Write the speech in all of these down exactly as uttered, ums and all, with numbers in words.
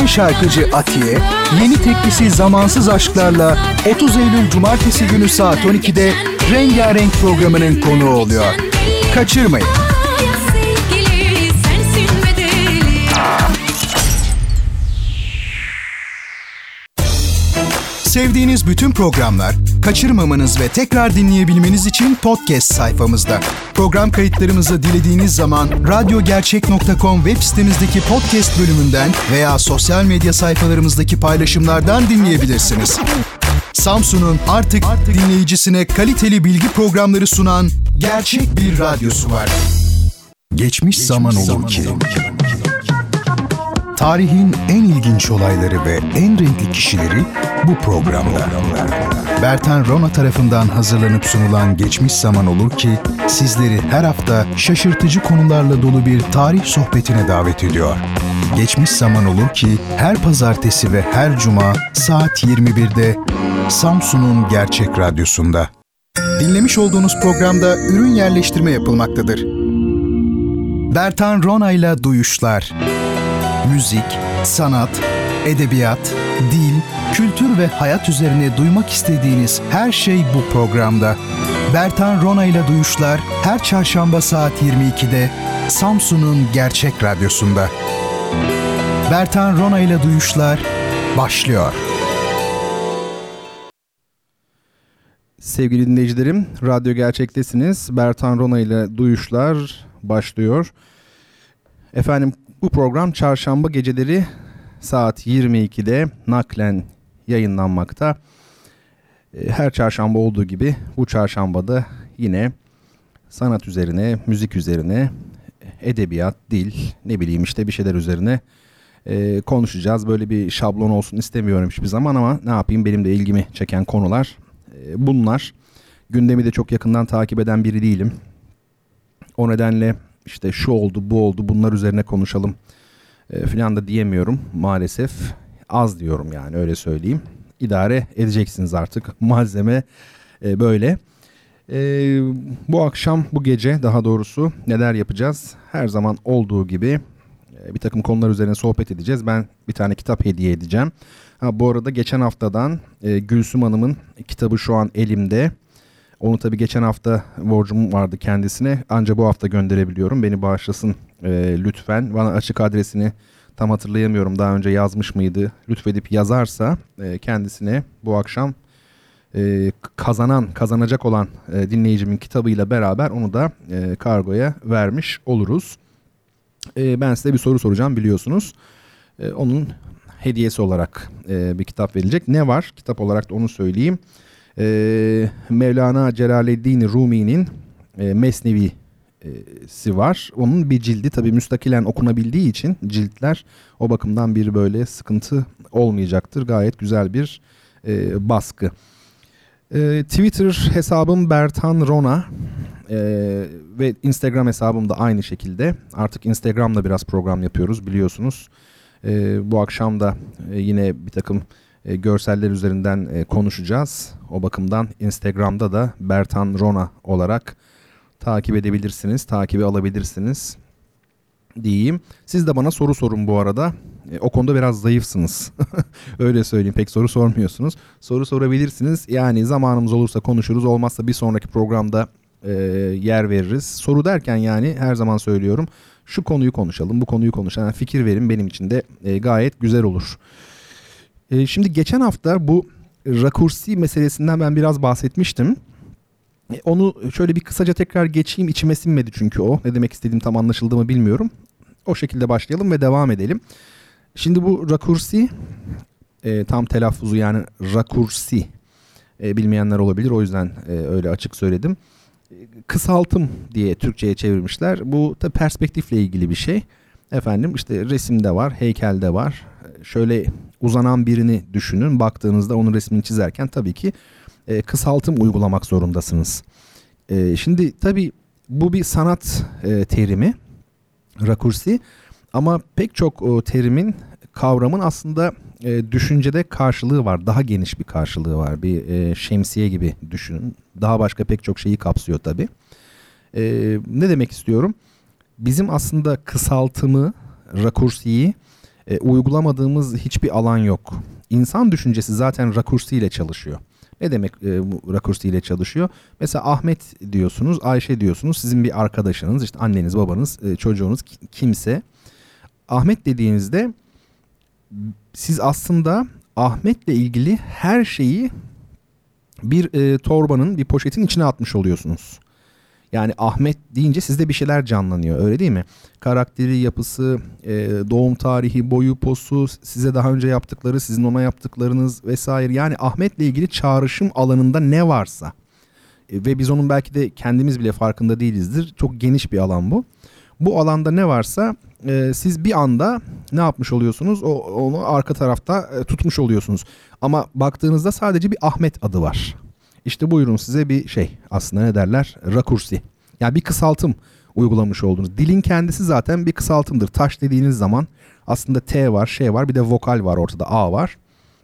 sevilen şarkıcı Atiye, yeni teklisi Zamansız Aşklarla otuz Eylül Cumartesi günü saat on ikide Rengarenk programının konuğu oluyor. Kaçırmayın. Sevdiğiniz bütün programlar, kaçırmamanız ve tekrar dinleyebilmeniz için podcast sayfamızda. Program kayıtlarımızı dilediğiniz zaman radyo gercek nokta com web sitemizdeki podcast bölümünden veya sosyal medya sayfalarımızdaki paylaşımlardan dinleyebilirsiniz. Samsun'un artık, artık dinleyicisine kaliteli bilgi programları sunan gerçek bir radyosu var. Geçmiş, Geçmiş zaman olur zaman ki. Tarihin en ilginç olayları ve en renkli kişileri bu programda. Bertan Rona tarafından hazırlanıp sunulan Geçmiş Zaman Olur ki sizleri her hafta şaşırtıcı konularla dolu bir tarih sohbetine davet ediyor. Geçmiş Zaman Olur ki her pazartesi ve her cuma saat yirmi birde Samsun'un Gerçek Radyosu'nda. Dinlemiş olduğunuz programda ürün yerleştirme yapılmaktadır. Bertan Rona ile Duyuşlar. Müzik, sanat, edebiyat, dil, kültür ve hayat üzerine duymak istediğiniz her şey bu programda. Bertan Rona ile Duyuşlar her çarşamba saat yirmi ikide Samsun'un Gerçek Radyosu'nda. Bertan Rona ile Duyuşlar başlıyor. Sevgili dinleyicilerim, Radyo Gerçek'tesiniz. Bertan Rona ile Duyuşlar başlıyor. Efendim, bu program çarşamba geceleri saat yirmi ikide naklen yayınlanmakta. Her çarşamba olduğu gibi bu çarşambada yine sanat üzerine, müzik üzerine, edebiyat, dil, ne bileyim işte bir şeyler üzerine e, konuşacağız. Böyle bir şablon olsun istemiyorum hiçbir zaman ama ne yapayım, benim de ilgimi çeken konular e, bunlar. Gündemi de çok yakından takip eden biri değilim. O nedenle işte şu oldu, bu oldu, bunlar üzerine konuşalım e, falan da diyemiyorum maalesef. Az diyorum yani, öyle söyleyeyim. İdare edeceksiniz artık. Malzeme e, böyle. E, bu akşam, bu gece daha doğrusu neler yapacağız? Her zaman olduğu gibi e, bir takım konular üzerine sohbet edeceğiz. Ben bir tane kitap hediye edeceğim. Ha, bu arada geçen haftadan e, Gülsüm Hanım'ın kitabı şu an elimde. Onu tabii geçen hafta borcum vardı kendisine. Ancak bu hafta gönderebiliyorum. Beni bağışlasın e, lütfen. Bana açık adresini tam hatırlayamıyorum. Daha önce yazmış mıydı? Lütfedip yazarsa e, kendisine bu akşam e, kazanan, kazanacak olan e, dinleyicimin kitabıyla beraber onu da e, kargoya vermiş oluruz. E, ben size bir soru soracağım, biliyorsunuz. E, onun hediyesi olarak e, bir kitap verilecek. Ne var? Kitap olarak da onu söyleyeyim. Ee, Mevlana Celaleddin Rumi'nin e, Mesnevi'si var. Onun bir cildi, tabii müstakilen okunabildiği için ciltler o bakımdan bir böyle sıkıntı olmayacaktır. Gayet güzel bir e, baskı. E, Twitter hesabım Bertan Rona e, ve Instagram hesabım da aynı şekilde. Artık Instagram'da biraz program yapıyoruz, biliyorsunuz. E, bu akşam da e, yine bir takım E, görseller üzerinden e, konuşacağız. O bakımdan Instagram'da da Bertan Rona olarak takip edebilirsiniz, takibi alabilirsiniz diyeyim. Siz de bana soru sorun bu arada. E, o konuda biraz zayıfsınız. Öyle söyleyeyim, pek soru sormuyorsunuz. Soru sorabilirsiniz. Yani zamanımız olursa konuşuruz, olmazsa bir sonraki programda e, yer veririz. Soru derken yani her zaman söylüyorum, şu konuyu konuşalım, bu konuyu konuşalım. Yani fikir verin, benim için de e, gayet güzel olur. Ee, şimdi geçen hafta bu rakursi meselesinden ben biraz bahsetmiştim. Ee, onu şöyle bir kısaca tekrar geçeyim. İçime sinmedi çünkü o. Ne demek istediğim tam anlaşıldı mı bilmiyorum. O şekilde başlayalım ve devam edelim. Şimdi bu rakursi, e, tam telaffuzu yani rakursi, e, bilmeyenler olabilir. O yüzden e, öyle açık söyledim. E, kısaltım diye Türkçe'ye çevirmişler. Bu da perspektifle ilgili bir şey. Efendim işte resimde var, heykelde var. Şöyle uzanan birini düşünün. Baktığınızda onun resmini çizerken tabii ki e, kısaltım uygulamak zorundasınız. E, şimdi tabii bu bir sanat e, terimi, rakursi. Ama pek çok o terimin, kavramın aslında e, düşüncede karşılığı var. Daha geniş bir karşılığı var. Bir e, şemsiye gibi düşünün. Daha başka pek çok şeyi kapsıyor tabii. E, ne demek istiyorum? Bizim aslında kısaltımı, rakursiyi E, uygulamadığımız hiçbir alan yok. İnsan düşüncesi zaten rakursi ile çalışıyor. Ne demek e, bu rakursi ile çalışıyor? Mesela Ahmet diyorsunuz, Ayşe diyorsunuz. Sizin bir arkadaşınız, işte anneniz, babanız, e, çocuğunuz kimse. Ahmet dediğinizde siz aslında Ahmet'le ilgili her şeyi bir e, torbanın, bir poşetin içine atmış oluyorsunuz. Yani Ahmet deyince sizde bir şeyler canlanıyor, öyle değil mi? Karakteri, yapısı, e, doğum tarihi, boyu, posu, size daha önce yaptıkları, sizin ona yaptıklarınız vesaire. Yani Ahmet'le ilgili çağrışım alanında ne varsa e, ve biz onun belki de kendimiz bile farkında değilizdir. Çok geniş bir alan bu. Bu alanda ne varsa e, siz bir anda ne yapmış oluyorsunuz? O, onu arka tarafta e, tutmuş oluyorsunuz. Ama baktığınızda sadece bir Ahmet adı var. İşte buyurun size bir şey, aslında ne derler? Rakursi. Yani bir kısaltım uygulamış oldunuz. Dilin kendisi zaten bir kısaltımdır. Taş dediğiniz zaman aslında T var, şey var, bir de vokal var ortada, A var.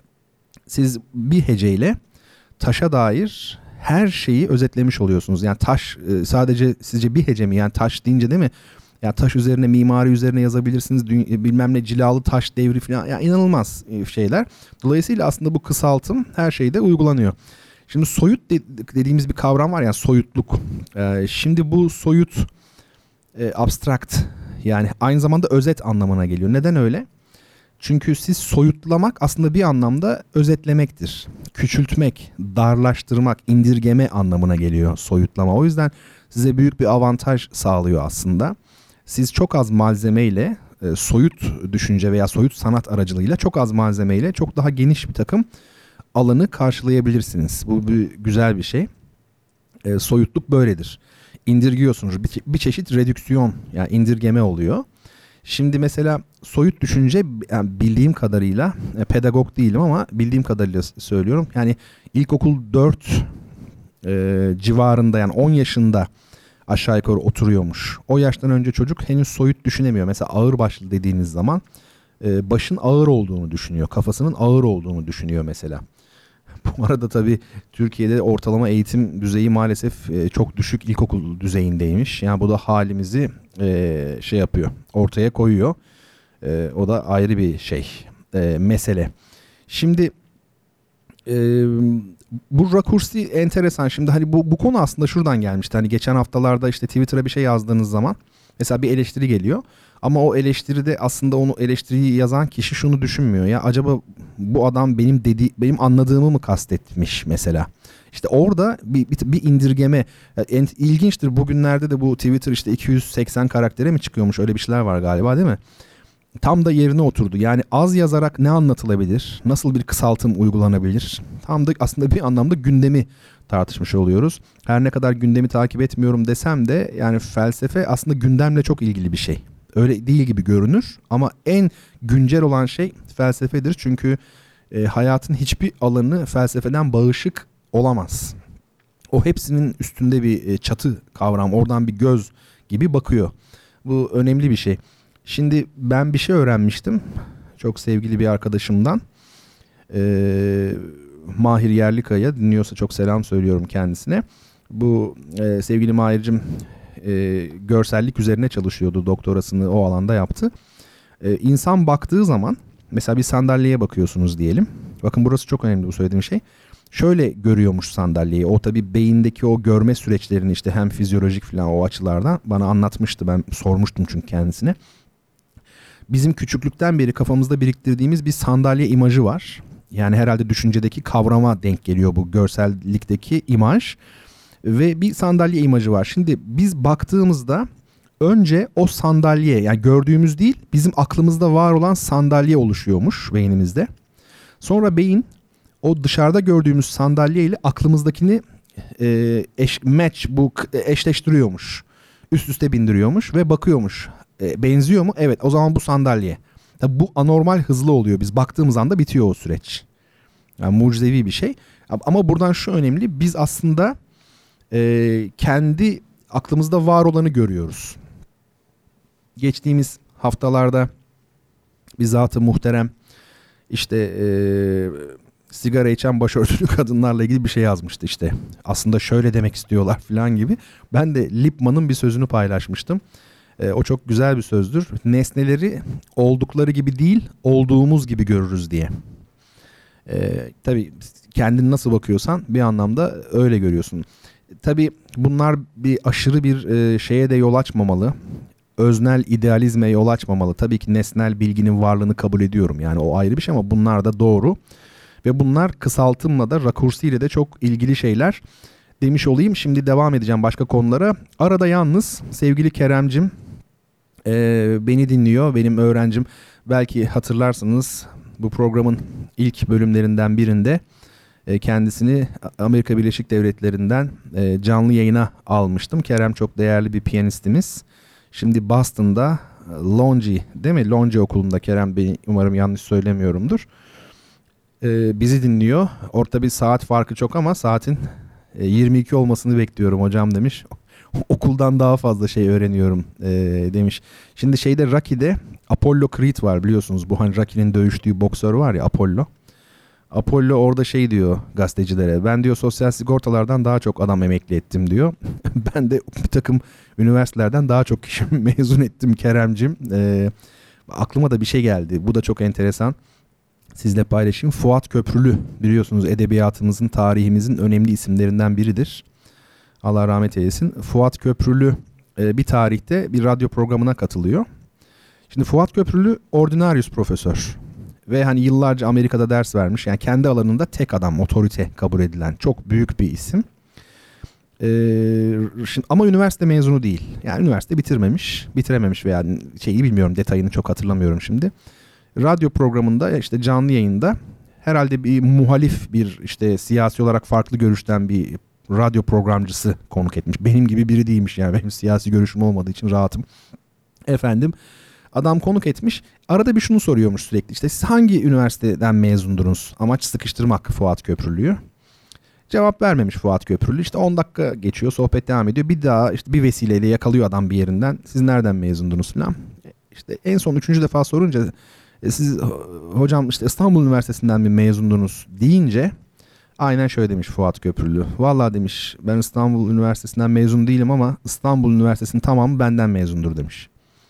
Siz bir heceyle taşa dair her şeyi özetlemiş oluyorsunuz. Yani taş sadece sizce bir hece mi? Yani taş deyince değil mi? Ya taş üzerine, mimari üzerine yazabilirsiniz. Dü- bilmem ne cilalı taş devri falan. Ya inanılmaz şeyler. Dolayısıyla aslında bu kısaltım her şeyde uygulanıyor. Şimdi soyut de- dediğimiz bir kavram var ya, soyutluk. Ee, şimdi bu soyut e, abstrakt, yani aynı zamanda özet anlamına geliyor. Neden öyle? Çünkü siz soyutlamak aslında bir anlamda özetlemektir. Küçültmek, darlaştırmak, indirgeme anlamına geliyor soyutlama. O yüzden size büyük bir avantaj sağlıyor aslında. Siz çok az malzemeyle, e, soyut düşünce veya soyut sanat aracılığıyla çok az malzemeyle çok daha geniş bir takım alanı karşılayabilirsiniz. Bu bir, güzel bir şey. E, soyutluk böyledir. İndirgiyorsunuz. Bir, bir çeşit redüksiyon, yani indirgeme oluyor. Şimdi mesela soyut düşünce, yani bildiğim kadarıyla, e, pedagog değilim ama bildiğim kadarıyla söylüyorum. Yani ilkokul dört e, civarında, yani on yaşında aşağı yukarı oturuyormuş. O yaştan önce çocuk henüz soyut düşünemiyor. Mesela ağırbaşlı dediğiniz zaman e, başın ağır olduğunu düşünüyor. Kafasının ağır olduğunu düşünüyor mesela. Bu arada tabii Türkiye'de ortalama eğitim düzeyi maalesef e, çok düşük, ilkokul düzeyindeymiş. Yani bu da halimizi e, şey yapıyor, ortaya koyuyor. E, o da ayrı bir şey, e, mesele. Şimdi e, bu rakursi enteresan. Şimdi hani bu, bu konu aslında şuradan gelmişti. Hani geçen haftalarda işte Twitter'a bir şey yazdığınız zaman mesela bir eleştiri geliyor. Ama o eleştiride aslında onu, eleştiriyi yazan kişi şunu düşünmüyor. Ya acaba bu adam benim dedi benim anladığımı mı kastetmiş mesela? İşte orada bir, bir, bir indirgeme. Yani ilginçtir, bugünlerde de bu Twitter işte iki yüz seksen karaktere mi çıkıyormuş, öyle bir şeyler var galiba, değil mi? Tam da yerine oturdu. Yani az yazarak ne anlatılabilir? Nasıl bir kısaltım uygulanabilir? Tam da aslında bir anlamda gündemi tartışmış oluyoruz. Her ne kadar gündemi takip etmiyorum desem de yani felsefe aslında gündemle çok ilgili bir şey. Öyle değil gibi görünür ama en güncel olan şey felsefedir. Çünkü e, hayatın hiçbir alanı felsefeden bağışık olamaz. O hepsinin üstünde bir e, çatı kavram, oradan bir göz gibi bakıyor. Bu önemli bir şey. Şimdi ben bir şey öğrenmiştim çok sevgili bir arkadaşımdan. Ee, Mahir Yerlikaya, dinliyorsa çok selam söylüyorum kendisine. Bu e, sevgili Mahir'cim e, görsellik üzerine çalışıyordu, doktorasını o alanda yaptı. E, insan baktığı zaman mesela bir sandalyeye bakıyorsunuz diyelim. Bakın burası çok önemli bu söylediğim şey. Şöyle görüyormuş sandalyeyi. O tabii beyindeki o görme süreçlerini işte hem fizyolojik falan o açılardan bana anlatmıştı. Ben sormuştum çünkü kendisine. Bizim küçüklükten beri kafamızda biriktirdiğimiz bir sandalye imajı var. Yani herhalde düşüncedeki kavrama denk geliyor bu görsellikteki imaj. Ve bir sandalye imajı var. Şimdi biz baktığımızda önce o sandalye, yani gördüğümüz değil, bizim aklımızda var olan sandalye oluşuyormuş beynimizde. Sonra beyin o dışarıda gördüğümüz sandalye ile aklımızdakini e, eş, match, bu eşleştiriyormuş. Üst üste bindiriyormuş ve bakıyormuş. E, benziyor mu? Evet, o zaman bu sandalye. Tabii bu anormal hızlı oluyor. Biz baktığımız anda bitiyor o süreç. Yani mucizevi bir şey. Ama buradan şu önemli. Biz aslında e, kendi aklımızda var olanı görüyoruz. Geçtiğimiz haftalarda bir zat-ı muhterem işte e, sigara içen başörtülü kadınlarla ilgili bir şey yazmıştı işte. Aslında şöyle demek istiyorlar falan gibi. Ben de Lippmann'ın bir sözünü paylaşmıştım. E, o çok güzel bir sözdür. Nesneleri oldukları gibi değil, olduğumuz gibi görürüz diye. E, tabii kendini nasıl bakıyorsan bir anlamda öyle görüyorsun. Tabii bunlar bir aşırı bir e, şeye de yol açmamalı. Öznel idealizme yol açmamalı. Tabii ki nesnel bilginin varlığını kabul ediyorum. Yani o ayrı bir şey ama bunlar da doğru. Ve bunlar kısaltımla da rakursiyle de çok ilgili şeyler demiş olayım. Şimdi devam edeceğim başka konulara. Arada yalnız sevgili Keremcim e, beni dinliyor. Benim öğrencim. Belki hatırlarsınız bu programın ilk bölümlerinden birinde e, kendisini Amerika Birleşik Devletleri'nden e, canlı yayına almıştım. Kerem çok değerli bir piyanistimiz. Şimdi Boston'da Longy değil mi? Longy okulunda Kerem Bey, umarım yanlış söylemiyorumdur. Ee, bizi dinliyor. Orta bir saat farkı çok ama saatin e, yirmi iki olmasını bekliyorum hocam demiş. Okuldan daha fazla şey öğreniyorum e, demiş. Şimdi şeyde Rocky'de Apollo Creed var biliyorsunuz. Bu hani Rocky'nin dövüştüğü boksör var ya Apollo. Apollo orada şey diyor gazetecilere. Ben diyor sosyal sigortalardan daha çok adam emekli ettim diyor. Ben de bir takım üniversitelerden daha çok kişi mezun ettim Keremcim. Ee, aklıma da bir şey geldi. Bu da çok enteresan. Sizle paylaşayım. Fuat Köprülü biliyorsunuz edebiyatımızın, tarihimizin önemli isimlerinden biridir. Allah rahmet eylesin. Fuat Köprülü e, bir tarihte bir radyo programına katılıyor. Şimdi Fuat Köprülü ordinarius profesör. Ve hani yıllarca Amerika'da ders vermiş. Yani kendi alanında tek adam, otorite kabul edilen çok büyük bir isim. Ee, şimdi, ama üniversite mezunu değil. Yani üniversite bitirmemiş, bitirememiş veya şeyi bilmiyorum, detayını çok hatırlamıyorum şimdi. Radyo programında işte canlı yayında herhalde bir muhalif bir işte siyasi olarak farklı görüşten bir radyo programcısı konuk etmiş. Benim gibi biri değilmiş yani, benim siyasi görüşüm olmadığı için rahatım. Efendim adam konuk etmiş. Arada bir şunu soruyormuş sürekli. İşte siz hangi üniversiteden mezundunuz? Amaç sıkıştırmak Fuat Köprülü'yü. Cevap vermemiş Fuat Köprülü. İşte on dakika geçiyor, sohbet devam ediyor. Bir daha işte bir vesileyle yakalıyor adam bir yerinden. Siz nereden mezundunuz falan. İşte en son üçüncü defa sorunca siz hocam işte İstanbul Üniversitesi'nden mi mezundunuz deyince aynen şöyle demiş Fuat Köprülü. Vallahi demiş ben İstanbul Üniversitesi'nden mezun değilim ama İstanbul Üniversitesi'nin tamamı benden mezundur demiş.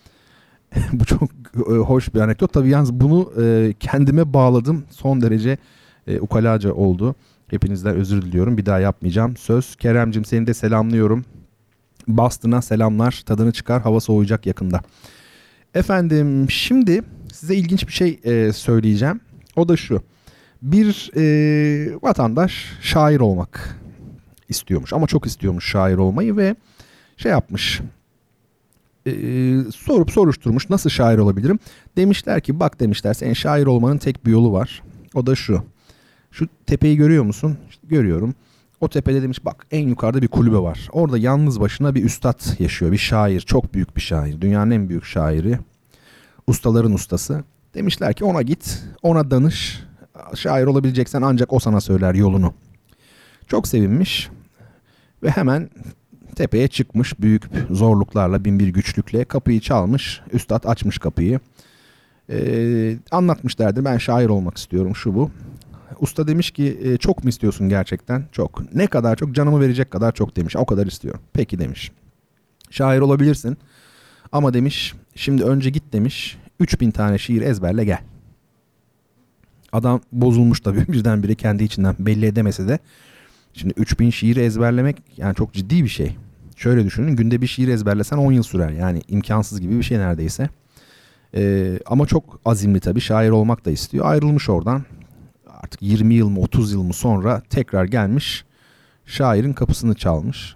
Bu çok e, hoş bir anekdot. Tabii yalnız bunu e, kendime bağladım. Son derece e, ukalaca oldu. Hepinizden özür diliyorum. Bir daha yapmayacağım. Söz. Keremcim seni de selamlıyorum. Boston'a selamlar. Tadını çıkar. Hava soğuyacak yakında. Efendim şimdi size ilginç bir şey e, söyleyeceğim. O da şu. Bir e, vatandaş şair olmak istiyormuş. Ama çok istiyormuş şair olmayı ve şey yapmış. Ee, sorup soruşturmuş nasıl şair olabilirim. Demişler ki bak demişler senin şair olmanın tek bir yolu var. O da şu. Şu tepeyi görüyor musun? İşte görüyorum. O tepede demiş bak en yukarıda bir kulübe var. Orada yalnız başına bir üstad yaşıyor. Bir şair. Çok büyük bir şair. Dünyanın en büyük şairi. Ustaların ustası. Demişler ki ona git. Ona danış. Şair olabileceksen ancak o sana söyler yolunu. Çok sevinmiş. Ve hemen tepeye çıkmış büyük zorluklarla, bin bir güçlükle kapıyı çalmış. Üstad açmış kapıyı. Ee, anlatmış derdi ben şair olmak istiyorum şu bu. Usta demiş ki e, çok mu istiyorsun gerçekten? Çok. Ne kadar çok? Canımı verecek kadar çok demiş. O kadar istiyorum. Peki demiş. Şair olabilirsin. Ama demiş şimdi önce git demiş. üç bin tane şiir ezberle gel. Adam bozulmuş tabii birdenbire kendi içinden belli edemese de. Şimdi üç bin şiir ezberlemek yani çok ciddi bir şey. Şöyle düşünün günde bir şiir ezberlesen on yıl sürer. Yani imkansız gibi bir şey neredeyse. Ee, ama çok azimli tabii şair olmak da istiyor. Ayrılmış oradan. Artık yirmi yıl mı otuz yıl mı sonra tekrar gelmiş. Şairin kapısını çalmış.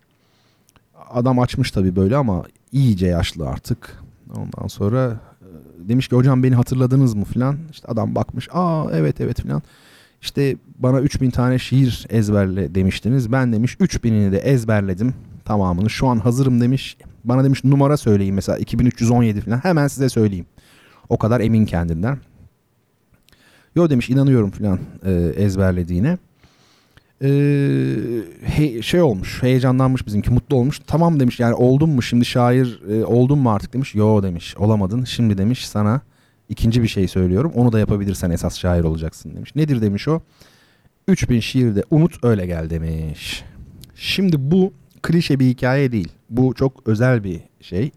Adam açmış tabii böyle ama iyice yaşlı artık. Ondan sonra demiş ki hocam beni hatırladınız mı filan. İşte adam bakmış aa evet evet filan. İşte bana üç bin tane şiir ezberle demiştiniz. Ben demiş üç binini de ezberledim tamamını. Şu an hazırım demiş. Bana demiş numara söyleyin mesela iki bin üç yüz on yedi falan. Hemen size söyleyeyim. O kadar emin kendinden. Yo demiş inanıyorum falan e, ezberlediğine. E, he, şey olmuş heyecanlanmış bizimki mutlu olmuş. Tamam demiş yani oldun mu şimdi şair e, oldun mu artık demiş. Yo demiş olamadın. Şimdi demiş sana İkinci bir şey söylüyorum. Onu da yapabilirsen esas şair olacaksın demiş. Nedir demiş o? üç bin şiiri de unut öyle gel demiş. Şimdi bu klişe bir hikaye değil. Bu çok özel bir şey.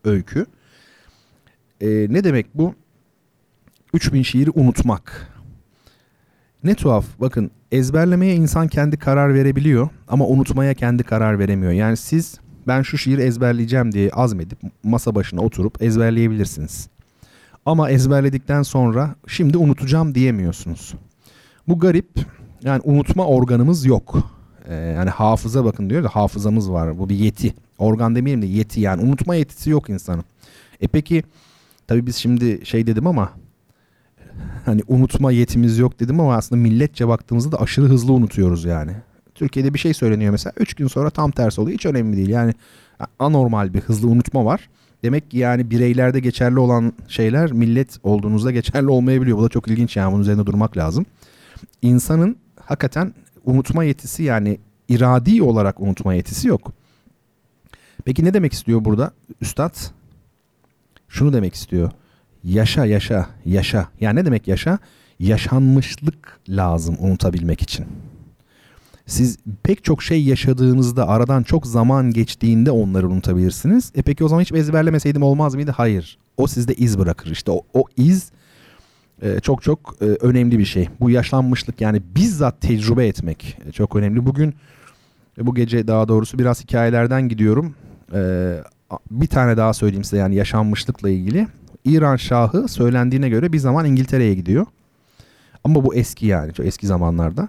öykü. Ee, ne demek bu? üç bin şiiri unutmak. Ne tuhaf. Bakın, ezberlemeye insan kendi karar verebiliyor ama unutmaya kendi karar veremiyor. Yani siz ben şu şiiri ezberleyeceğim diye azmedip masa başına oturup ezberleyebilirsiniz. Ama ezberledikten sonra şimdi unutacağım diyemiyorsunuz. Bu garip. Yani unutma organımız yok. Ee, yani hafıza bakın diyor da hafızamız var. Bu bir yeti. Organ demeyelim de yeti, yani unutma yetisi yok insanın. E peki tabii biz şimdi şey dedim ama hani unutma yetimiz yok dedim ama aslında milletçe baktığımızda da aşırı hızlı unutuyoruz yani. Türkiye'de bir şey söyleniyor mesela, üç gün sonra tam tersi oluyor. Hiç önemli değil. Yani anormal bir hızlı unutma var. Demek ki yani bireylerde geçerli olan şeyler millet olduğunuzda geçerli olmayabiliyor. Bu da çok ilginç, yani bunun üzerinde durmak lazım. İnsanın hakikaten unutma yetisi, yani iradi olarak unutma yetisi yok. Peki ne demek istiyor burada üstad? Şunu demek istiyor. Yaşa yaşa yaşa. Yani ne demek yaşa? Yaşanmışlık lazım unutabilmek için. Siz pek çok şey yaşadığınızda, aradan çok zaman geçtiğinde onları unutabilirsiniz. E peki o zaman hiç ezberlemeseydim olmaz mıydı? Hayır. O sizde iz bırakır. İşte o, o iz e, çok çok e, önemli bir şey. Bu yaşanmışlık, yani bizzat tecrübe etmek e, çok önemli. Bugün, e, bu gece daha doğrusu biraz hikayelerden gidiyorum. E, bir tane daha söyleyeyim size, yani yaşanmışlıkla ilgili. İran Şahı söylendiğine göre bir zaman İngiltere'ye gidiyor. Ama bu eski, yani çok eski zamanlarda.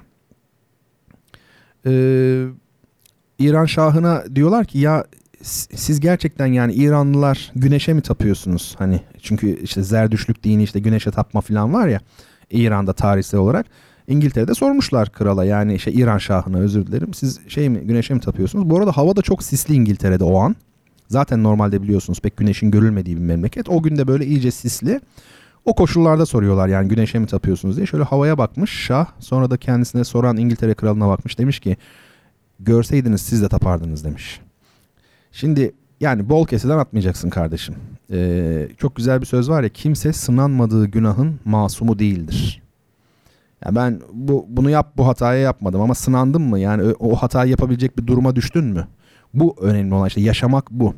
Ee, İran Şahı'na diyorlar ki ya siz gerçekten yani İranlılar güneşe mi tapıyorsunuz? Hani çünkü işte Zerdüştlük dini, işte güneşe tapma falan var ya İran'da tarihsel olarak. İngiltere'de sormuşlar krala, yani işte İran Şahı'na, özür dilerim, siz şey mi, güneşe mi tapıyorsunuz? Bu arada hava da çok sisli İngiltere'de o an. Zaten normalde biliyorsunuz pek güneşin görülmediği bir memleket. O gün de böyle iyice sisli. O koşullarda soruyorlar yani güneşe mi tapıyorsunuz diye. Şöyle havaya bakmış Şah. Sonra da kendisine soran İngiltere kralına bakmış. Demiş ki görseydiniz siz de tapardınız demiş. Şimdi yani bol keseden atmayacaksın kardeşim. Ee, çok güzel bir söz var ya, kimse sınanmadığı günahın masumu değildir. Ya ben bu bunu yap bu hatayı yapmadım ama sınandım mı? Yani o, o hatayı yapabilecek bir duruma düştün mü? Bu önemli olan, işte yaşamak bu.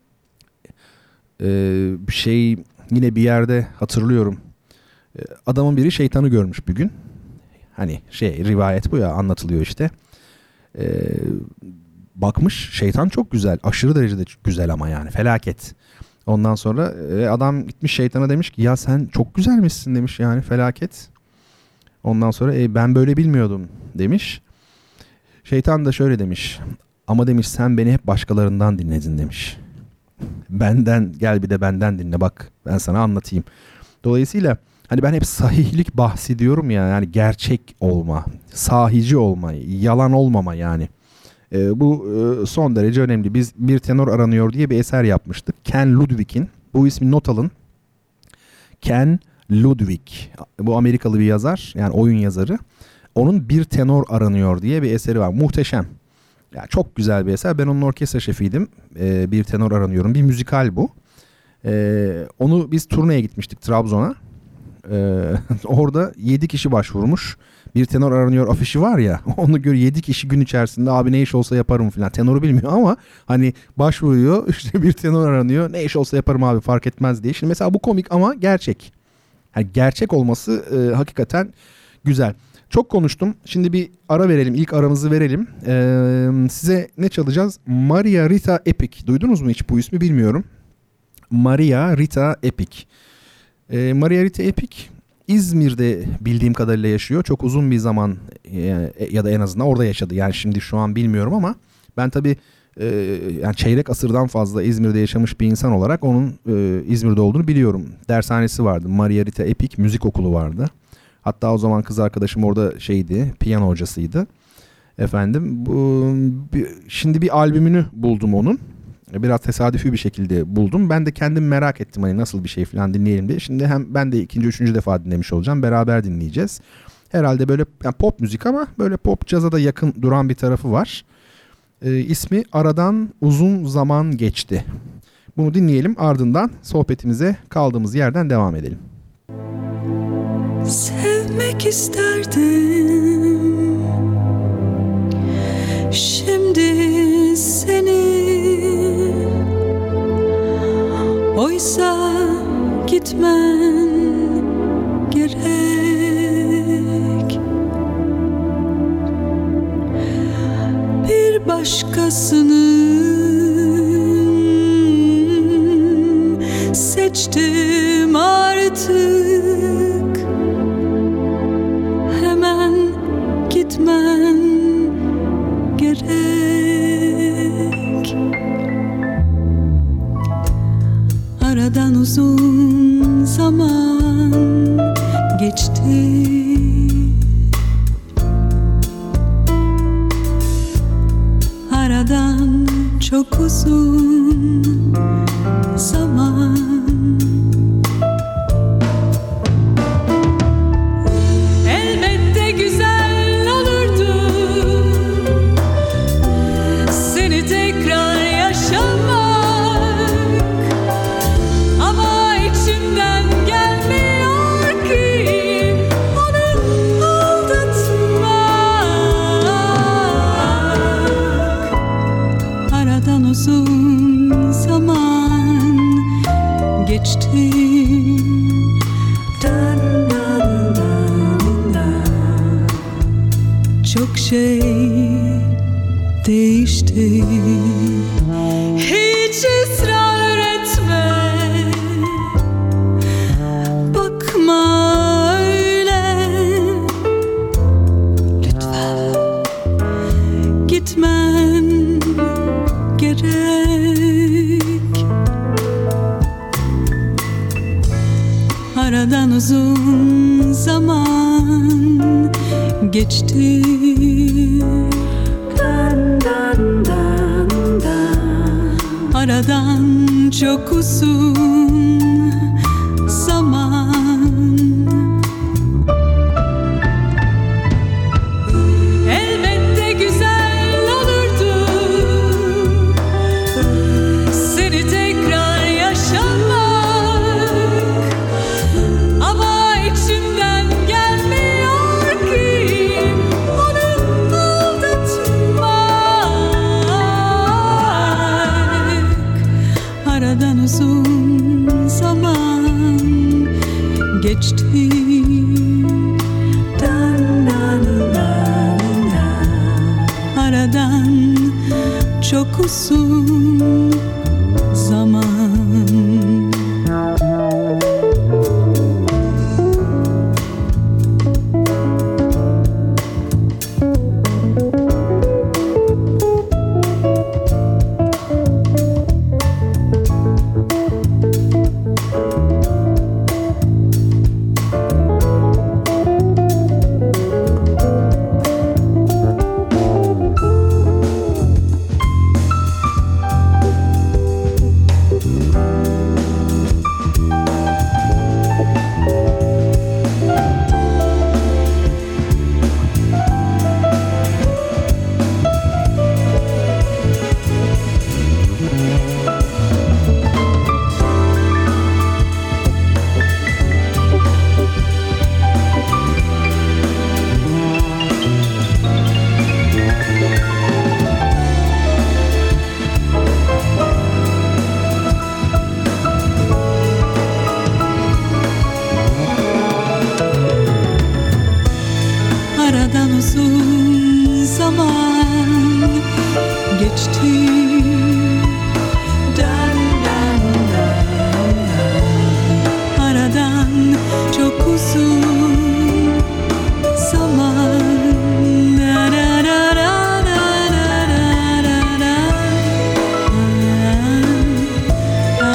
Ee, bir şey yine bir yerde hatırlıyorum. Ee, adamın biri şeytanı görmüş bir gün. Hani şey rivayet bu ya, anlatılıyor işte. Ee, bakmış şeytan çok güzel. Aşırı derecede güzel ama yani felaket. Ondan sonra e, adam gitmiş şeytana demiş ki ya sen çok güzelmişsin demiş, yani felaket. Ondan sonra e, ben böyle bilmiyordum demiş. Şeytan da şöyle demiş. Ama demiş sen beni hep başkalarından dinledin demiş. Benden gel bir de benden dinle, bak ben sana anlatayım. Dolayısıyla hani ben hep sahihlik bahsediyorum ya, yani gerçek olma, sahici olma, yalan olmama yani. E, bu e, son derece önemli. Biz Bir Tenor Aranıyor diye bir eser yapmıştık. Ken Ludwig'in, bu ismi not alın. Ken Ludwig, bu Amerikalı bir yazar, yani oyun yazarı. Onun Bir Tenor Aranıyor diye bir eseri var. Muhteşem. Ya çok güzel bir eser. Ben onun orkestra şefiydim. Ee, Bir Tenor Aranıyorum. Bir müzikal bu. Ee, onu biz turneye gitmiştik Trabzon'a. Ee, orada yedi kişi başvurmuş. Bir Tenor Aranıyor afişi var ya. Onu gör, yedi kişi gün içerisinde abi ne iş olsa yaparım falan. Tenoru bilmiyor ama hani başvuruyor. İşte bir tenor aranıyor. Ne iş olsa yaparım abi, fark etmez diye. Şimdi mesela bu komik ama gerçek. Yani gerçek olması e, hakikaten güzel. Çok konuştum. Şimdi bir ara verelim. İlk aramızı verelim. Ee, size ne çalacağız? Maria Rita Epic. Duydunuz mu hiç bu ismi bilmiyorum. Maria Rita Epic. Ee, Maria Rita Epic İzmir'de bildiğim kadarıyla yaşıyor. Çok uzun bir zaman e, ya da en azından orada yaşadı. Yani şimdi şu an bilmiyorum ama ben tabii e, yani çeyrek asırdan fazla İzmir'de yaşamış bir insan olarak onun e, İzmir'de olduğunu biliyorum. Dershanesi vardı. Maria Rita Epic müzik okulu vardı. Hatta o zaman kız arkadaşım orada şeydi, piyano hocasıydı. Efendim, bu, bir, şimdi bir albümünü buldum onun. Biraz tesadüfi bir şekilde buldum. Ben de kendim merak ettim hani nasıl bir şey falan dinleyelim diye. Şimdi hem ben de ikinci, üçüncü defa dinlemiş olacağım. Beraber dinleyeceğiz. Herhalde böyle yani pop müzik ama böyle pop caza da yakın duran bir tarafı var. Ee, ismi Aradan Uzun Zaman Geçti. Bunu dinleyelim, ardından sohbetimize kaldığımız yerden devam edelim. Sevmek isterdim şimdi seni, gitmen gerek. Bir başkasını seçtim artık. Hemen gitmen gerek. Aradan uzun zaman geçti. Aradan çok uzun zaman. Elbette güzel olurdu seni tekrar yaşamak, ama içimden gelmiyor ki onu aldatmak. Aradan uzun zaman geçti. Çok şey değişti. Hiç ısrar etme, bakma öyle. Lütfen gitmen gerek. Aradan uzun zaman geçti. Aradan çok uzun zaman. Elbette güzel olurdu seni tekrar yaşamak, ama içimden gelmiyor ki onu aldatmak. Aradan uzun zaman geçti. Aradan çok uzun zaman. Aradan uzun zaman geçti. Dan, dan, dan, dan. Aradan çok uzun zaman. Da, da, da, da, da, da, da, da. Ah,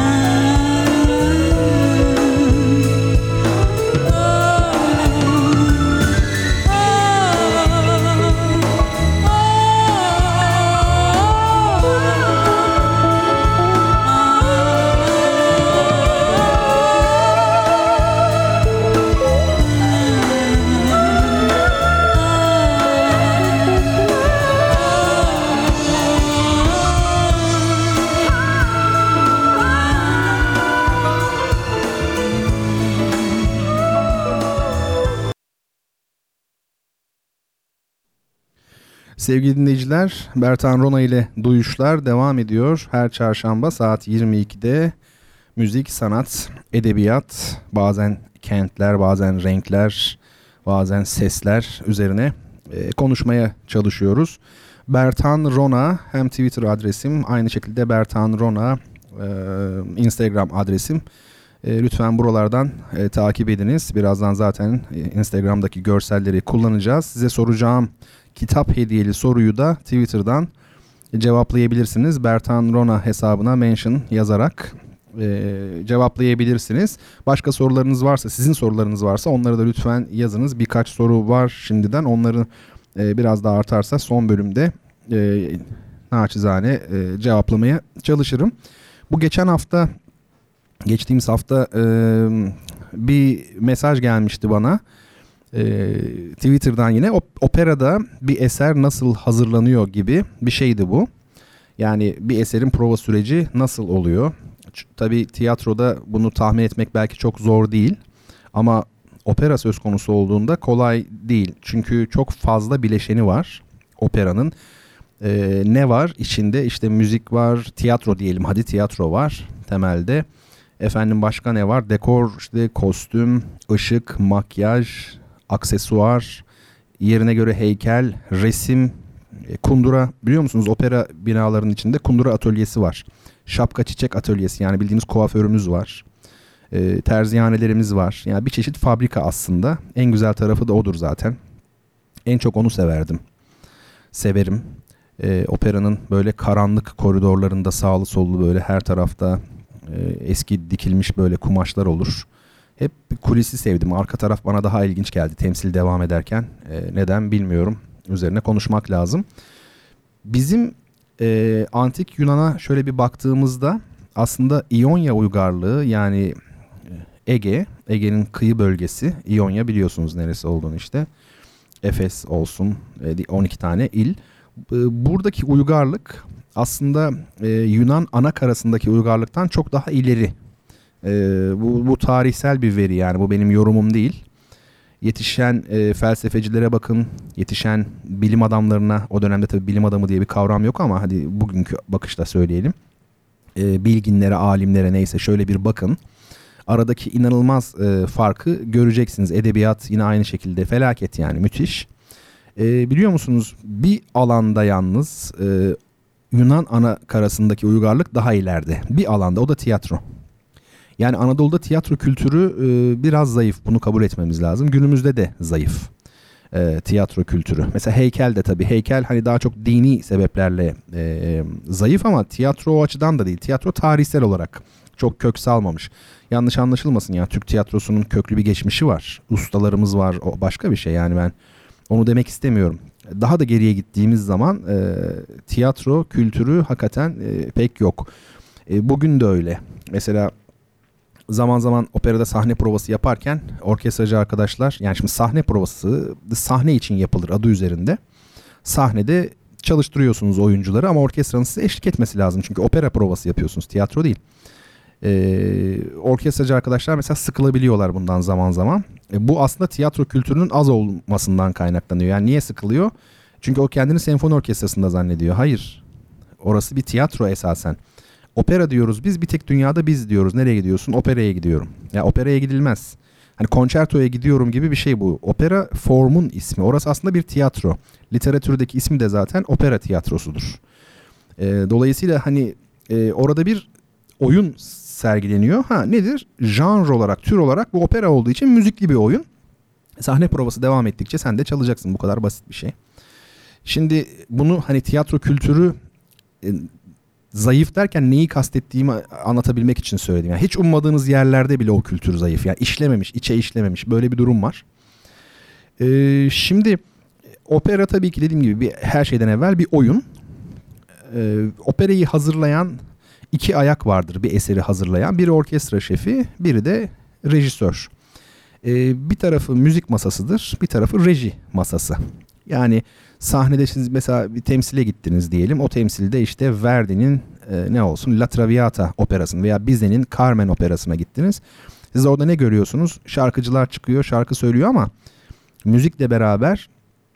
Sevgili dinleyiciler, Bertan Rona ile Duyuşlar devam ediyor. Her çarşamba saat yirmi ikide müzik, sanat, edebiyat, bazen kentler, bazen renkler, bazen sesler üzerine e, konuşmaya çalışıyoruz. Bertan Rona hem Twitter adresim, aynı şekilde Bertan Rona e, Instagram adresim. E, lütfen buralardan e, takip ediniz. Birazdan zaten e, Instagram'daki görselleri kullanacağız. Size soracağım kitap hediyeli soruyu da Twitter'dan cevaplayabilirsiniz. Bertan Rona hesabına mention yazarak e, cevaplayabilirsiniz. Başka sorularınız varsa, sizin sorularınız varsa onları da lütfen yazınız. Birkaç soru var şimdiden. Onları e, biraz daha artarsa son bölümde e, naçizane e, cevaplamaya çalışırım. Bu geçen hafta, geçtiğimiz hafta e, bir mesaj gelmişti bana. E, Twitter'dan yine operada bir eser nasıl hazırlanıyor gibi bir şeydi bu. Yani bir eserin prova süreci nasıl oluyor? Tabii tiyatroda bunu tahmin etmek belki çok zor değil. Ama opera söz konusu olduğunda kolay değil. Çünkü çok fazla bileşeni var operanın. E, ne var içinde? İşte müzik var, tiyatro diyelim. Hadi tiyatro var temelde. Efendim başka ne var? Dekor, işte kostüm, ışık, makyaj, aksesuar, yerine göre heykel, resim, e, kundura. Biliyor musunuz opera binalarının içinde kundura atölyesi var. Şapka çiçek atölyesi, yani bildiğiniz kuaförümüz var. E, terzihanelerimiz var. Yani bir çeşit fabrika aslında. En güzel tarafı da odur zaten. En çok onu severdim. Severim. E, operanın böyle karanlık koridorlarında sağlı sollu böyle her tarafta e, eski dikilmiş böyle kumaşlar olur. Hep kulisi sevdim. Arka taraf bana daha ilginç geldi temsil devam ederken. E, neden bilmiyorum. Üzerine konuşmak lazım. Bizim e, antik Yunan'a şöyle bir baktığımızda aslında İonya uygarlığı, yani Ege, Ege'nin kıyı bölgesi. İonya biliyorsunuz neresi olduğunu işte. Efes olsun, on iki tane il. Buradaki uygarlık aslında e, Yunan ana karasındaki uygarlıktan çok daha ileri. E, bu, bu tarihsel bir veri, yani bu benim yorumum değil. Yetişen e, felsefecilere bakın, yetişen bilim adamlarına, o dönemde tabii bilim adamı diye bir kavram yok ama hadi bugünkü bakışla söyleyelim. E, bilginlere, alimlere neyse şöyle bir bakın. Aradaki inanılmaz e, farkı göreceksiniz. Edebiyat yine aynı şekilde felaket, yani müthiş. E, biliyor musunuz bir alanda yalnız e, Yunan ana karasındaki uygarlık daha ileride. Bir alanda, o da tiyatro. Yani Anadolu'da tiyatro kültürü e, biraz zayıf. Bunu kabul etmemiz lazım. Günümüzde de zayıf e, tiyatro kültürü. Mesela heykel de tabii. Heykel hani daha çok dini sebeplerle e, zayıf ama tiyatro o açıdan da değil. Tiyatro tarihsel olarak çok kök salmamış. Yanlış anlaşılmasın, yani Türk tiyatrosunun köklü bir geçmişi var. Ustalarımız var. O başka bir şey, yani ben onu demek istemiyorum. Daha da geriye gittiğimiz zaman e, tiyatro kültürü hakikaten e, pek yok. E, bugün de öyle. Mesela zaman zaman operada sahne provası yaparken orkestracı arkadaşlar, yani şimdi sahne provası sahne için yapılır adı üzerinde. Sahnede çalıştırıyorsunuz oyuncuları ama orkestranın size eşlik etmesi lazım. Çünkü opera provası yapıyorsunuz, tiyatro değil. Ee, orkestracı arkadaşlar mesela sıkılabiliyorlar bundan zaman zaman. E, bu aslında tiyatro kültürünün az olmasından kaynaklanıyor. Yani niye sıkılıyor? Çünkü o kendini senfoni orkestrasında zannediyor. Hayır. Orası bir tiyatro esasen. Opera diyoruz biz, bir tek dünyada biz diyoruz. Nereye gidiyorsun? Operaya gidiyorum. Ya yani operaya gidilmez. Hani konçertoya gidiyorum gibi bir şey bu. Opera formun ismi. Orası aslında bir tiyatro. Literatürdeki ismi de zaten opera tiyatrosudur. E, dolayısıyla hani e, orada bir oyun sergileniyor. Ha nedir? Janr olarak, tür olarak bu opera olduğu için müzikli bir oyun. Sahne provası devam ettikçe sen de çalacaksın. Bu kadar basit bir şey. Şimdi bunu hani tiyatro kültürü e, zayıf derken neyi kastettiğimi anlatabilmek için söyledim. Yani hiç ummadığınız yerlerde bile o kültür zayıf. Yani işlememiş, içe işlememiş. Böyle bir durum var. Ee, şimdi opera tabii ki dediğim gibi bir, her şeyden evvel bir oyun. Ee, operayı hazırlayan iki ayak vardır, bir eseri hazırlayan. Biri orkestra şefi, biri de rejisör. Ee, bir tarafı müzik masasıdır, bir tarafı reji masası. Yani sahnede siz mesela bir temsile gittiniz diyelim. O temsilde işte Verdi'nin e, ne olsun La Traviata operasını veya Bizet'in Carmen operasına gittiniz. Siz orada ne görüyorsunuz? Şarkıcılar çıkıyor, şarkı söylüyor ama müzikle beraber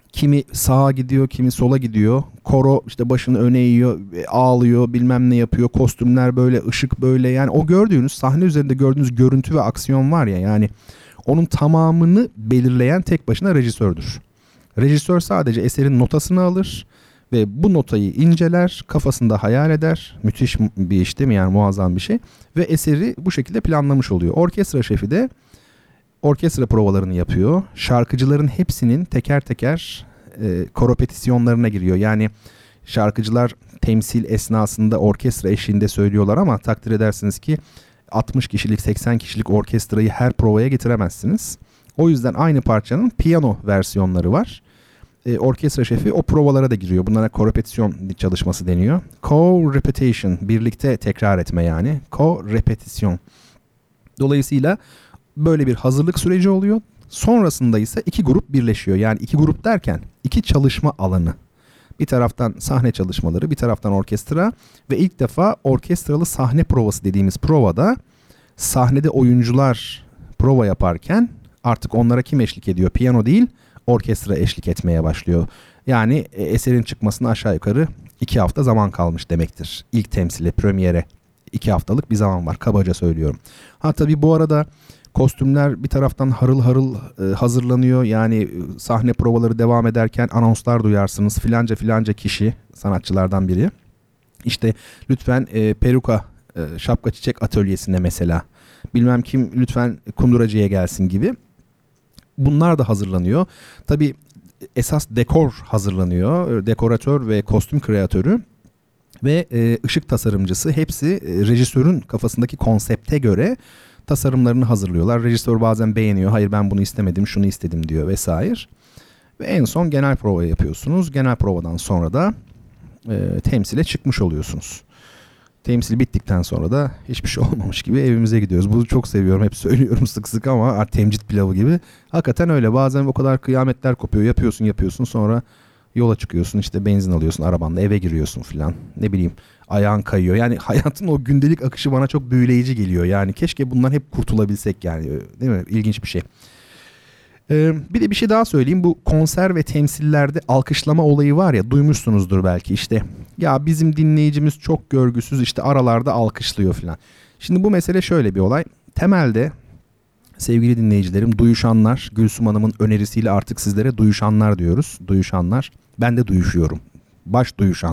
Kimi sağa gidiyor, kimi sola gidiyor. Koro işte başını öne eğiyor, ağlıyor, bilmem ne yapıyor. Kostümler böyle, ışık böyle. Yani o gördüğünüz, sahne üzerinde gördüğünüz görüntü ve aksiyon var ya, yani onun tamamını belirleyen tek başına rejisördür. Rejisör sadece eserin notasını alır ve bu notayı inceler, kafasında hayal eder. Müthiş bir iş değil mi, yani muazzam bir şey. Ve eseri bu şekilde planlamış oluyor. Orkestra şefi de orkestra provalarını yapıyor. Şarkıcıların hepsinin teker teker e, korepetisyonlarına giriyor. Yani şarkıcılar temsil esnasında orkestra eşliğinde söylüyorlar ama takdir edersiniz ki altmış kişilik, seksen kişilik orkestrayı her provaya getiremezsiniz. O yüzden aynı parçanın piyano versiyonları var. E, orkestra şefi o provalara da giriyor. Bunlara korepetisyon çalışması deniyor. Co-repetition, birlikte tekrar etme yani. Co-repetisyon. Dolayısıyla böyle bir hazırlık süreci oluyor. Sonrasında ise iki grup birleşiyor. Yani iki grup derken iki çalışma alanı. Bir taraftan sahne çalışmaları, bir taraftan orkestra ve ilk defa orkestralı sahne provası dediğimiz provada sahnede oyuncular prova yaparken artık onlara kim eşlik ediyor? Piyano değil, orkestra eşlik etmeye başlıyor. Yani eserin çıkmasına aşağı yukarı iki hafta zaman kalmış demektir. İlk temsile, premiere iki haftalık bir zaman var, kabaca söylüyorum. Ha tabii bu arada kostümler bir taraftan harıl harıl e, hazırlanıyor. Yani e, sahne provaları devam ederken anonslar duyarsınız. Filanca filanca kişi, sanatçılardan biri. İşte lütfen e, peruka, e, şapka çiçek atölyesine mesela. Bilmem kim lütfen kunduracıya gelsin gibi. Bunlar da hazırlanıyor. Tabii esas dekor hazırlanıyor. Dekoratör ve kostüm kreatörü ve e, ışık tasarımcısı hepsi e, rejisörün kafasındaki konsepte göre tasarımlarını hazırlıyorlar. Rejisör bazen beğeniyor. Hayır ben bunu istemedim, şunu istedim diyor vesaire. Ve en son genel prova yapıyorsunuz. Genel provadan sonra da e, temsile çıkmış oluyorsunuz. Temsil bittikten sonra da hiçbir şey olmamış gibi evimize gidiyoruz. Bunu çok seviyorum. Hep söylüyorum sık sık ama temcit pilavı gibi. Hakikaten öyle. Bazen o kadar kıyametler kopuyor. Yapıyorsun yapıyorsun sonra yola çıkıyorsun. İşte benzin alıyorsun arabanla, eve giriyorsun filan. Ne bileyim, ayağın kayıyor. Yani hayatın o gündelik akışı bana çok büyüleyici geliyor. Yani keşke bundan hep kurtulabilsek yani. Değil mi? İlginç bir şey. Ee, bir de bir şey daha söyleyeyim. Bu konser ve temsillerde alkışlama olayı var ya, duymuşsunuzdur belki işte. Ya bizim dinleyicimiz çok görgüsüz, işte aralarda alkışlıyor filan. Şimdi bu mesele şöyle bir olay. Temelde sevgili dinleyicilerim, duyuşanlar, Gülsüm Hanım'ın önerisiyle artık sizlere duyuşanlar diyoruz. Duyuşanlar. Ben de duyuşuyorum. Baş duyuşan.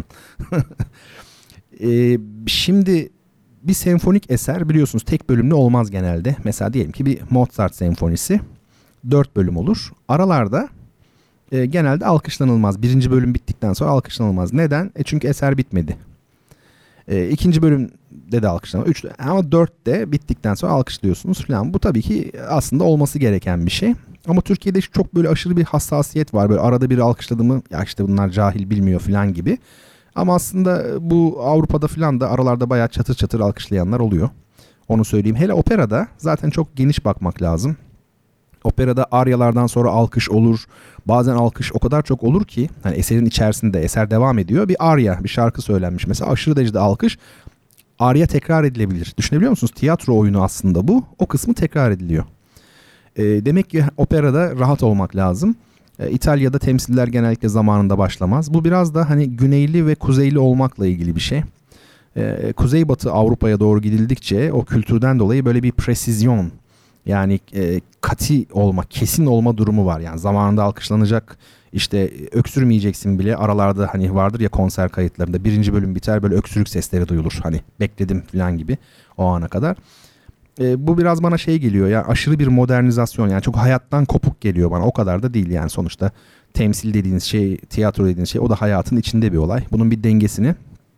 ee, şimdi bir senfonik eser biliyorsunuz tek bölümlü olmaz genelde. Mesela diyelim ki bir Mozart senfonisi. Dört bölüm olur. Aralarda e, genelde alkışlanılmaz. Birinci bölüm bittikten sonra alkışlanılmaz. Neden? E çünkü eser bitmedi. E, ikinci bölümde de alkışlanmaz. Üç, ama dörtte bittikten sonra alkışlıyorsunuz falan. Bu tabii ki aslında olması gereken bir şey. Ama Türkiye'de çok böyle aşırı bir hassasiyet var. Böyle arada biri alkışladı mı ya işte bunlar cahil bilmiyor falan gibi. Ama aslında bu Avrupa'da falan da aralarda bayağı çatır çatır alkışlayanlar oluyor. Onu söyleyeyim. Hele operada zaten çok geniş bakmak lazım. Operada aryalardan sonra alkış olur. Bazen alkış o kadar çok olur ki hani eserin içerisinde eser devam ediyor. Bir arya, bir şarkı söylenmiş. Mesela aşırı derecede alkış. Arya tekrar edilebilir. Düşünebiliyor musunuz? Tiyatro oyunu aslında bu. O kısmı tekrar ediliyor. E, demek ki operada rahat olmak lazım. E, İtalya'da temsiller genellikle zamanında başlamaz. Bu biraz da hani güneyli ve kuzeyli olmakla ilgili bir şey. E, Kuzeybatı Avrupa'ya doğru gidildikçe o kültürden dolayı böyle bir presizyon, yani e, kati olma, kesin olma durumu var. Yani zamanında alkışlanacak, işte öksürmeyeceksin bile. Aralarda hani vardır ya konser kayıtlarında birinci bölüm biter böyle öksürük sesleri duyulur. Hani bekledim falan gibi o ana kadar. E, bu biraz bana şey geliyor ya, aşırı bir modernizasyon, yani çok hayattan kopuk geliyor bana. O kadar da değil yani, sonuçta temsil dediğiniz şey, tiyatro dediğiniz şey o da hayatın içinde bir olay. Bunun bir dengesini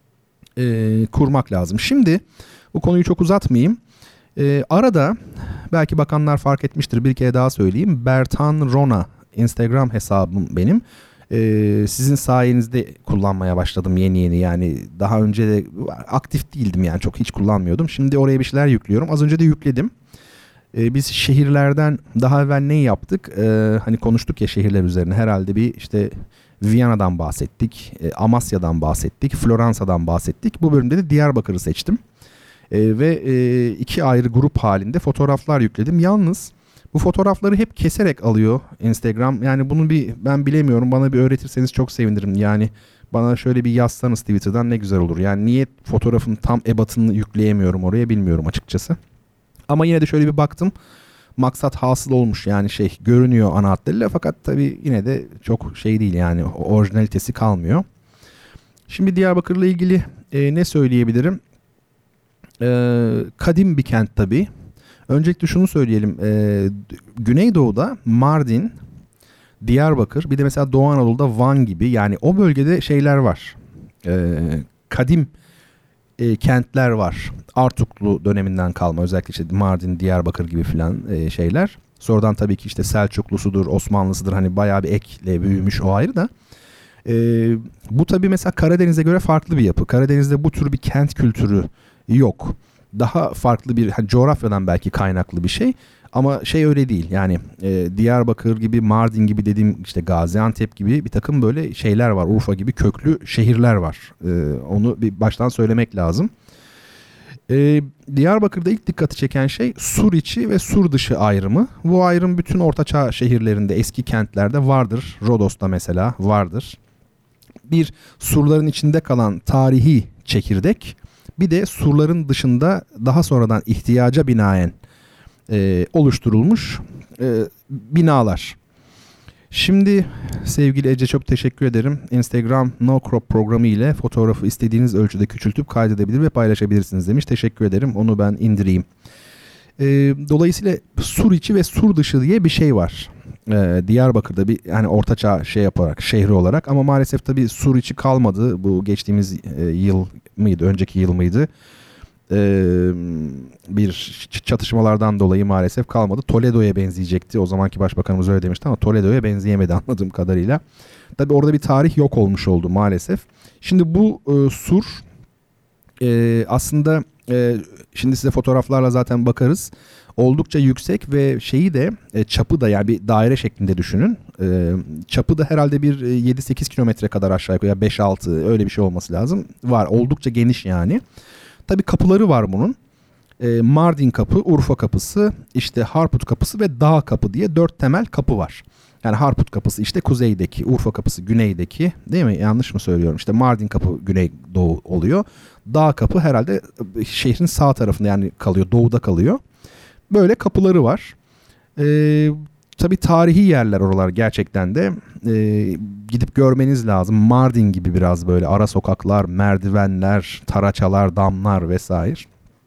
e, kurmak lazım. Şimdi bu konuyu çok uzatmayayım. Ee, arada belki bakanlar fark etmiştir, bir kere daha söyleyeyim. Bertan Rona Instagram hesabım benim. Ee, sizin sayenizde kullanmaya başladım yeni yeni, yani daha önce de aktif değildim yani, çok hiç kullanmıyordum. Şimdi oraya bir şeyler yüklüyorum. Az önce de yükledim. Ee, biz şehirlerden daha evvel ne yaptık? Ee, hani konuştuk ya şehirler üzerine, herhalde bir işte Viyana'dan bahsettik, e, Amasya'dan bahsettik, Floransa'dan bahsettik. Bu bölümde de Diyarbakır'ı seçtim. Ee, ve e, iki ayrı grup halinde fotoğraflar yükledim. Yalnız Bu fotoğrafları hep keserek alıyor Instagram. Yani bunu bir ben bilemiyorum. Bana bir öğretirseniz çok sevinirim. Yani bana şöyle bir yazsanız Twitter'dan ne güzel olur. Yani niye fotoğrafın tam ebatını yükleyemiyorum oraya bilmiyorum açıkçası. Ama yine de şöyle bir baktım. Maksat hasıl olmuş yani şey görünüyor ana hatlarıyla fakat tabii yine de çok şey değil yani orijinalitesi kalmıyor. Şimdi Diyarbakır'la ilgili e, ne söyleyebilirim? E, kadim bir kent tabii. Öncelikle şunu söyleyelim. E, Güneydoğu'da Mardin, Diyarbakır bir de mesela Doğu Anadolu'da Van gibi yani o bölgede şeyler var. E, kadim e, kentler var. Artuklu döneminden kalma özellikle işte Mardin, Diyarbakır gibi filan e, şeyler. Sonradan tabii ki işte Selçuklusudur, Osmanlısıdır hani bayağı bir ekle büyümüş o ayrı da. E, bu tabii mesela Karadeniz'e göre farklı bir yapı. Karadeniz'de bu tür bir kent kültürü yok. Daha farklı bir hani coğrafyadan belki kaynaklı bir şey. Ama şey öyle değil yani e, Diyarbakır gibi Mardin gibi dediğim işte Gaziantep gibi bir takım böyle şeyler var. Urfa gibi köklü şehirler var. E, onu bir baştan söylemek lazım. E, Diyarbakır'da ilk dikkati çeken şey sur içi ve sur dışı ayrımı. Bu ayrım bütün ortaçağ şehirlerinde eski kentlerde vardır. Rodos'ta mesela vardır. Bir surların içinde kalan tarihi çekirdek bir de surların dışında daha sonradan ihtiyaca binaen e, oluşturulmuş e, binalar. Şimdi sevgili Ece çok teşekkür ederim. Instagram No Crop programı ile fotoğrafı istediğiniz ölçüde küçültüp kaydedebilir ve paylaşabilirsiniz demiş. Teşekkür ederim. Onu ben indireyim. E, dolayısıyla sur içi ve sur dışı diye bir şey var. E, Diyarbakır'da bir yani ortaçağ şey yaparak şehri olarak ama maalesef tabii sur içi kalmadı. Bu geçtiğimiz e, yıl mıydı? Önceki yıl mıydı? Ee, bir çatışmalardan dolayı maalesef kalmadı. Toledo'ya benzeyecekti. O zamanki başbakanımız öyle demişti ama Toledo'ya benzeyemedi anladığım kadarıyla. Tabii orada bir tarih yok olmuş oldu maalesef. Şimdi bu e, sur e, aslında e, şimdi size fotoğraflarla zaten bakarız. Oldukça yüksek ve şeyi de e, çapı da yani bir daire şeklinde düşünün. E, çapı da herhalde bir yedi sekiz kilometre kadar aşağı yukarı ya beş altı öyle bir şey olması lazım. Var oldukça geniş yani. Tabii kapıları var bunun. E, Mardin kapı, Urfa kapısı, işte Harput kapısı ve Dağ kapı diye dört temel kapı var. Yani Harput kapısı işte kuzeydeki, Urfa kapısı güneydeki değil mi? Yanlış mı söylüyorum? İşte Mardin kapı güneydoğu oluyor. Dağ kapı herhalde şehrin sağ tarafında yani kalıyor, doğuda kalıyor. Böyle kapıları var. Ee, tabii tarihi yerler oralar gerçekten de. Ee, gidip görmeniz lazım. Mardin gibi biraz böyle ara sokaklar, merdivenler, taraçalar, damlar vesaire.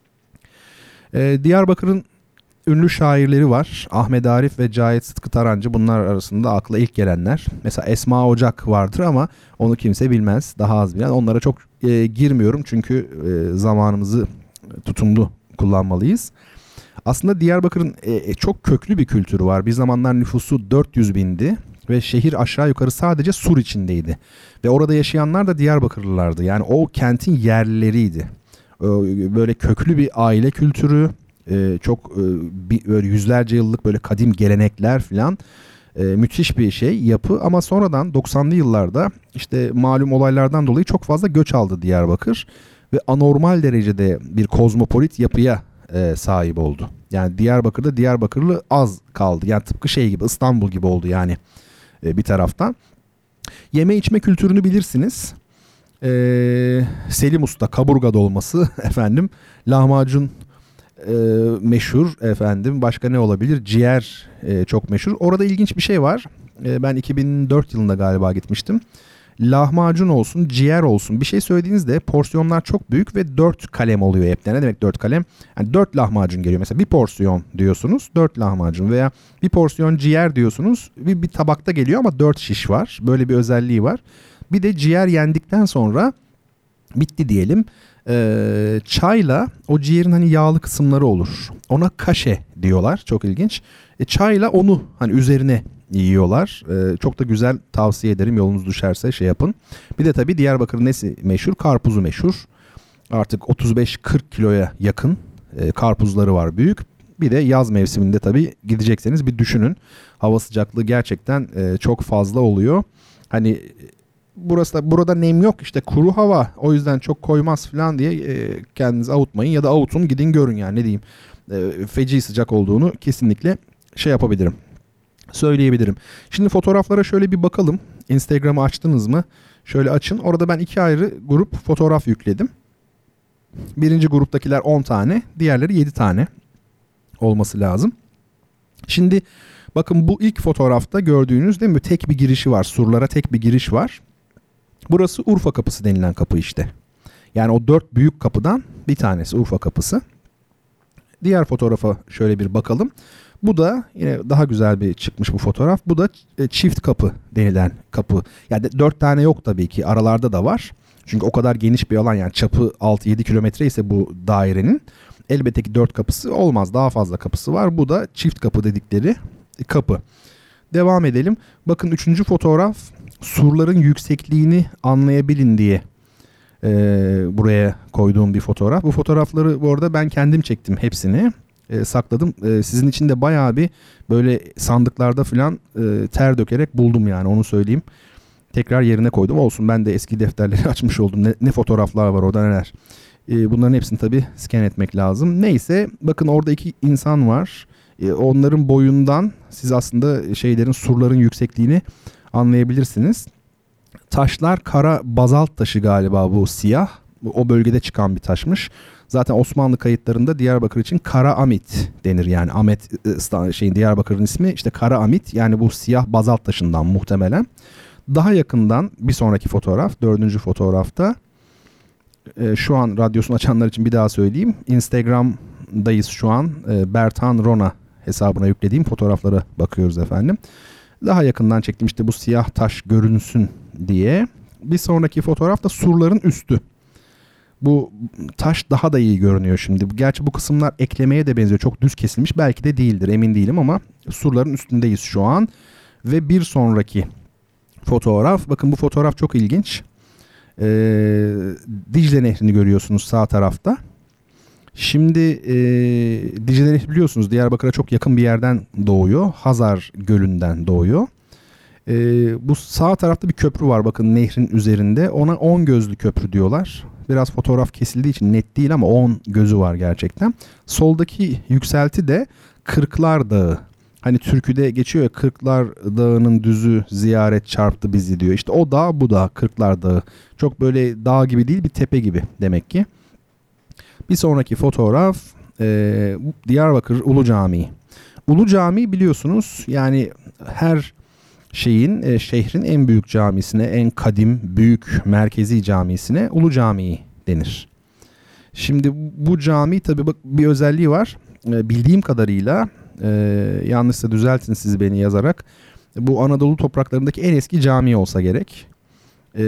Ee, Diyarbakır'ın ünlü şairleri var. Ahmet Arif ve Cahit Sıtkı Tarancı bunlar arasında akla ilk gelenler. Mesela Esma Ocak vardır ama onu kimse bilmez. Daha az bilen. Onlara çok e, girmiyorum çünkü e, zamanımızı tutumlu kullanmalıyız. Aslında Diyarbakır'ın e, çok köklü bir kültürü var. Bir zamanlar nüfusu dört yüz bindi ve şehir aşağı yukarı sadece sur içindeydi. Ve orada yaşayanlar da Diyarbakırlılardı. Yani o kentin yerlileriydi. Böyle köklü bir aile kültürü, çok böyle yüzlerce yıllık böyle kadim gelenekler filan. Müthiş bir şey, yapı ama sonradan doksanlı yıllarda işte malum olaylardan dolayı çok fazla göç aldı Diyarbakır. Ve anormal derecede bir kozmopolit yapıya e, sahip oldu. Yani Diyarbakır'da Diyarbakırlı az kaldı. Yani tıpkı şey gibi İstanbul gibi oldu yani e, bir taraftan. Yeme içme kültürünü bilirsiniz. E, Selim Usta kaburga dolması efendim. Lahmacun e, meşhur efendim. Başka ne olabilir? Ciğer e, çok meşhur. Orada ilginç bir şey var. E, ben iki bin dört yılında galiba gitmiştim. Lahmacun olsun, ciğer olsun bir şey söylediğinizde porsiyonlar çok büyük ve dört kalem oluyor hep. Ne demek dört kalem? Yani dört lahmacun geliyor. Mesela bir porsiyon diyorsunuz, dört lahmacun veya bir porsiyon ciğer diyorsunuz, bir, bir tabakta geliyor ama dört şiş var. Böyle bir özelliği var. Bir de ciğer yendikten sonra bitti diyelim. Ee, çayla o ciğerin hani yağlı kısımları olur. Ona kaşe diyorlar. Çok ilginç. E, çayla onu hani üzerine yiyorlar. Ee, çok da güzel, tavsiye ederim. Yolunuz düşerse şey yapın. Bir de tabii Diyarbakır'ın nesi meşhur? Karpuzu meşhur. Artık otuz beş kırk kiloya yakın e, karpuzları var büyük. Bir de yaz mevsiminde tabii gidecekseniz bir düşünün. Hava sıcaklığı gerçekten e, çok fazla oluyor. Hani burası da, burada nem yok işte kuru hava o yüzden çok koymaz falan diye e, kendinizi avutmayın ya da avutun gidin görün yani ne diyeyim. E, feci sıcak olduğunu kesinlikle şey yapabilirim. Söyleyebilirim. Şimdi fotoğraflara şöyle bir bakalım. Instagram'ı açtınız mı? Şöyle açın. Orada ben iki ayrı grup fotoğraf yükledim. Birinci gruptakiler on tane, diğerleri yedi tane olması lazım. Şimdi bakın bu ilk fotoğrafta gördüğünüz değil mi? Tek bir girişi var. Surlara tek bir giriş var. Burası Urfa Kapısı denilen kapı işte. Yani o dört büyük kapıdan bir tanesi Urfa Kapısı. Diğer fotoğrafa şöyle bir bakalım. Bu da yine daha güzel bir çıkmış bu fotoğraf. Bu da çift kapı denilen kapı. Yani dört tane yok tabii ki. Aralarda da var. Çünkü o kadar geniş bir alan, yani çapı altı yedi kilometre ise bu dairenin elbette ki dört kapısı olmaz. Daha fazla kapısı var. Bu da çift kapı dedikleri kapı. Devam edelim. Bakın üçüncü fotoğraf surların yüksekliğini anlayabilin diye e, buraya koyduğum bir fotoğraf. Bu fotoğrafları bu arada ben kendim çektim hepsini. E, sakladım. E, sizin için de bayağı bir böyle sandıklarda falan e, ter dökerek buldum, yani onu söyleyeyim. Tekrar yerine koydum. Olsun, ben de eski defterleri açmış oldum. Ne, ne fotoğraflar var orada, neler. E, bunların hepsini tabii scan etmek lazım. Neyse, bakın orada iki insan var. E, onların boyundan siz aslında şeylerin, surların yüksekliğini anlayabilirsiniz. Taşlar kara bazalt taşı galiba, bu siyah. O bölgede çıkan bir taşmış. Zaten Osmanlı kayıtlarında Diyarbakır için Kara Amit denir. Yani Ahmet şeyin, Diyarbakır'ın ismi işte Kara Amit. Yani bu siyah bazalt taşından muhtemelen. Daha yakından bir sonraki fotoğraf, dördüncü fotoğrafta. E, şu an radyosunu açanlar için bir daha söyleyeyim. Instagram'dayız şu an. E, Bertan Rona hesabına yüklediğim fotoğraflara bakıyoruz efendim. Daha yakından çektim işte, bu siyah taş görünsün diye. Bir sonraki fotoğraf da surların üstü. Bu taş daha da iyi görünüyor şimdi. Gerçi bu kısımlar eklemeye de benziyor. Çok düz kesilmiş. Belki de değildir, emin değilim ama surların üstündeyiz şu an. Ve bir sonraki fotoğraf. Bakın bu fotoğraf çok ilginç. Ee, Dicle Nehri'ni görüyorsunuz sağ tarafta. Şimdi e, Dicle Nehri biliyorsunuz Diyarbakır'a çok yakın bir yerden doğuyor. Hazar Gölü'nden doğuyor. E, bu sağ tarafta bir köprü var bakın nehrin üzerinde. Ona on gözlü köprü diyorlar. Biraz fotoğraf kesildiği için net değil ama on gözü var gerçekten. Soldaki yükselti de Kırklar Dağı. Hani türküde geçiyor ya, Kırklar Dağı'nın düzü ziyaret çarptı bizi diyor. İşte o dağ bu dağ, Kırklar Dağı. Çok böyle dağ gibi değil, bir tepe gibi demek ki. Bir sonraki fotoğraf e, Diyarbakır Ulu Camii. Ulu Camii biliyorsunuz yani her şeyin, e, şehrin en büyük camisine, en kadim, büyük, merkezi camisine Ulu Camii denir. Şimdi bu cami tabii bak bir özelliği var. E, bildiğim kadarıyla, e, yanlışsa düzeltin siz beni yazarak, bu Anadolu topraklarındaki en eski cami olsa gerek. E,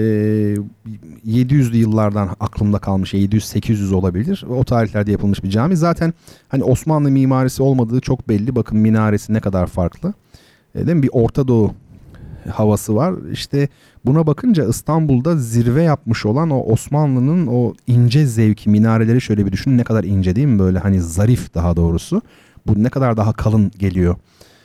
yedi yüzlü yıllardan aklımda kalmış, yedi yüz sekiz yüz olabilir. O tarihlerde yapılmış bir cami. Zaten hani Osmanlı mimarisi olmadığı çok belli. Bakın minaresi ne kadar farklı. E, değil mi? Bir Orta Doğu havası var. İşte buna bakınca İstanbul'da zirve yapmış olan o Osmanlı'nın o ince zevki, minareleri şöyle bir düşünün, ne kadar ince değil mi, böyle hani zarif, daha doğrusu. Bu ne kadar daha kalın geliyor.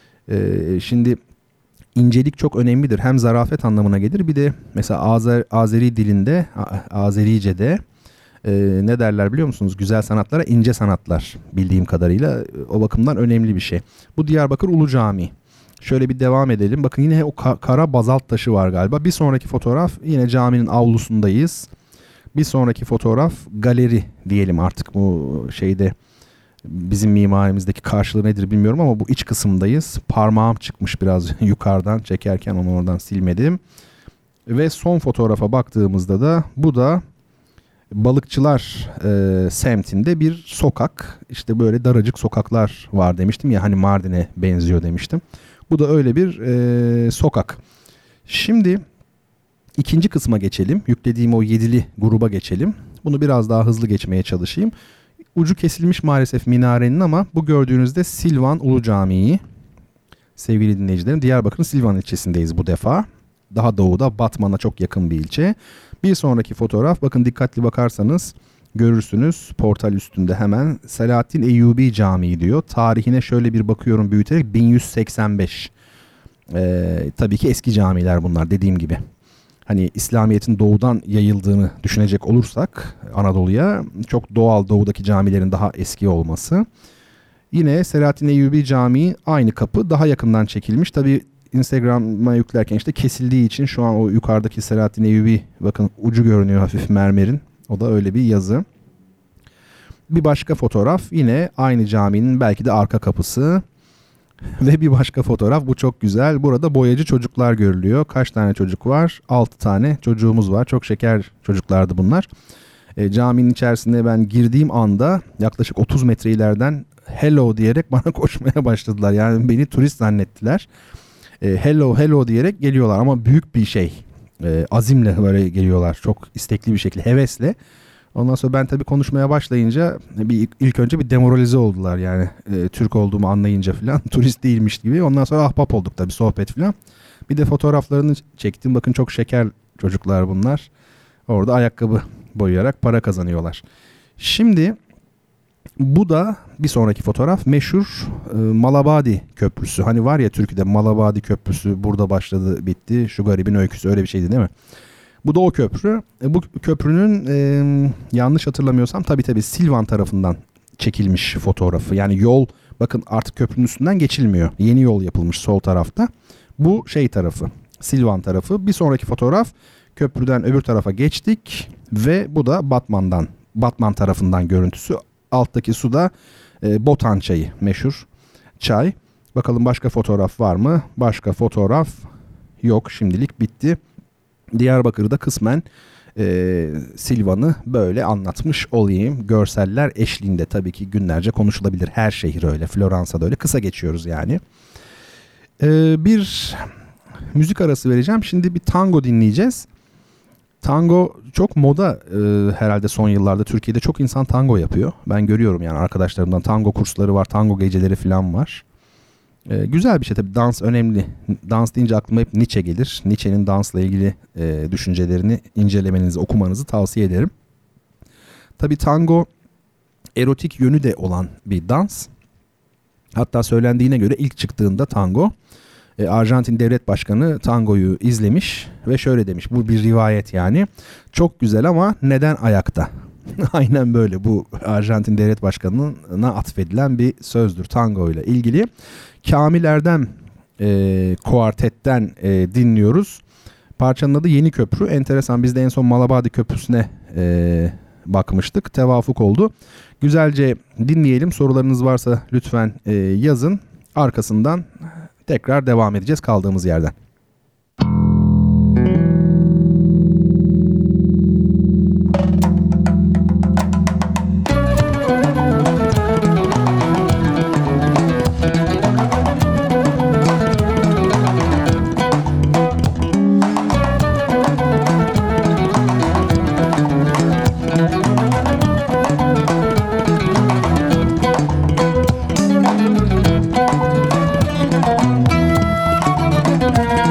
Ee, şimdi incelik çok önemlidir. Hem zarafet anlamına gelir, bir de mesela Azer, Azeri dilinde, Azerice'de e, ne derler biliyor musunuz? Güzel sanatlara ince sanatlar, bildiğim kadarıyla. O bakımdan önemli bir şey. Bu Diyarbakır Ulu Camii. Şöyle bir devam edelim. Bakın yine o ka- kara bazalt taşı var galiba. Bir sonraki fotoğraf yine caminin avlusundayız. Bir sonraki fotoğraf galeri diyelim artık, bu şeyde bizim mimarimizdeki karşılığı nedir bilmiyorum ama bu iç kısımdayız. Parmağım çıkmış biraz yukarıdan çekerken, onu oradan silmedim. Ve son fotoğrafa baktığımızda da bu da Balıkçılar e, semtinde bir sokak. İşte böyle daracık sokaklar var demiştim ya, hani Mardin'e benziyor demiştim. Bu da öyle bir e, sokak. Şimdi ikinci kısma geçelim. Yüklediğim o yedili gruba geçelim. Bunu biraz daha hızlı geçmeye çalışayım. Ucu kesilmiş maalesef minarenin ama bu gördüğünüzde Silvan Ulu Camii. Sevgili dinleyicilerim, Diyarbakır'ın Silvan ilçesindeyiz bu defa. Daha doğuda, Batman'a çok yakın bir ilçe. Bir sonraki fotoğraf, bakın dikkatli bakarsanız görürsünüz portal üstünde hemen Selahaddin Eyyubi Camii diyor. Tarihine şöyle bir bakıyorum büyüterek, bin yüz seksen beş. Ee, tabii ki eski camiler bunlar, dediğim gibi. Hani İslamiyet'in doğudan yayıldığını düşünecek olursak Anadolu'ya, çok doğal doğudaki camilerin daha eski olması. Yine Selahattin Eyyubi Camii aynı kapı, daha yakından çekilmiş. Tabii Instagram'a yüklerken işte kesildiği için şu an o yukarıdaki Selahattin Eyyubi, bakın ucu görünüyor hafif mermerin. O da öyle bir yazı. Bir başka fotoğraf yine aynı caminin belki de arka kapısı. Ve bir başka fotoğraf, bu çok güzel. Burada boyacı çocuklar görülüyor. Kaç tane çocuk var? altı tane çocuğumuz var. Çok şeker çocuklardı bunlar. E, caminin içerisine ben girdiğim anda yaklaşık otuz metre ileriden hello diyerek bana koşmaya başladılar. Yani beni turist zannettiler. E, hello hello diyerek geliyorlar ama büyük bir şey. E, azimle böyle geliyorlar. Çok istekli bir şekilde, hevesle. Ondan sonra ben tabii konuşmaya başlayınca bir ilk önce bir demoralize oldular yani e, Türk olduğumu anlayınca falan, turist değilmiş gibi. Ondan sonra ahbap olduk tabii, sohbet falan. Bir de fotoğraflarını çektim. Bakın çok şeker çocuklar bunlar. Orada ayakkabı boyayarak para kazanıyorlar. Şimdi bu da bir sonraki fotoğraf, meşhur e, Malabadi Köprüsü. Hani var ya Türkiye'de Malabadi Köprüsü, burada başladı bitti, şu garibin öyküsü, öyle bir şeydi değil mi? Bu da o köprü. E, bu köprünün e, yanlış hatırlamıyorsam tabii tabii Silvan tarafından çekilmiş fotoğrafı. Yani yol, bakın artık köprünün üstünden geçilmiyor. Yeni yol yapılmış sol tarafta. Bu şey tarafı, Silvan tarafı. Bir sonraki fotoğraf, köprüden öbür tarafa geçtik ve bu da Batman'dan, Batman tarafından görüntüsü. Alttaki su da e, Botan çayı, meşhur çay. Bakalım başka fotoğraf var mı? Başka fotoğraf yok, şimdilik bitti. Diyarbakır'da kısmen e, Silvan'ı böyle anlatmış olayım. Görseller eşliğinde, tabii ki günlerce konuşulabilir. Her şehir öyle, Floransa'da öyle. Kısa geçiyoruz yani. E, bir müzik arası vereceğim. Şimdi bir tango dinleyeceğiz. Tango çok moda e, herhalde son yıllarda. Türkiye'de çok insan tango yapıyor. Ben görüyorum yani, arkadaşlarımdan tango kursları var, tango geceleri falan var. E, güzel bir şey tabii, dans önemli. Dans deyince aklıma hep Nietzsche gelir. Nietzsche'nin dansla ilgili e, düşüncelerini incelemenizi, okumanızı tavsiye ederim. Tabii tango erotik yönü de olan bir dans. Hatta söylendiğine göre ilk çıktığında tango, e, Arjantin devlet başkanı tangoyu izlemiş ve şöyle demiş. Bu bir rivayet yani. Çok güzel ama neden ayakta? Aynen böyle, bu Arjantin devlet başkanına atfedilen bir sözdür tango ile ilgili. Kamil Erdem e, kuartetten e, dinliyoruz. Parçanın adı Yeni Köprü. Enteresan, biz de en son Malabadi Köprüsü'ne e, bakmıştık. Tevafuk oldu. Güzelce dinleyelim. Sorularınız varsa lütfen e, yazın. Arkasından tekrar devam edeceğiz kaldığımız yerden. Thank you.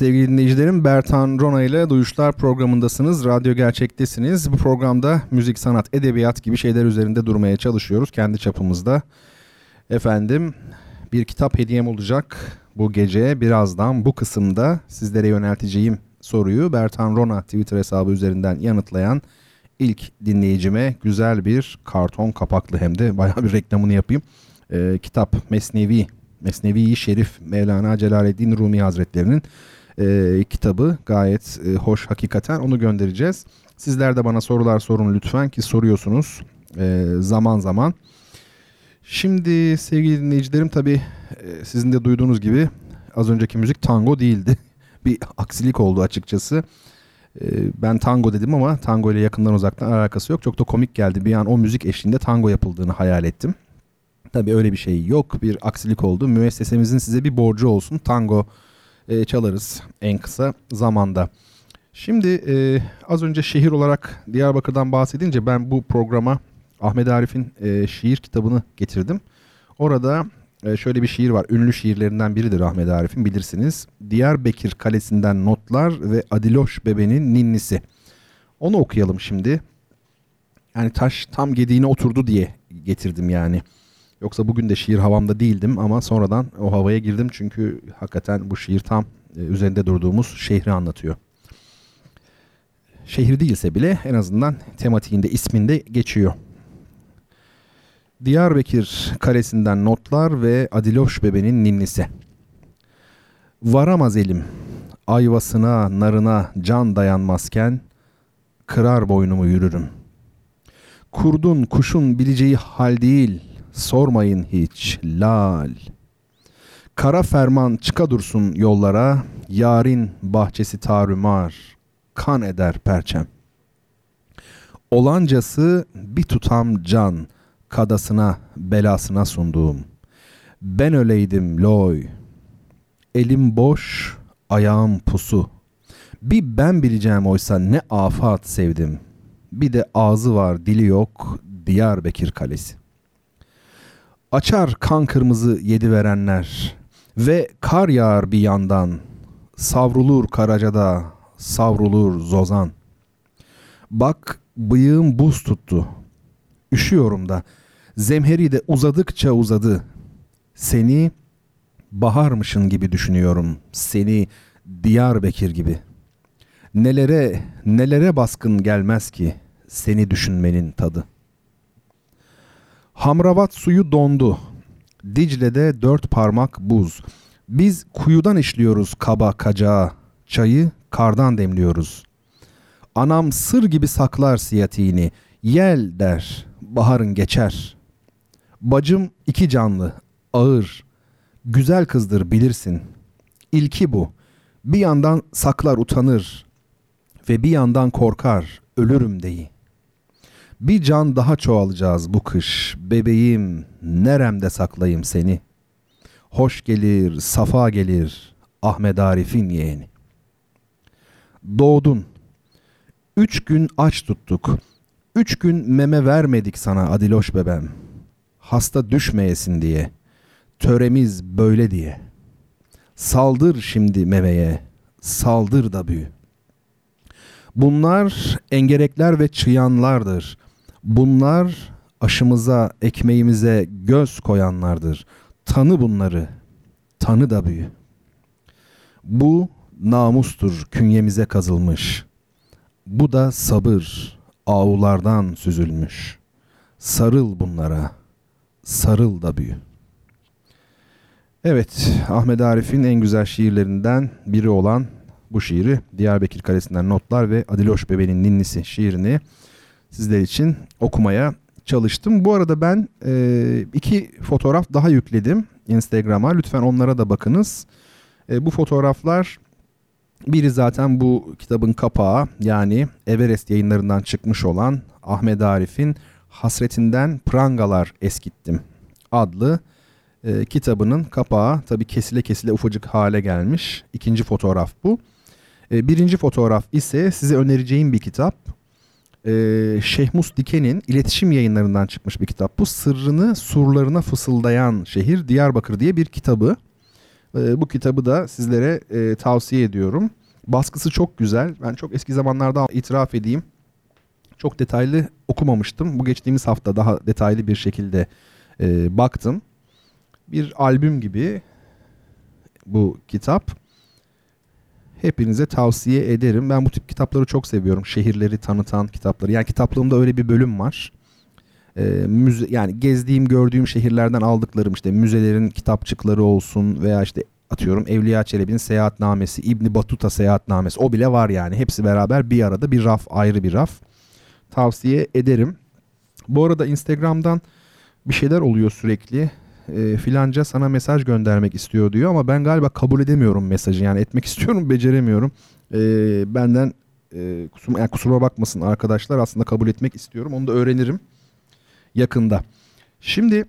Sevgili dinleyicilerim, Bertan Rona ile Duyuşlar programındasınız. Radyo Gerçek'tesiniz. Bu programda müzik, sanat, edebiyat gibi şeyler üzerinde durmaya çalışıyoruz kendi çapımızda. Efendim, bir kitap hediyem olacak bu gece. Birazdan bu kısımda sizlere yönelteceğim soruyu Bertan Rona Twitter hesabı üzerinden yanıtlayan ilk dinleyicime güzel bir karton kapaklı, hem de bayağı bir reklamını yapayım. Ee, kitap Mesnevi, Mesnevi-i Şerif Mevlana Celaleddin Rumi Hazretleri'nin e, kitabı gayet e, hoş hakikaten, onu göndereceğiz. Sizler de bana sorular sorun lütfen, ki soruyorsunuz e, zaman zaman. Şimdi sevgili dinleyicilerim, tabii e, sizin de duyduğunuz gibi az önceki müzik tango değildi. Bir aksilik oldu açıkçası. E, ben tango dedim ama tango ile yakından uzaktan alakası yok. Çok da komik geldi. Bir an o müzik eşliğinde tango yapıldığını hayal ettim. Tabii öyle bir şey yok. Bir aksilik oldu. Müessesemizin size bir borcu olsun. Tango e, çalarız en kısa zamanda. Şimdi e, az önce şehir olarak Diyarbakır'dan bahsedince ben bu programa Ahmet Arif'in e, şiir kitabını getirdim. Orada e, şöyle bir şiir var. Ünlü şiirlerinden biridir Ahmet Arif'in, bilirsiniz. Diyarbakır Kalesi'nden Notlar ve Adiloş Bebe'nin Ninnisi. Onu okuyalım şimdi. Yani taş tam gediğine oturdu diye getirdim yani. Yoksa bugün de şiir havamda değildim ama sonradan o havaya girdim. Çünkü hakikaten bu şiir tam e, üzerinde durduğumuz şehri anlatıyor. Şehir değilse bile en azından tematiğinde, isminde geçiyor. Diyarbakır Kalesi'nden Notlar ve Adiloş Bebe'nin Ninnisi. Varamaz elim, ayvasına, narına can dayanmazken, kırar boynumu yürürüm. Kurdun, kuşun bileceği hal değil, sormayın hiç lal. Kara ferman çıka dursun yollara, yarın bahçesi tarumar, kan eder perçem. Olancası bir tutam can, kadasına belasına sunduğum. Ben öleydim loy, elim boş, ayağım pusu. Bir ben bileceğim oysa ne afat sevdim. Bir de ağzı var dili yok Diyarbakır Kalesi. Açar kan kırmızı yedi verenler ve kar yağar bir yandan. Savrulur Karaca'da, savrulur Zozan. Bak bıyığım buz tuttu. Üşüyorum da. Zemheri de uzadıkça uzadı. Seni baharmışın gibi düşünüyorum. Seni Diyarbakır gibi. Nelere, nelere baskın gelmez ki seni düşünmenin tadı. Hamravat suyu dondu. Dicle'de dört parmak buz. Biz kuyudan işliyoruz kaba kacağı. Çayı kardan demliyoruz. Anam sır gibi saklar siyatiğini. Yel der, baharın geçer. Bacım iki canlı, ağır. Güzel kızdır bilirsin. İlki bu. Bir yandan saklar utanır. Ve bir yandan korkar, ölürüm deyi. Bir can daha çoğalacağız bu kış. Bebeğim, neremde saklayayım seni? Hoş gelir, safa gelir, Ahmet Arif'in yeğeni. Doğdun. Üç gün aç tuttuk. Üç gün meme vermedik sana Adiloş bebem. Hasta düşmeyesin diye. Töremiz böyle diye. Saldır şimdi memeye, saldır da büyü. Bunlar engerekler ve çıyanlardır. Bunlar aşımıza, ekmeğimize göz koyanlardır. Tanı bunları, tanı da büyü. Bu namustur künyemize kazılmış. Bu da sabır, ağulardan süzülmüş. Sarıl bunlara, sarıl da büyü. Evet, Ahmet Arif'in en güzel şiirlerinden biri olan bu şiiri, Diyarbakır Kalesi'nden Notlar ve Adiloş Bebe'nin Ninnisi şiirini sizler için okumaya çalıştım. Bu arada ben e, iki fotoğraf daha yükledim Instagram'a. Lütfen onlara da bakınız. E, bu fotoğraflar, biri zaten bu kitabın kapağı, yani Everest yayınlarından çıkmış olan Ahmet Arif'in Hasretinden Prangalar Eskittim adlı e, kitabının kapağı. Tabii kesile kesile ufacık hale gelmiş. İkinci fotoğraf bu. E, birinci fotoğraf ise size önereceğim bir kitap. E, Şehmus Diken'in iletişim yayınlarından çıkmış bir kitap bu. Sırrını surlarına fısıldayan şehir Diyarbakır diye bir kitabı. E, bu kitabı da sizlere e, tavsiye ediyorum. Baskısı çok güzel. Ben çok eski zamanlarda itiraf edeyim. Çok detaylı okumamıştım. Bu geçtiğimiz hafta daha detaylı bir şekilde e, baktım. Bir albüm gibi bu kitap. Hepinize tavsiye ederim. Ben bu tip kitapları çok seviyorum. Şehirleri tanıtan kitapları. Yani kitaplığımda öyle bir bölüm var. E, müze, yani gezdiğim, gördüğüm şehirlerden aldıklarım, işte müzelerin kitapçıkları olsun veya işte atıyorum Evliya Çelebi'nin seyahatnamesi, İbn Battuta seyahatnamesi, o bile var yani. Hepsi beraber bir arada, bir raf, ayrı bir raf. Tavsiye ederim. Bu arada Instagram'dan bir şeyler oluyor sürekli. E, filanca sana mesaj göndermek istiyor diyor ama ben galiba kabul edemiyorum mesajı. Yani etmek istiyorum, beceremiyorum. E, benden e, kusura, yani kusuruma bakmasın arkadaşlar, aslında kabul etmek istiyorum. Onu da öğrenirim yakında. Şimdi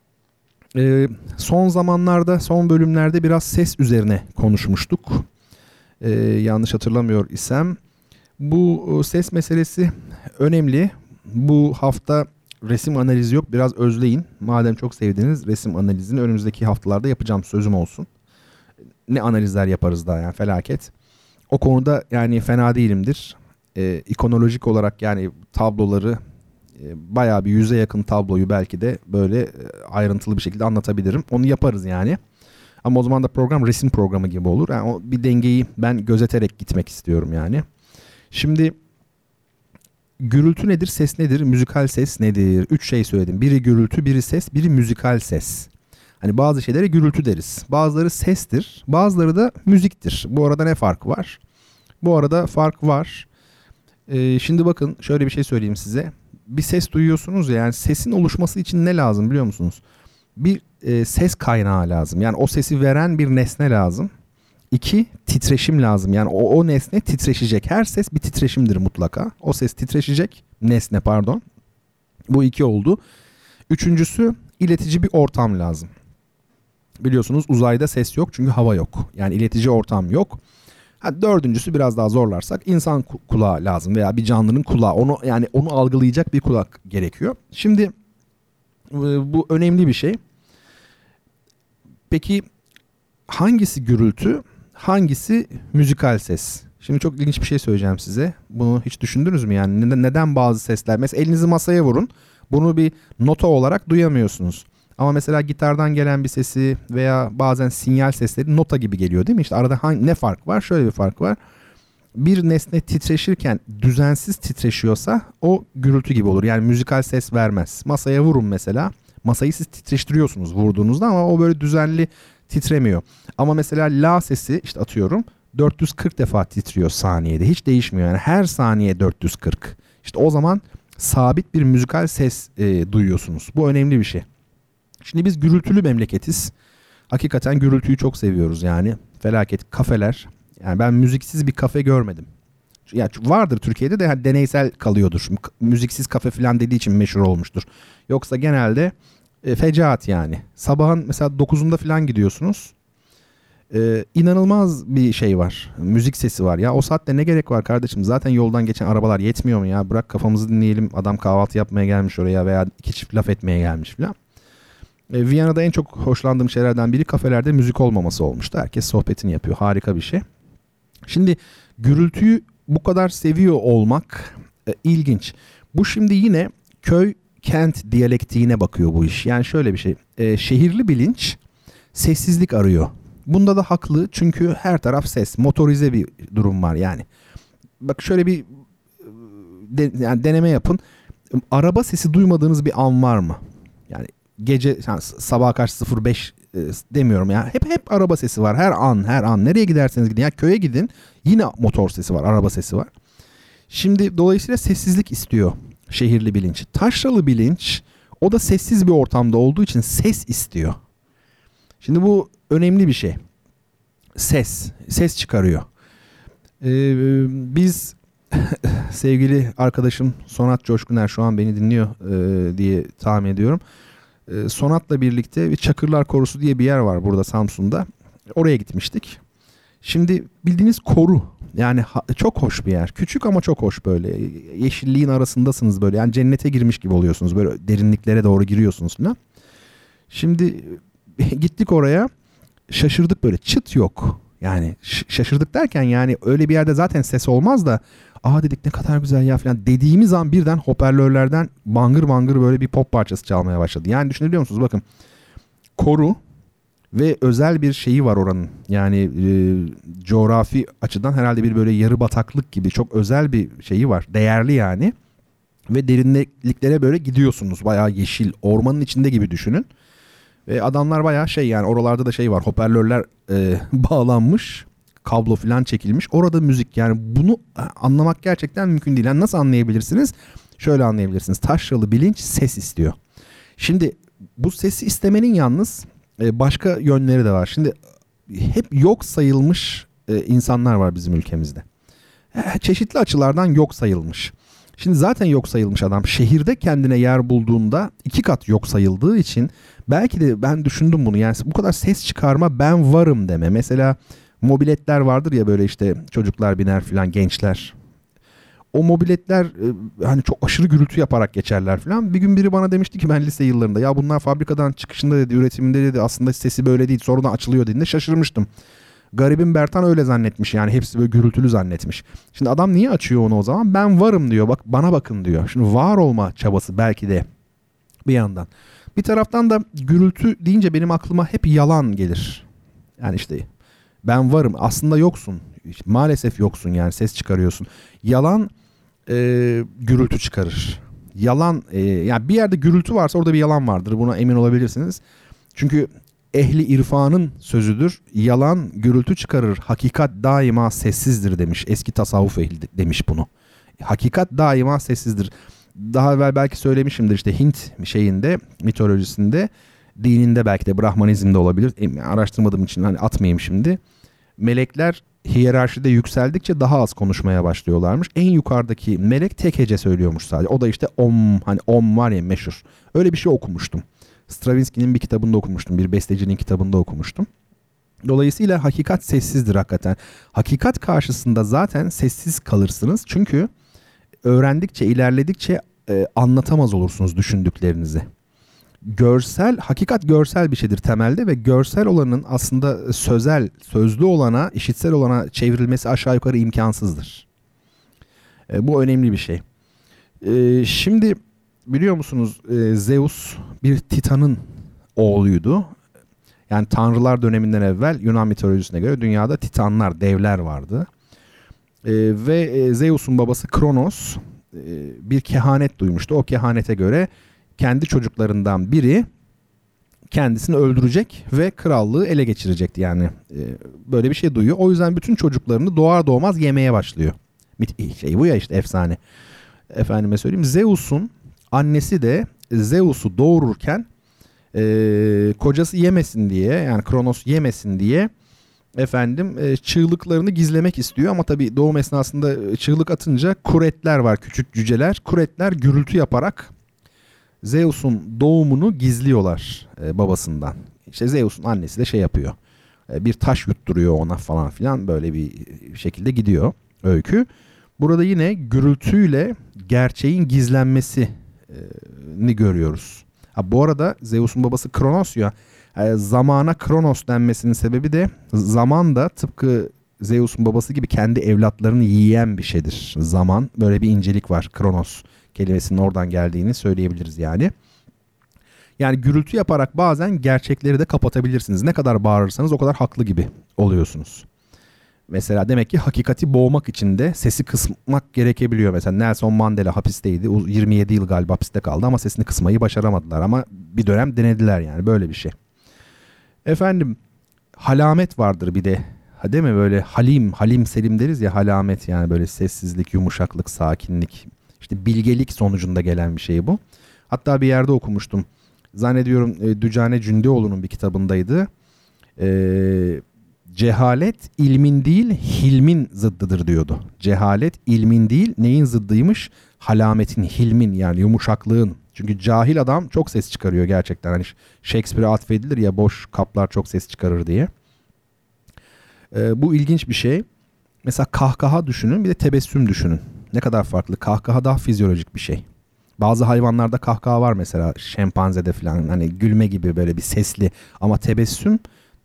e, son zamanlarda, son bölümlerde biraz ses üzerine konuşmuştuk. E, yanlış hatırlamıyor isem. Bu ses meselesi önemli. Bu hafta resim analizi yok. Biraz özleyin. Madem çok sevdiğiniz resim analizini önümüzdeki haftalarda yapacağım, sözüm olsun. Ne analizler yaparız daha yani, felaket. O konuda yani fena değilimdir. Ee, ikonolojik olarak yani tabloları e, bayağı bir yüze yakın tabloyu belki de böyle e, ayrıntılı bir şekilde anlatabilirim. Onu yaparız yani. Ama o zaman da program resim programı gibi olur. Yani o bir dengeyi ben gözeterek gitmek istiyorum yani. Şimdi gürültü nedir, ses nedir, müzikal ses nedir? Üç şey söyledim. Biri gürültü, biri ses, biri müzikal ses. Hani bazı şeylere gürültü deriz. Bazıları sestir, bazıları da müziktir. Bu arada ne fark var? Bu arada fark var. Ee, şimdi bakın şöyle bir şey söyleyeyim size. Bir ses duyuyorsunuz ya, yani sesin oluşması için ne lazım biliyor musunuz? Bir e, ses kaynağı lazım. Yani o sesi veren bir nesne lazım. İki, titreşim lazım. Yani o, o nesne titreşecek. Her ses bir titreşimdir mutlaka. O ses titreşecek. Nesne pardon. Bu iki oldu. Üçüncüsü, iletici bir ortam lazım. Biliyorsunuz uzayda ses yok çünkü hava yok. Yani iletici ortam yok. Ha, dördüncüsü biraz daha zorlarsak insan kulağı lazım veya bir canlının kulağı. Onu yani onu algılayacak bir kulak gerekiyor. Şimdi bu önemli bir şey. Peki hangisi gürültü? Hangisi müzikal ses? Şimdi çok ilginç bir şey söyleyeceğim size. Bunu hiç düşündünüz mü yani? Neden, neden bazı sesler? Mesela elinizi masaya vurun. Bunu bir nota olarak duyamıyorsunuz. Ama mesela gitardan gelen bir sesi veya bazen sinyal sesleri nota gibi geliyor değil mi? İşte arada hangi, ne fark var? Şöyle bir fark var. Bir nesne titreşirken düzensiz titreşiyorsa o gürültü gibi olur. Yani müzikal ses vermez. Masaya vurun mesela. Masayı siz titreştiriyorsunuz vurduğunuzda ama o böyle düzenli titremiyor. Ama mesela la sesi işte atıyorum dört yüz kırk defa titriyor saniyede. Hiç değişmiyor yani, her saniye dört yüz kırk. İşte o zaman sabit bir müzikal ses e, duyuyorsunuz. Bu önemli bir şey. Şimdi biz gürültülü memleketiz. Hakikaten gürültüyü çok seviyoruz yani. Felaket kafeler. Yani ben müziksiz bir kafe görmedim. Yani vardır Türkiye'de de yani deneysel kalıyordur. Müziksiz kafe falan dediği için meşhur olmuştur. Yoksa genelde e, fecaat yani. Sabahın mesela dokuzunda falan gidiyorsunuz. E, inanılmaz bir şey var. Müzik sesi var. Ya o saatte ne gerek var kardeşim? Zaten yoldan geçen arabalar yetmiyor mu ya? Bırak kafamızı dinleyelim. Adam kahvaltı yapmaya gelmiş oraya veya iki çift laf etmeye gelmiş falan. E, Viyana'da en çok hoşlandığım şeylerden biri kafelerde müzik olmaması olmuştu. Herkes sohbetini yapıyor. Harika bir şey. Şimdi gürültüyü bu kadar seviyor olmak e, ilginç. Bu şimdi yine köy kent diyalektiğine bakıyor bu iş. Yani şöyle bir şey. E, şehirli bilinç sessizlik arıyor. Bunda da haklı çünkü her taraf ses. Motorize bir durum var yani. Bak şöyle bir de, yani deneme yapın. Araba sesi duymadığınız bir an var mı? Yani gece yani sabaha karşı sıfır beş e, demiyorum ya. Hep hep araba sesi var. Her an, her an. Nereye giderseniz gidin. Ya köye gidin. Yine motor sesi var, araba sesi var. Şimdi dolayısıyla sessizlik istiyor şehirli bilinç. Taşralı bilinç o da sessiz bir ortamda olduğu için ses istiyor. Şimdi bu önemli bir şey. Ses. Ses çıkarıyor. Ee, biz sevgili arkadaşım Sonat Coşkuner şu an beni dinliyor e, diye tahmin ediyorum. E, Sonat'la birlikte bir Çakırlar Korusu diye bir yer var burada Samsun'da. Oraya gitmiştik. Şimdi bildiğiniz koru. Yani ha, çok hoş bir yer. Küçük ama çok hoş böyle. Yeşilliğin arasındasınız böyle. Yani cennete girmiş gibi oluyorsunuz. Böyle derinliklere doğru giriyorsunuz falan. Şimdi gittik oraya. şaşırdık, böyle çıt yok. Yani ş- şaşırdık derken yani öyle bir yerde zaten ses olmaz da aa dedik ne kadar güzel ya falan dediğimiz an birden hoparlörlerden bangır bangır böyle bir pop parçası çalmaya başladı. Yani düşünebiliyor musunuz? Bakın, koru ve özel bir şeyi var oranın. Yani e, coğrafi açıdan herhalde bir böyle yarı bataklık gibi çok özel bir şeyi var. Değerli yani. Ve derinliklere böyle gidiyorsunuz. Bayağı yeşil, ormanın içinde gibi düşünün. Ve adamlar bayağı şey, yani oralarda da şey var. Hoparlörler e, bağlanmış. Kablo falan çekilmiş. Orada müzik, yani bunu anlamak gerçekten mümkün değil. Yani nasıl anlayabilirsiniz? Şöyle anlayabilirsiniz. Taşralı bilinç ses istiyor. Şimdi bu sesi istemenin yalnız e, başka yönleri de var. Şimdi hep yok sayılmış e, insanlar var bizim ülkemizde. E, çeşitli açılardan yok sayılmış. Şimdi zaten yok sayılmış adam şehirde kendine yer bulduğunda iki kat yok sayıldığı için belki de ben düşündüm bunu. Yani bu kadar ses çıkarma, ben varım deme. Mesela mobiletler vardır ya, böyle işte çocuklar biner filan, gençler. O mobiletler e, hani çok aşırı gürültü yaparak geçerler filan. Bir gün biri bana demişti ki, ben lise yıllarında, ya bunlar fabrikadan çıkışında dedi, üretiminde dedi aslında sesi böyle değil, sonradan açılıyor dediğinde şaşırmıştım. Garibim Bertan öyle zannetmiş, yani hepsi böyle gürültülü zannetmiş. Şimdi adam niye açıyor onu o zaman? Ben varım diyor, bak bana bakın diyor. Şimdi var olma çabası belki de bir yandan. Bir taraftan da gürültü deyince benim aklıma hep yalan gelir. Yani işte ben varım, aslında yoksun. Maalesef yoksun, yani ses çıkarıyorsun. Yalan e, gürültü çıkarır. Yalan e, yani bir yerde gürültü varsa orada bir yalan vardır, buna emin olabilirsiniz. Çünkü ehli irfanın sözüdür. Yalan gürültü çıkarır. Hakikat daima sessizdir demiş. Eski tasavvuf ehli demiş bunu. Hakikat daima sessizdir. Daha evvel belki söylemişimdir, işte Hint şeyinde, mitolojisinde, dininde, belki de Brahmanizmde olabilir. E, araştırmadığım için hani atmayayım şimdi. Melekler hiyerarşide yükseldikçe daha az konuşmaya başlıyorlarmış. En yukarıdaki melek tek hece söylüyormuş sadece. O da işte om, hani om var ya meşhur. Öyle bir şey okumuştum. Stravinsky'nin bir kitabında okumuştum. Bir bestecinin kitabında okumuştum. Dolayısıyla hakikat sessizdir hakikaten. Hakikat karşısında zaten sessiz kalırsınız. Çünkü öğrendikçe, ilerledikçe e, anlatamaz olursunuz düşündüklerinizi. Görsel, hakikat görsel bir şeydir temelde ve görsel olanın aslında sözel, sözlü olana, işitsel olana çevrilmesi aşağı yukarı imkansızdır. E, bu önemli bir şey. E, şimdi biliyor musunuz, e, Zeus bir Titan'ın oğluydu. Yani tanrılar döneminden evvel Yunan mitolojisine göre dünyada Titanlar, devler vardı. E, ve e, Zeus'un babası Kronos e, bir kehanet duymuştu. O kehanete göre kendi çocuklarından biri kendisini öldürecek ve krallığı ele geçirecekti. Yani e, böyle bir şey duyuyor. O yüzden bütün çocuklarını doğar doğmaz yemeye başlıyor. Şey bu ya işte, efsane. Efendime söyleyeyim, Zeus'un annesi de Zeus'u doğururken e, kocası yemesin diye, yani Kronos yemesin diye efendim e, çığlıklarını gizlemek istiyor. Ama tabii doğum esnasında çığlık atınca kuretler var, küçük cüceler. Kuretler gürültü yaparak Zeus'un doğumunu gizliyorlar e, babasından. İşte Zeus'un annesi de şey yapıyor. E, bir taş yutturuyor ona falan filan, böyle bir şekilde gidiyor öykü. Burada yine gürültüyle gerçeğin gizlenmesini görüyoruz. Ha, bu arada Zeus'un babası Kronos ya, e, zamana Kronos denmesinin sebebi de zaman da tıpkı Zeus'un babası gibi kendi evlatlarını yiyen bir şeydir. Zaman, böyle bir incelik var. Kronos kelimesinin oradan geldiğini söyleyebiliriz yani. Yani gürültü yaparak bazen gerçekleri de kapatabilirsiniz. Ne kadar bağırırsanız o kadar haklı gibi oluyorsunuz. Mesela demek ki hakikati boğmak için de sesi kısmak gerekebiliyor. Mesela Nelson Mandela hapisteydi. yirmi yedi yıl galiba hapiste kaldı ama sesini kısmayı başaramadılar. Ama bir dönem denediler, yani böyle bir şey. Efendim, halamet vardır bir de. Ha, değil mi, böyle halim, halim selim deriz ya, halamet yani böyle sessizlik, yumuşaklık, sakinlik. İşte bilgelik sonucunda gelen bir şey bu. Hatta bir yerde okumuştum. Zannediyorum e, Dücane Cündeoğlu'nun bir kitabındaydı. Eee... Cehalet ilmin değil hilmin zıddıdır diyordu. Cehalet ilmin değil neyin zıddıymış? Halametin, hilmin, yani yumuşaklığın. Çünkü cahil adam çok ses çıkarıyor gerçekten. Hani Shakespeare'e atfedilir ya, boş kaplar çok ses çıkarır diye. Ee, bu ilginç bir şey. Mesela kahkaha düşünün, bir de tebessüm düşünün. Ne kadar farklı. Kahkaha daha fizyolojik bir şey. Bazı hayvanlarda kahkaha var mesela, şempanzede falan, hani gülme gibi böyle bir sesli, ama tebessüm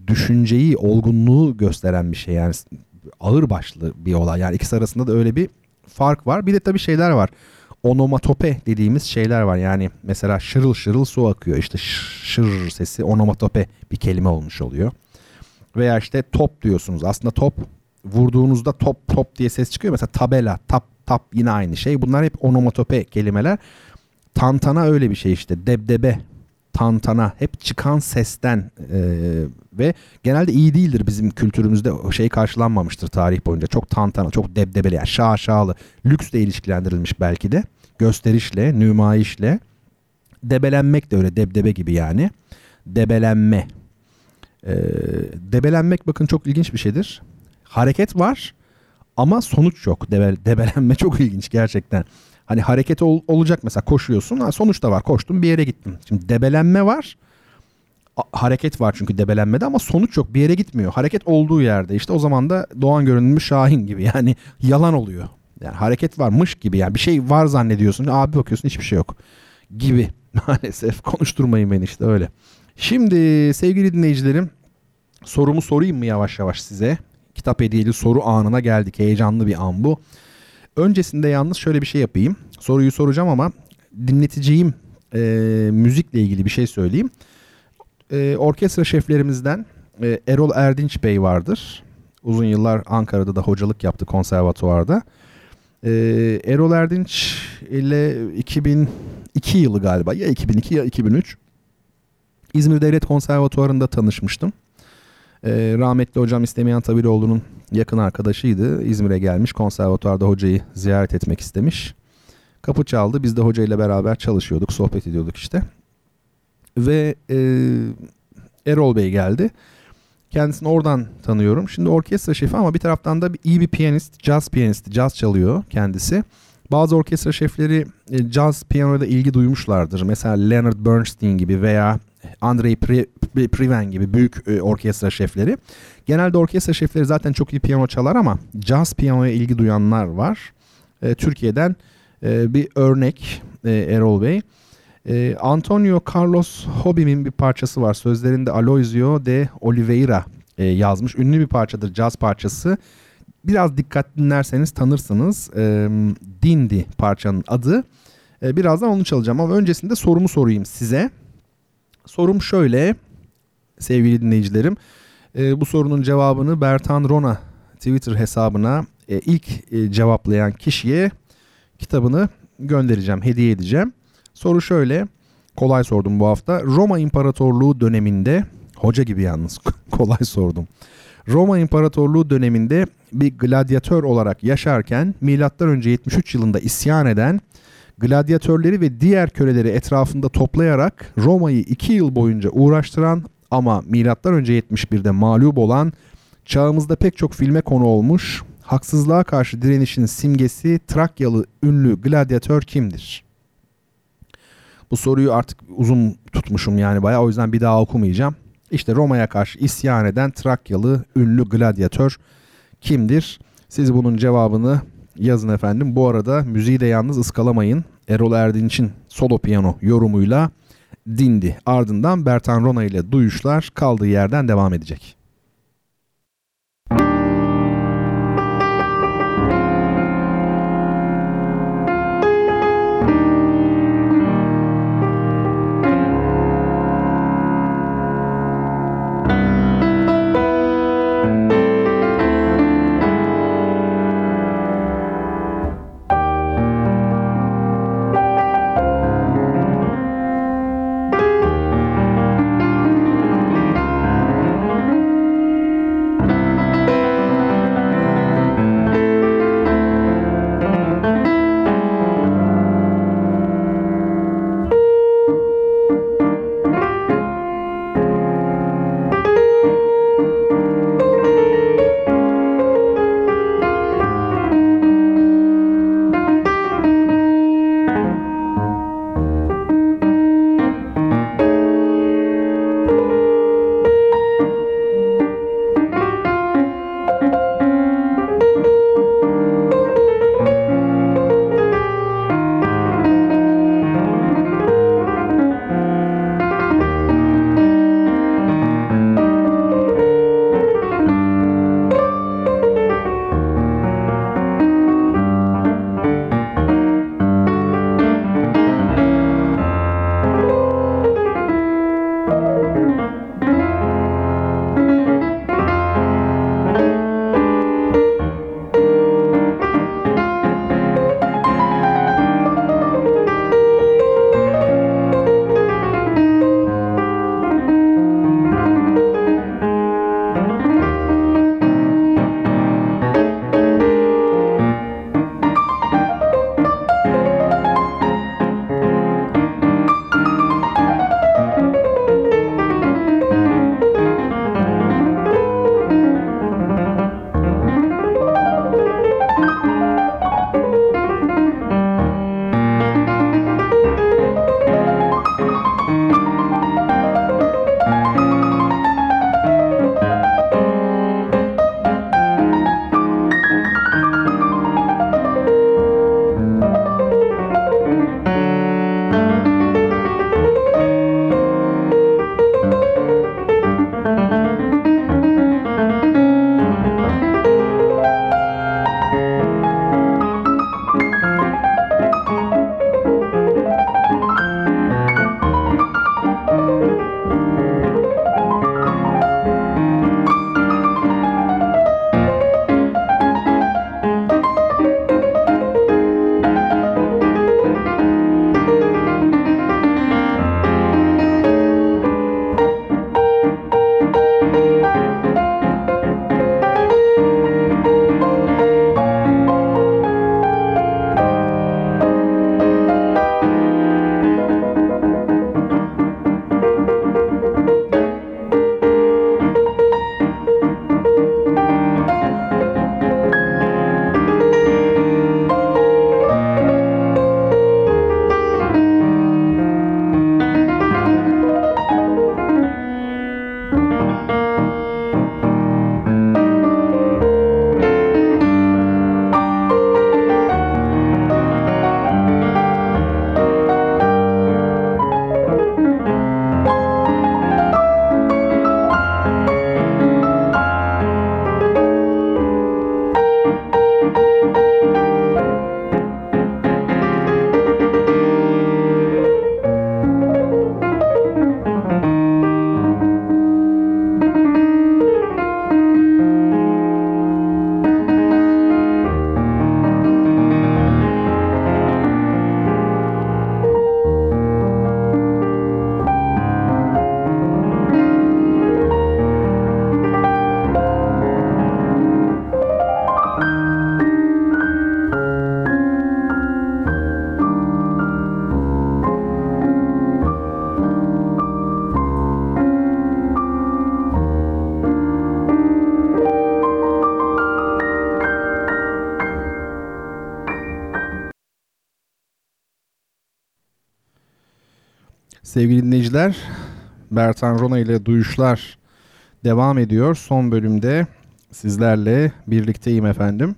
düşünceyi, olgunluğu gösteren bir şey. Yani ağır başlı bir olay. Yani ikisi arasında da öyle bir fark var. Bir de tabii şeyler var. Onomatope dediğimiz şeyler var. Yani mesela şırıl şırıl su akıyor. İşte şır sesi onomatope bir kelime olmuş oluyor. Veya işte top diyorsunuz. Aslında top vurduğunuzda top top diye ses çıkıyor. Mesela tabela, tap tap yine aynı şey. Bunlar hep onomatope kelimeler. Tantana öyle bir şey işte. Debdebe, tantana hep çıkan sesten e, ve genelde iyi değildir bizim kültürümüzde, o şey karşılanmamıştır tarih boyunca. Çok tantana, çok debdebeli, yani şaşalı, lüksle ilişkilendirilmiş belki de. Gösterişle, nümayişle. Debelenmek de öyle, debdebe gibi yani. Debelenme. E, debelenmek bakın çok ilginç bir şeydir. Hareket var ama sonuç yok. Debe, debelenme çok ilginç gerçekten. Hani hareket ol, olacak mesela, koşuyorsun. Ha, sonuç da var, koştum bir yere gittim. Şimdi debelenme var. A, hareket var çünkü debelenmede ama sonuç yok, bir yere gitmiyor. Hareket olduğu yerde işte, o zaman da Doğan görünümlü Şahin gibi yani yalan oluyor. Yani hareket varmış gibi, yani bir şey var zannediyorsun. Abi bakıyorsun hiçbir şey yok gibi. Maalesef konuşturmayın beni, işte öyle. Şimdi sevgili dinleyicilerim, sorumu sorayım mı yavaş yavaş size? Kitap hediyeli soru anına geldik. Heyecanlı bir an bu. Öncesinde yalnız şöyle bir şey yapayım. Soruyu soracağım ama dinleteceğim e, müzikle ilgili bir şey söyleyeyim. E, orkestra şeflerimizden e, Erol Erdinç Bey vardır. Uzun yıllar Ankara'da da hocalık yaptı, konservatuvarda. E, Erol Erdinç ile iki bin iki yılı galiba, ya iki bin iki ya iki bin üç İzmir Devlet Konservatuvarı'nda tanışmıştım. Ee, rahmetli hocam İstemiyan Tabiroğlu'nun yakın arkadaşıydı. İzmir'e gelmiş, konservatuvarda hocayı ziyaret etmek istemiş. Kapı çaldı, biz de hocayla beraber çalışıyorduk, sohbet ediyorduk işte. Ve e, Erol Bey geldi. Kendisini oradan tanıyorum. Şimdi orkestra şefi ama bir taraftan da iyi bir piyanist, caz piyanisti, caz çalıyor kendisi. Bazı orkestra şefleri e, caz piyanoya da ilgi duymuşlardır. Mesela Leonard Bernstein gibi veya Andrei Previn gibi büyük e, orkestra şefleri. Genelde orkestra şefleri zaten çok iyi piyano çalar ama caz piyanoya ilgi duyanlar var. E, Türkiye'den e, bir örnek e, Erol Bey. E, Antonio Carlos Jobim'in bir parçası var. Sözlerinde Aloysio de Oliveira e, yazmış. Ünlü bir parçadır, caz parçası. Biraz dikkat dinlerseniz tanırsınız. E, Dindi parçanın adı. E, birazdan onu çalacağım ama öncesinde sorumu sorayım size. Sorum şöyle sevgili dinleyicilerim. E, bu sorunun cevabını Bertan Rona Twitter hesabına e, ilk e, cevaplayan kişiye kitabını göndereceğim, hediye edeceğim. Soru şöyle, kolay sordum bu hafta. Roma İmparatorluğu döneminde, hoca gibi yalnız kolay sordum. Roma İmparatorluğu döneminde bir gladyatör olarak yaşarken milattan önce yetmiş üç yılında isyan eden, gladyatörleri ve diğer köleleri etrafında toplayarak Roma'yı iki yıl boyunca uğraştıran ama milattan önce yetmiş birde mağlup olan, çağımızda pek çok filme konu olmuş, haksızlığa karşı direnişin simgesi Trakyalı ünlü gladyatör kimdir? Bu soruyu artık uzun tutmuşum yani bayağı, o yüzden bir daha okumayacağım. İşte Roma'ya karşı isyan eden Trakyalı ünlü gladyatör kimdir? Siz bunun cevabını yazın efendim. Bu arada müziği de yalnız ıskalamayın. Erol Erdinç'in solo piyano yorumuyla Dindi. Ardından Bertan Rona ile Duyuşlar kaldığı yerden devam edecek. Sevgili dinleyiciler, Bertan Rona ile Duyuşlar devam ediyor. Son bölümde sizlerle birlikteyim efendim.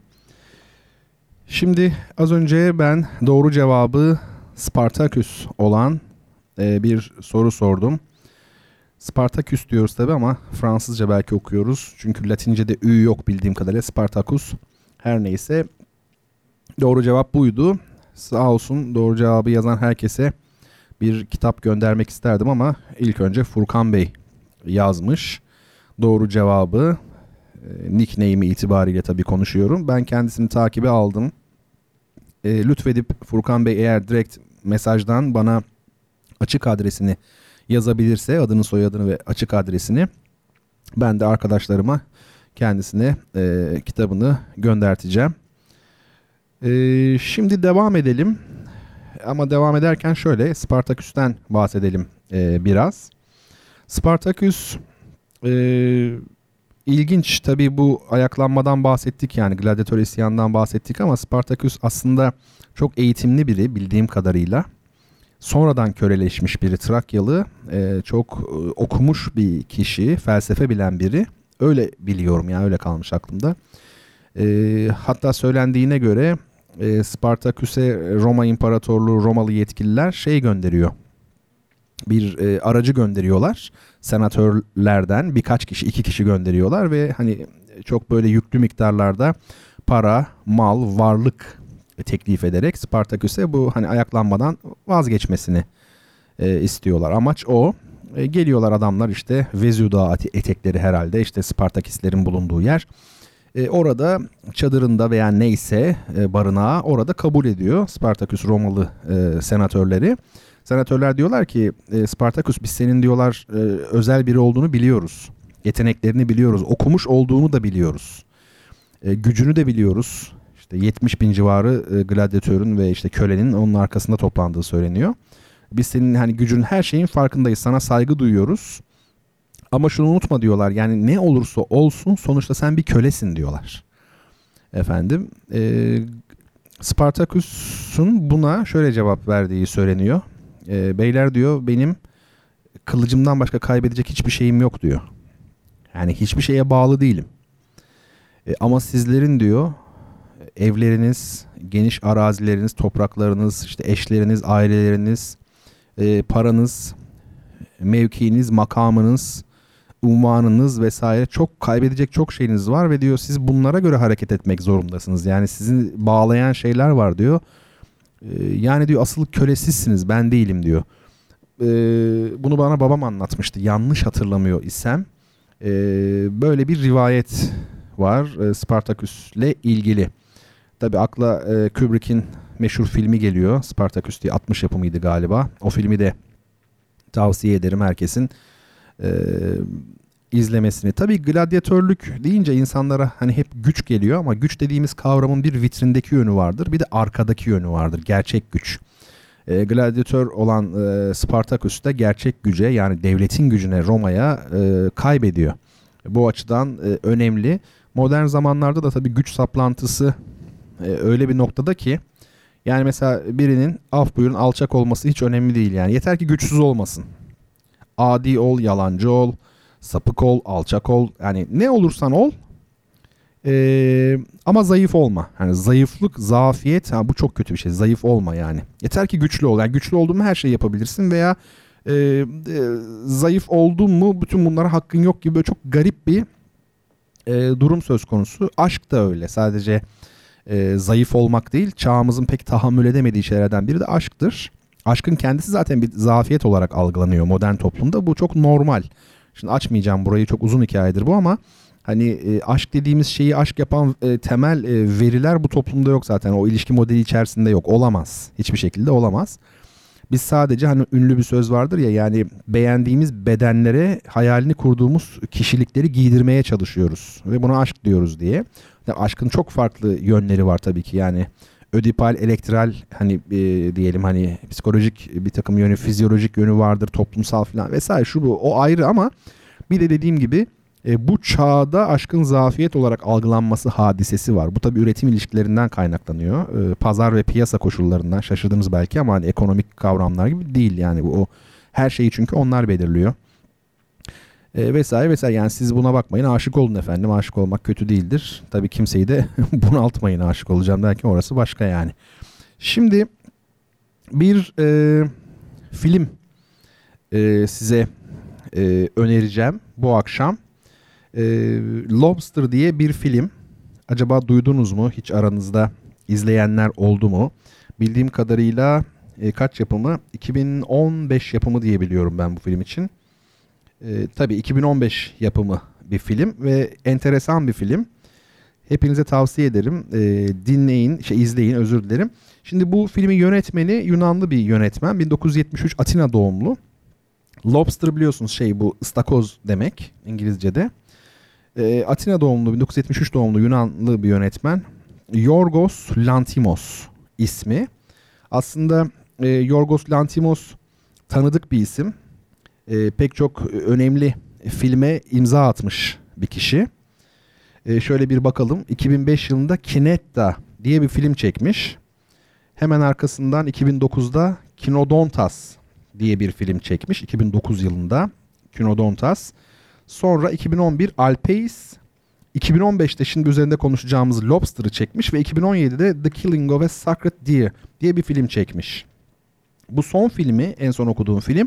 Şimdi az önce ben doğru cevabı Spartaküs olan e, bir soru sordum. Spartaküs diyoruz tabi ama Fransızca belki okuyoruz. Çünkü Latince'de ü yok bildiğim kadarıyla. Spartacus. Her neyse. Doğru cevap buydu. Sağ olsun doğru cevabı yazan herkese bir kitap göndermek isterdim ama ilk önce Furkan Bey yazmış. Doğru cevabı e, nickname'i itibariyle tabii konuşuyorum. Ben kendisini takibe aldım. E, lütfedip Furkan Bey eğer direkt mesajdan bana açık adresini yazabilirse, adını soyadını ve açık adresini, ben de arkadaşlarıma kendisine e, kitabını gönderteceğim. E, şimdi devam edelim. Ama devam ederken şöyle Spartaküs'ten bahsedelim e, biraz. Spartaküs e, ilginç tabii, bu ayaklanmadan bahsettik, yani gladyatör isyanından bahsettik ama Spartaküs aslında çok eğitimli biri bildiğim kadarıyla. Sonradan köleleşmiş biri, Trakyalı, e, çok e, okumuş bir kişi, felsefe bilen biri. Öyle biliyorum yani, öyle kalmış aklımda. E, hatta söylendiğine göre e, Spartaküs'e Roma İmparatorluğu, Romalı yetkililer şey gönderiyor. Bir e, aracı gönderiyorlar. Senatörlerden birkaç kişi, iki kişi gönderiyorlar ve hani çok böyle yüklü miktarlarda para, mal, varlık teklif ederek Spartaküs'e bu hani ayaklanmadan vazgeçmesini e, istiyorlar. Amaç o. E, geliyorlar adamlar, işte Vezüv Dağı etekleri herhalde, işte Spartakistlerin bulunduğu yer. E, orada çadırında veya neyse e, barınağı orada kabul ediyor Spartaküs Romalı e, senatörleri. Senatörler diyorlar ki e, Spartaküs, biz senin diyorlar e, özel biri olduğunu biliyoruz. Yeteneklerini biliyoruz. Okumuş olduğunu da biliyoruz. E, gücünü de biliyoruz. İşte yetmiş bin civarı e, gladyatörün ve işte kölenin onun arkasında toplandığı söyleniyor. Biz senin hani gücün, her şeyin farkındayız. Sana saygı duyuyoruz. Ama şunu unutma diyorlar. Yani ne olursa olsun sonuçta sen bir kölesin diyorlar. Efendim e, Spartaküs'ün buna şöyle cevap verdiği söyleniyor. E, beyler diyor, benim kılıcımdan başka kaybedecek hiçbir şeyim yok diyor. Yani hiçbir şeye bağlı değilim. E, ama sizlerin diyor evleriniz, geniş arazileriniz, topraklarınız, işte eşleriniz, aileleriniz, e, paranız, mevkiiniz, makamınız, unvanınız vesaire, çok kaybedecek çok şeyiniz var ve diyor siz bunlara göre hareket etmek zorundasınız. Yani sizi bağlayan şeyler var diyor. E, yani diyor asıl kölesizsiniz, ben değilim diyor. E, bunu bana babam anlatmıştı. Yanlış hatırlamıyor isem. E, böyle bir rivayet var e, Spartaküs'le ilgili. Tabi akla e, Kubrick'in meşhur filmi geliyor. Spartaküs diye, altmış yapımıydı galiba. O filmi de tavsiye ederim herkesin e, izlemesini. Tabi gladyatörlük deyince insanlara hani hep güç geliyor ama güç dediğimiz kavramın bir vitrindeki yönü vardır. Bir de arkadaki yönü vardır. Gerçek güç. E, gladyatör olan e, Spartaküs de gerçek güce, yani devletin gücüne, Roma'ya e, kaybediyor. Bu açıdan e, önemli. Modern zamanlarda da tabi güç saplantısı e, öyle bir noktada ki, yani mesela birinin af buyurun alçak olması hiç önemli değil yani. Yeter ki güçsüz olmasın. Adi ol, yalancı ol, sapık ol, alçak ol. Yani ne olursan ol. Ee, ama zayıf olma. Yani zayıflık, zafiyet, ha, bu çok kötü bir şey. Zayıf olma yani. Yeter ki güçlü ol. Yani güçlü olduğun mu her şeyi yapabilirsin veya e, e, zayıf oldun mu bütün bunlara hakkın yok gibi böyle çok garip bir e, durum söz konusu. Aşk da öyle. Sadece e, zayıf olmak değil, çağımızın pek tahammül edemediği şeylerden biri de aşktır. Aşkın kendisi zaten bir zafiyet olarak algılanıyor modern toplumda. Bu çok normal. Şimdi açmayacağım burayı, çok uzun hikayedir bu ama hani e, aşk dediğimiz şeyi aşk yapan e, temel e, veriler bu toplumda yok zaten. O ilişki modeli içerisinde yok. Olamaz. Hiçbir şekilde olamaz. Biz sadece hani ünlü bir söz vardır ya, yani beğendiğimiz bedenlere hayalini kurduğumuz kişilikleri giydirmeye çalışıyoruz. Ve buna aşk diyoruz diye. Yani aşkın çok farklı yönleri var tabii ki, yani ödipal, elektral hani e, diyelim hani psikolojik bir takım yönü, fizyolojik yönü vardır, toplumsal falan vesaire, şu bu o ayrı ama bir de dediğim gibi e, bu çağda aşkın zafiyet olarak algılanması hadisesi var. Bu tabii üretim ilişkilerinden kaynaklanıyor. E, pazar ve piyasa koşullarından, şaşırdınız belki ama hani ekonomik kavramlar gibi değil yani, bu o Her şeyi çünkü onlar belirliyor. E, vesaire vesaire. Yani siz buna bakmayın, aşık olun efendim. Aşık olmak kötü değildir. Tabii kimseyi de bunaltmayın, aşık olacağım derken orası başka yani. Şimdi bir e, film e, size e, önereceğim bu akşam. E, Lobster diye bir film. Acaba duydunuz mu? Hiç aranızda izleyenler oldu mu? Bildiğim kadarıyla e, kaç yapımı? iki bin on beş yapımı diye biliyorum ben bu film için. E, tabii iki bin on beş yapımı bir film ve enteresan bir film. Hepinize tavsiye ederim. E, dinleyin, şey izleyin, özür dilerim. Şimdi bu filmin yönetmeni Yunanlı bir yönetmen. bin dokuz yüz yetmiş üç Atina doğumlu. Lobster biliyorsunuz şey bu ıstakoz demek İngilizce'de. E, Atina doğumlu, bin dokuz yüz yetmiş üç doğumlu Yunanlı bir yönetmen. Yorgos Lanthimos ismi. Aslında e, Yorgos Lanthimos tanıdık bir isim. E, pek çok önemli filme imza atmış bir kişi. E, şöyle bir bakalım. iki bin beş yılında Kinetta diye bir film çekmiş. Hemen arkasından iki bin dokuzda Kinodontas diye bir film çekmiş. iki bin dokuz yılında Kinodontas. Sonra iki bin on bir Alpeis. iki bin on beşte şimdi üzerinde konuşacağımız Lobster'ı çekmiş ve iki bin on yedide The Killing of a Sacred Deer diye bir film çekmiş. Bu son filmi, en son okuduğum film,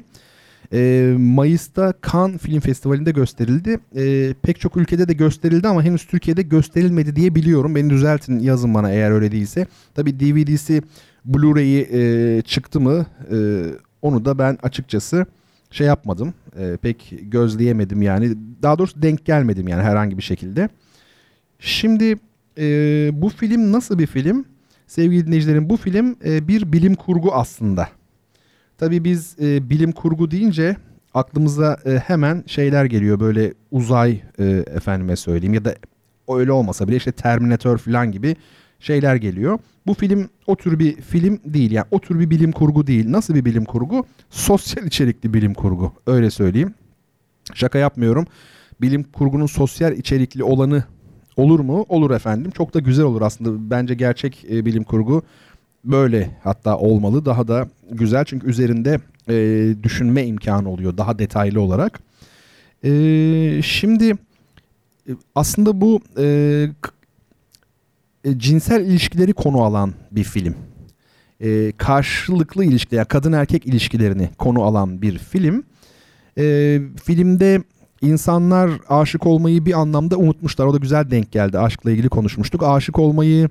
e, Mayıs'ta Cannes Film Festivali'nde gösterildi. E, pek çok ülkede de gösterildi ama henüz Türkiye'de gösterilmedi diye biliyorum. Beni düzeltin, yazın bana eğer öyle değilse. Tabii D V D'si, Blu-ray'i e, çıktı mı e, onu da ben açıkçası şey yapmadım. E, pek gözleyemedim yani. Daha doğrusu denk gelmedim yani herhangi bir şekilde. Şimdi e, bu film nasıl bir film? Sevgili dinleyicilerim, bu film e, bir bilim kurgu aslında. Tabii biz e, bilim kurgu deyince aklımıza e, hemen şeyler geliyor, böyle uzay e, efendime söyleyeyim ya da öyle olmasa bile işte Terminator falan gibi şeyler geliyor. Bu film o tür bir film değil, yani o tür bir bilim kurgu değil. Nasıl bir bilim kurgu? Sosyal içerikli bilim kurgu, öyle söyleyeyim. Şaka yapmıyorum. Bilim kurgunun sosyal içerikli olanı olur mu? Olur efendim. Çok da güzel olur aslında. Bence gerçek e, bilim kurgu böyle hatta olmalı. Daha da güzel çünkü üzerinde e, düşünme imkanı oluyor daha detaylı olarak. E, şimdi aslında bu e, e, cinsel ilişkileri konu alan bir film. E, karşılıklı ilişkiler, yani kadın erkek ilişkilerini konu alan bir film. E, filmde insanlar aşık olmayı bir anlamda unutmuşlar. O da güzel denk geldi. Aşkla ilgili konuşmuştuk. Aşık olmayı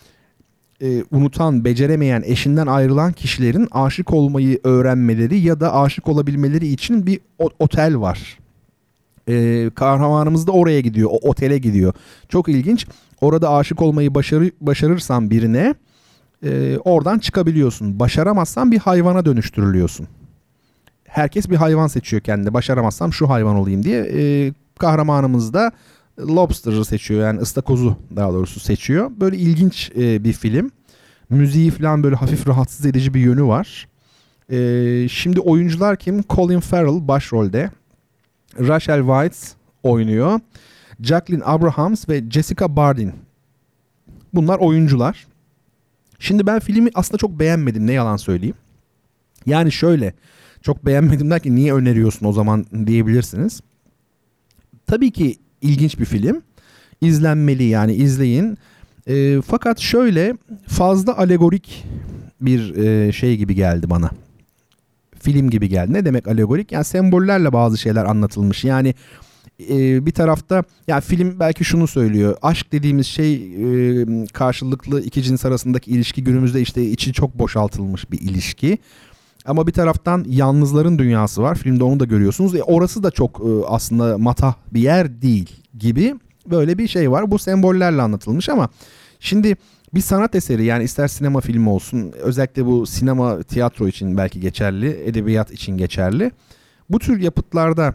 e, unutan, beceremeyen, eşinden ayrılan kişilerin aşık olmayı öğrenmeleri ya da aşık olabilmeleri için bir otel var. E, kahramanımız da oraya gidiyor. O otele gidiyor. Çok ilginç. Orada aşık olmayı başarı, başarırsan birine e, oradan çıkabiliyorsun. Başaramazsan bir hayvana dönüştürülüyorsun. Herkes bir hayvan seçiyor kendine. Başaramazsam şu hayvan olayım diye. E, kahramanımız da Lobster'ı seçiyor. Yani ıstakozu daha doğrusu seçiyor. Böyle ilginç e, bir film. Müziği falan böyle hafif rahatsız edici bir yönü var. E, şimdi oyuncular kim? Colin Farrell başrolde. Rachel Weisz oynuyor. Jacqueline Abrahams ve Jessica Bardin. Bunlar oyuncular. Şimdi ben filmi aslında çok beğenmedim. Ne yalan söyleyeyim. Yani şöyle... Çok beğenmedim derken niye öneriyorsun o zaman diyebilirsiniz. Tabii ki ilginç bir film. İzlenmeli, yani izleyin. E, fakat şöyle fazla alegorik bir e, şey gibi geldi bana. Film gibi geldi. Ne demek alegorik? Yani sembollerle bazı şeyler anlatılmış. Yani e, bir tarafta ya film belki şunu söylüyor. Aşk dediğimiz şey e, karşılıklı iki cins arasındaki ilişki, günümüzde işte içi çok boşaltılmış bir ilişki. Ama bir taraftan yalnızların dünyası var. Filmde onu da görüyorsunuz. E orası da çok e, aslında matah bir yer değil gibi böyle bir şey var. Bu sembollerle anlatılmış ama şimdi bir sanat eseri, yani ister sinema filmi olsun, özellikle bu sinema tiyatro için belki geçerli, edebiyat için geçerli. Bu tür yapıtlarda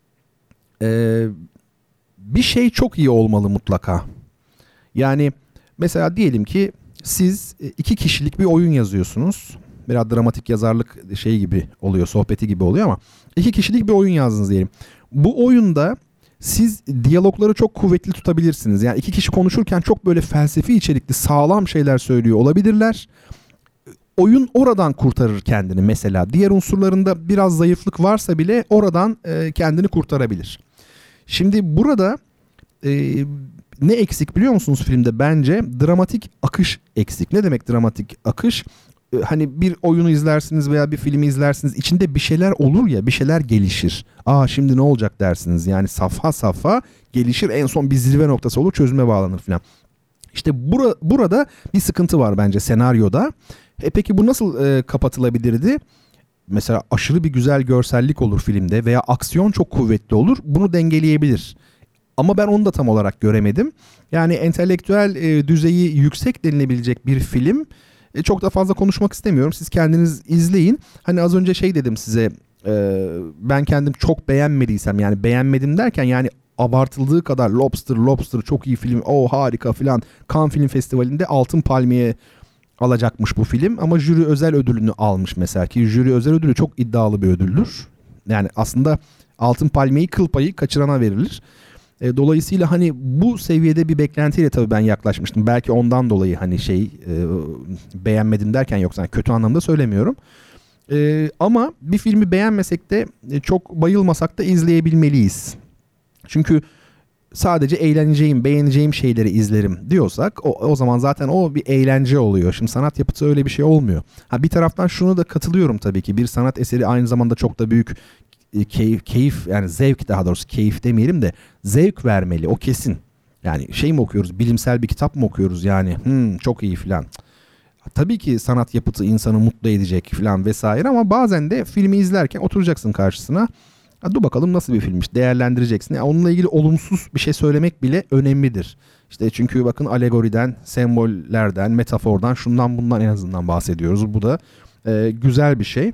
e, bir şey çok iyi olmalı mutlaka. Yani mesela diyelim ki siz iki kişilik bir oyun yazıyorsunuz. Biraz dramatik yazarlık şey gibi oluyor, sohbeti gibi oluyor ama iki kişilik bir oyun yazdınız diyelim. Bu oyunda siz diyalogları çok kuvvetli tutabilirsiniz. Yani iki kişi konuşurken çok böyle felsefi içerikli, sağlam şeyler söylüyor olabilirler. oyun oradan kurtarır kendini mesela. Diğer unsurlarında biraz zayıflık varsa bile oradan e, kendini kurtarabilir. Şimdi burada e, ne eksik biliyor musunuz filmde? Bence dramatik akış eksik. Ne demek dramatik akış? E, hani bir oyunu izlersiniz veya bir filmi izlersiniz. İçinde bir şeyler olur ya, bir şeyler gelişir. Aa şimdi ne olacak dersiniz. Yani safha safha gelişir. En son bir zirve noktası olur, çözüme bağlanır falan. İşte bura, burada bir sıkıntı var bence senaryoda. E peki bu nasıl e, kapatılabilirdi? Mesela aşırı bir güzel görsellik olur filmde veya aksiyon çok kuvvetli olur. Bunu dengeleyebilir. Ama ben onu da tam olarak göremedim. Yani entelektüel e, düzeyi yüksek denilebilecek bir film. E, çok da fazla konuşmak istemiyorum. Siz kendiniz izleyin. Hani az önce şey dedim size. E, ben kendim çok beğenmediysem, yani beğenmedim derken yani abartıldığı kadar Lobster, Lobster çok iyi film, o harika filan. Cannes Film Festivali'nde Altın Palmiye alacakmış bu film ama jüri özel ödülünü almış mesela, ki jüri özel ödülü çok iddialı bir ödüldür. Yani aslında Altın Palmiye'yi kıl payı kaçırana verilir. E, dolayısıyla hani bu seviyede bir beklentiyle tabii ben yaklaşmıştım. Belki ondan dolayı hani şey e, beğenmedim derken, yoksa yani kötü anlamda söylemiyorum. E, ama bir filmi beğenmesek de e, çok bayılmasak da izleyebilmeliyiz. Çünkü sadece eğleneceğim, beğeneceğim şeyleri izlerim diyorsak o, o zaman zaten o bir eğlence oluyor. Şimdi sanat yapıtı öyle bir şey olmuyor. Ha, bir taraftan şunu da katılıyorum tabii ki. Bir sanat eseri aynı zamanda çok da büyük e, keyif, keyif yani zevk, daha doğrusu keyif demeyelim de zevk vermeli, o kesin. Yani şey mi okuyoruz, bilimsel bir kitap mı okuyoruz yani hmm, çok iyi filan. Tabii ki sanat yapıtı insanı mutlu edecek filan vesaire ama bazen de filmi izlerken oturacaksın karşısına. Ha, dur bakalım nasıl bir filmmiş, değerlendireceksin. Yani onunla ilgili olumsuz bir şey söylemek bile önemlidir. İşte çünkü bakın alegoriden, sembollerden, metafordan, şundan bundan en azından bahsediyoruz. Bu da e, güzel bir şey.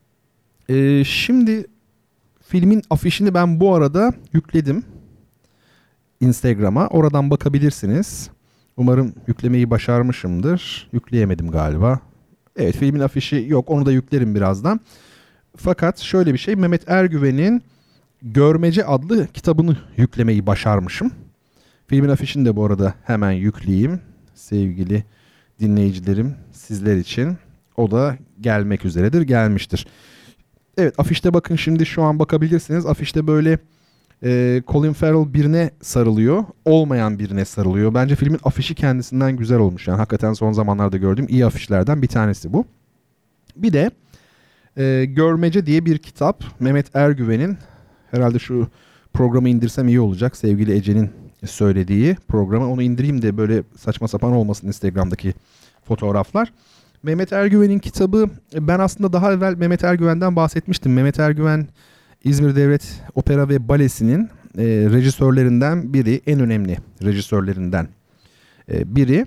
E, şimdi filmin afişini ben bu arada yükledim Instagram'a. Oradan bakabilirsiniz. Umarım yüklemeyi başarmışımdır. Yükleyemedim galiba. Evet, filmin afişi yok, onu da yüklerim birazdan. Fakat şöyle bir şey, Mehmet Ergüven'in Görmece adlı kitabını yüklemeyi başarmışım. Filmin afişini de bu arada hemen yükleyeyim sevgili dinleyicilerim, sizler için. O da gelmek üzeredir, gelmiştir. Evet, afişte bakın, şimdi şu an bakabilirsiniz. Afişte böyle e, Colin Farrell birine sarılıyor, olmayan birine sarılıyor. Bence filmin afişi kendisinden güzel olmuş. Yani hakikaten son zamanlarda gördüğüm iyi afişlerden bir tanesi bu. Bir de e, Görmece diye bir kitap, Mehmet Ergüven'in, herhalde şu programı indirsem iyi olacak. Sevgili Ece'nin söylediği programı, onu indireyim de böyle saçma sapan olmasın Instagram'daki fotoğraflar. Mehmet Ergüven'in kitabı, ben aslında daha evvel Mehmet Ergüven'den bahsetmiştim. Mehmet Ergüven İzmir Devlet Opera ve Balesi'nin e, rejisörlerinden biri, en önemli rejisörlerinden e, biri.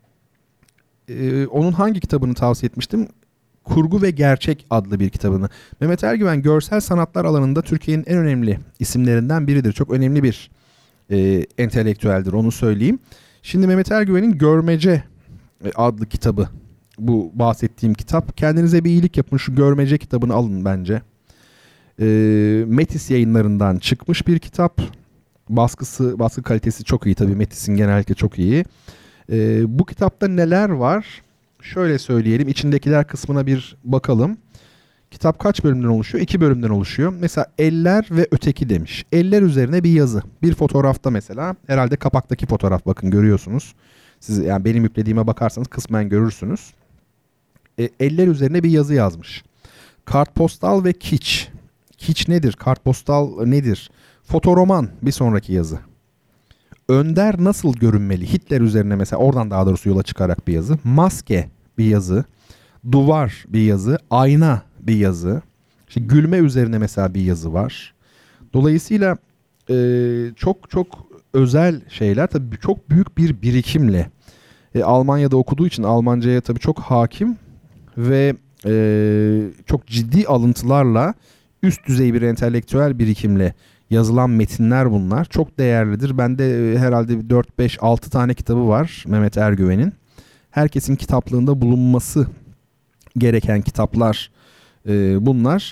E, onun hangi kitabını tavsiye etmiştim? Kurgu ve Gerçek adlı bir kitabını. Mehmet Ergüven görsel sanatlar alanında Türkiye'nin en önemli isimlerinden biridir. Çok önemli bir e, entelektüeldir, onu söyleyeyim. Şimdi Mehmet Ergüven'in Görmece adlı kitabı, bu bahsettiğim kitap. Kendinize bir iyilik yapın, şu Görmece kitabını alın bence. E, Metis yayınlarından çıkmış bir kitap. Baskısı, baskı kalitesi çok iyi tabii. Metis'in genellikle çok iyi. E, bu kitapta neler var? Şöyle söyleyelim, içindekiler kısmına bir bakalım. Kitap kaç bölümden oluşuyor? İki bölümden oluşuyor. Mesela Eller ve Öteki demiş. Eller üzerine bir yazı. Bir fotoğrafta mesela, herhalde kapaktaki fotoğraf, bakın görüyorsunuz. Siz yani benim yüklediğime bakarsanız kısmen görürsünüz. E, eller üzerine bir yazı yazmış. Kartpostal ve Kiç. Kiç nedir? Kartpostal nedir? Fotoroman bir sonraki yazı. Önder nasıl görünmeli? Hitler üzerine mesela, oradan daha doğrusu yola çıkarak bir yazı. Maske bir yazı. Duvar bir yazı. Ayna bir yazı. İşte gülme üzerine mesela bir yazı var. Dolayısıyla e, çok çok özel şeyler, tabii çok büyük bir birikimle. E, Almanya'da okuduğu için Almanca'ya tabii çok hakim ve e, çok ciddi alıntılarla, üst düzey bir entelektüel birikimle yazılan metinler bunlar. Çok değerlidir. Bende e, herhalde dört beş altı tane kitabı var Mehmet Ergüven'in. Herkesin kitaplığında bulunması gereken kitaplar e, bunlar.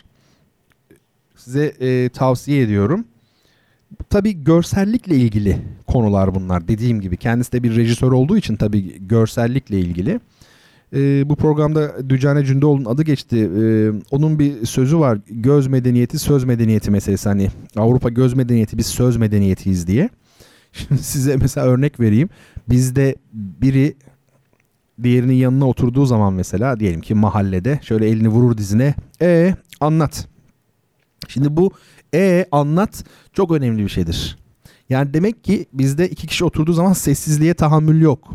Size e, tavsiye ediyorum. Tabii görsellikle ilgili konular bunlar. Dediğim gibi kendisi de bir rejisör olduğu için tabii görsellikle ilgili. Ee, bu programda Dücane Cündoğlu'nun adı geçti. Ee, onun bir sözü var. Göz medeniyeti, söz medeniyeti meselesi. Hani Avrupa göz medeniyeti, biz söz medeniyetiyiz diye. Şimdi size mesela örnek vereyim. Bizde biri diğerinin yanına oturduğu zaman mesela diyelim ki mahallede şöyle elini vurur dizine. E anlat. Şimdi bu e anlat çok önemli bir şeydir. Yani demek ki bizde iki kişi oturduğu zaman sessizliğe tahammül yok.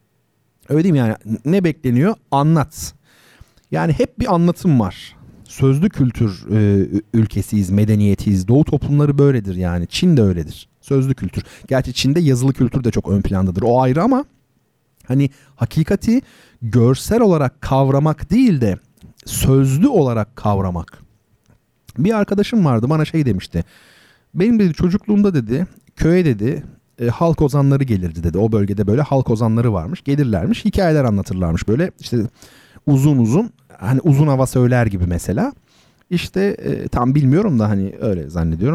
Öyle değil mi yani? Ne bekleniyor? Anlat. Yani hep bir anlatım var. Sözlü kültür e, ülkesiyiz, medeniyetiyiz. Doğu toplumları böyledir yani. Çin de öyledir. Sözlü kültür. Gerçi Çin'de yazılı kültür de çok ön plandadır. O ayrı ama hani hakikati görsel olarak kavramak değil de sözlü olarak kavramak. Bir arkadaşım vardı, bana şey demişti. Benim dedi çocukluğumda dedi köye dedi e, halk ozanları gelirdi dedi. O bölgede böyle halk ozanları varmış. Gelirlermiş, hikayeler anlatırlarmış böyle işte uzun uzun, hani uzun hava söyler gibi mesela. İşte e, tam bilmiyorum da hani öyle zannediyorum.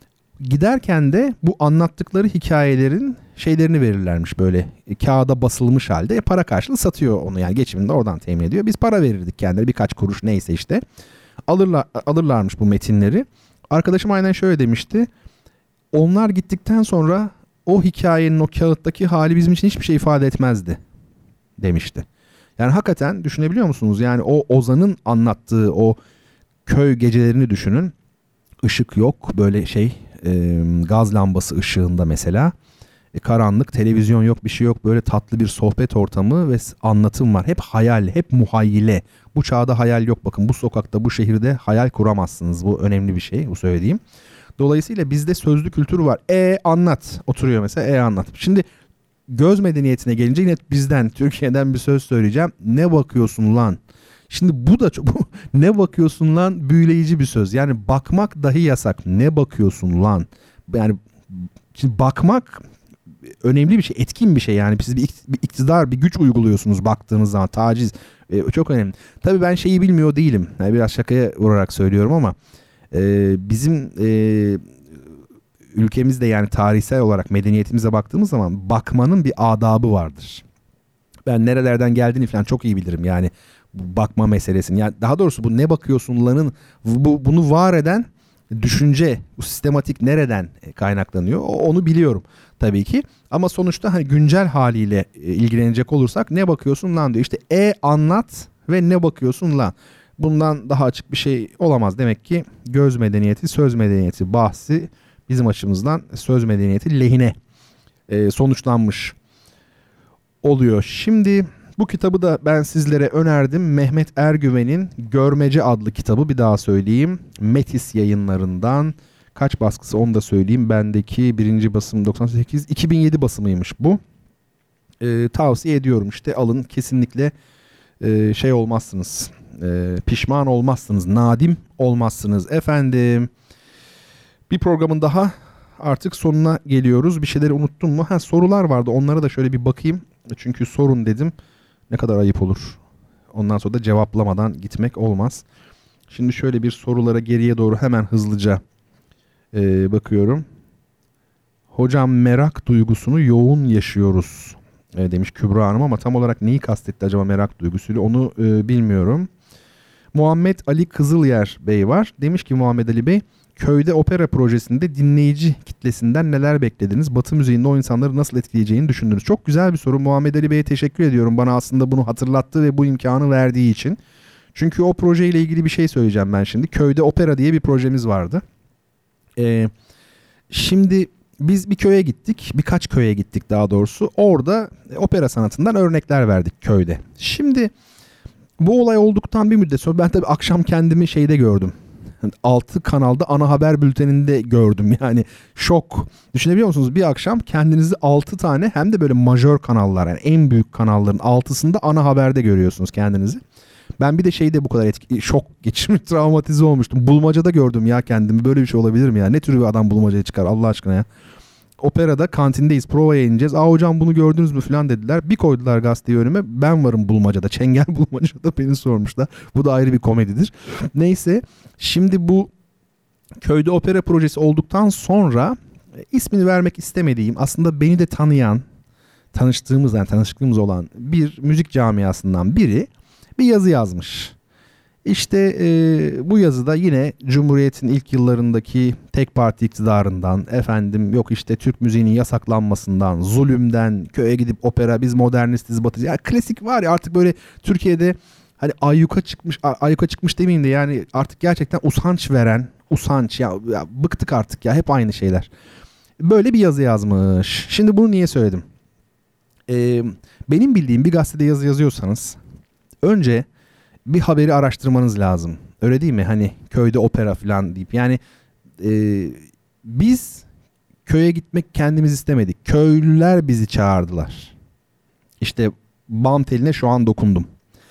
Giderken de bu anlattıkları hikayelerin şeylerini verirlermiş böyle e, kağıda basılmış halde. E, para karşılığı satıyor onu, yani geçimini de oradan temin ediyor. Biz para verirdik kendileri, birkaç kuruş neyse işte. Alırlar, alırlarmış bu metinleri. Arkadaşım aynen şöyle demişti. Onlar gittikten sonra o hikayenin o kağıttaki hali bizim için hiçbir şey ifade etmezdi demişti. Yani hakikaten düşünebiliyor musunuz? Yani o ozanın anlattığı o köy gecelerini düşünün. Işık yok, böyle şey e, gaz lambası ışığında mesela. E, karanlık, televizyon yok, bir şey yok. Böyle tatlı bir sohbet ortamı ve anlatım var. Hep hayal, hep muhayyile. Bu çağda hayal yok. Bakın bu sokakta, bu şehirde hayal kuramazsınız. Bu önemli bir şey, bu söylediğim. Dolayısıyla bizde sözlü kültür var. E anlat. Oturuyor mesela, e anlat. Şimdi göz medeniyetine gelince yine bizden, Türkiye'den bir söz söyleyeceğim. Ne bakıyorsun lan? Şimdi bu da çok, ne bakıyorsun lan büyüleyici bir söz. Yani bakmak dahi yasak. Ne bakıyorsun lan? Yani şimdi bakmak önemli bir şey, etkin bir şey. Yani siz bir iktidar, bir güç uyguluyorsunuz baktığınız zaman. Taciz e, çok önemli. Tabii ben şeyi bilmiyor değilim. Yani biraz şakaya vurarak söylüyorum ama e, bizim e, ülkemizde yani tarihsel olarak medeniyetimize baktığımız zaman bakmanın bir adabı vardır. Ben nerelerden geldiğini falan çok iyi bilirim yani bakma meselesini. Yani daha doğrusu bu ne bakıyorsunların bu, bunu var eden düşünce, bu sistematik nereden kaynaklanıyor onu biliyorum tabii ki. Ama sonuçta hani güncel haliyle ilgilenecek olursak ne bakıyorsun lan diyor. İşte e anlat ve ne bakıyorsun lan. Bundan daha açık bir şey olamaz. Demek ki göz medeniyeti, söz medeniyeti bahsi bizim açımızdan söz medeniyeti lehine e, sonuçlanmış oluyor. Şimdi bu kitabı da ben sizlere önerdim. Mehmet Ergüven'in Görmece adlı kitabı, bir daha söyleyeyim. Metis yayınlarından. Kaç baskısı onu da söyleyeyim. Bendeki birinci basım doksan sekiz, iki bin yedi basımıymış bu. Ee, tavsiye ediyorum işte, alın kesinlikle e, şey olmazsınız. E, pişman olmazsınız. Nadim olmazsınız efendim. Bir programın daha artık sonuna geliyoruz. Bir şeyleri unuttum mu? Ha, sorular vardı. Onlara da şöyle bir bakayım. Çünkü sorun dedim. Ne kadar ayıp olur. Ondan sonra da cevaplamadan gitmek olmaz. Şimdi şöyle bir sorulara geriye doğru hemen hızlıca e, bakıyorum. Hocam merak duygusunu yoğun yaşıyoruz e, demiş Kübra Hanım, ama tam olarak neyi kastetti acaba merak duygusuyla onu e, bilmiyorum. Muhammed Ali Kızılyer Bey var. Demiş ki Muhammed Ali Bey, köyde opera projesinde dinleyici kitlesinden neler beklediniz? Batı müziğinin o insanları nasıl etkileyeceğini düşündünüz? Çok güzel bir soru. Muhammed Ali Bey'e teşekkür ediyorum. Bana aslında bunu hatırlattı ve bu imkanı verdiği için. Çünkü o projeyle ilgili bir şey söyleyeceğim ben şimdi. Köyde opera diye bir projemiz vardı. Ee, şimdi biz bir köye gittik. Birkaç köye gittik daha doğrusu. Orada opera sanatından örnekler verdik köyde. Şimdi bu olay olduktan bir müddet sonra ben tabii akşam kendimi şeyde gördüm. Altı kanalda ana haber bülteninde gördüm, yani şok. Düşünebiliyor musunuz? Bir akşam kendinizi altı tane, hem de böyle majör kanallar, yani en büyük kanalların altısında ana haberde görüyorsunuz kendinizi. Ben bir de şeyde bu kadar etki, şok geçirmiş, travmatize olmuştum. Bulmacada gördüm ya kendimi. Böyle bir şey olabilir mi ya? Ne tür bir adam bulmacaya çıkar Allah aşkına ya? Operada kantindeyiz, provaya ineceğiz. Aa hocam bunu gördünüz mü falan dediler. Bir koydular gazeteyi önüme. Ben varım bulmacada. Çengel bulmacada beni sormuşlar. Bu da ayrı bir komedidir. Neyse, şimdi bu köyde opera projesi olduktan sonra ismini vermek istemediğim, aslında beni de tanıyan, tanıştığımız yani tanışıklığımız olan bir müzik camiasından biri bir yazı yazmış. İşte e, bu yazıda yine Cumhuriyet'in ilk yıllarındaki tek parti iktidarından, efendim yok işte Türk müziğinin yasaklanmasından, zulümden, köye gidip opera, biz modernistiz, batıcı. Yani klasik var ya artık böyle Türkiye'de hani ayyuka çıkmış, ayyuka çıkmış demeyeyim de yani artık gerçekten usanç veren, usanç ya, ya bıktık artık ya hep aynı şeyler. Böyle bir yazı yazmış. Şimdi bunu niye söyledim? Ee, benim bildiğim bir gazetede yazı yazıyorsanız önce bir haberi araştırmanız lazım. Öyle değil mi? Hani köyde opera falan deyip. Yani e, biz köye gitmek kendimiz istemedik. Köylüler bizi çağırdılar. İşte bam teline şu an dokundum.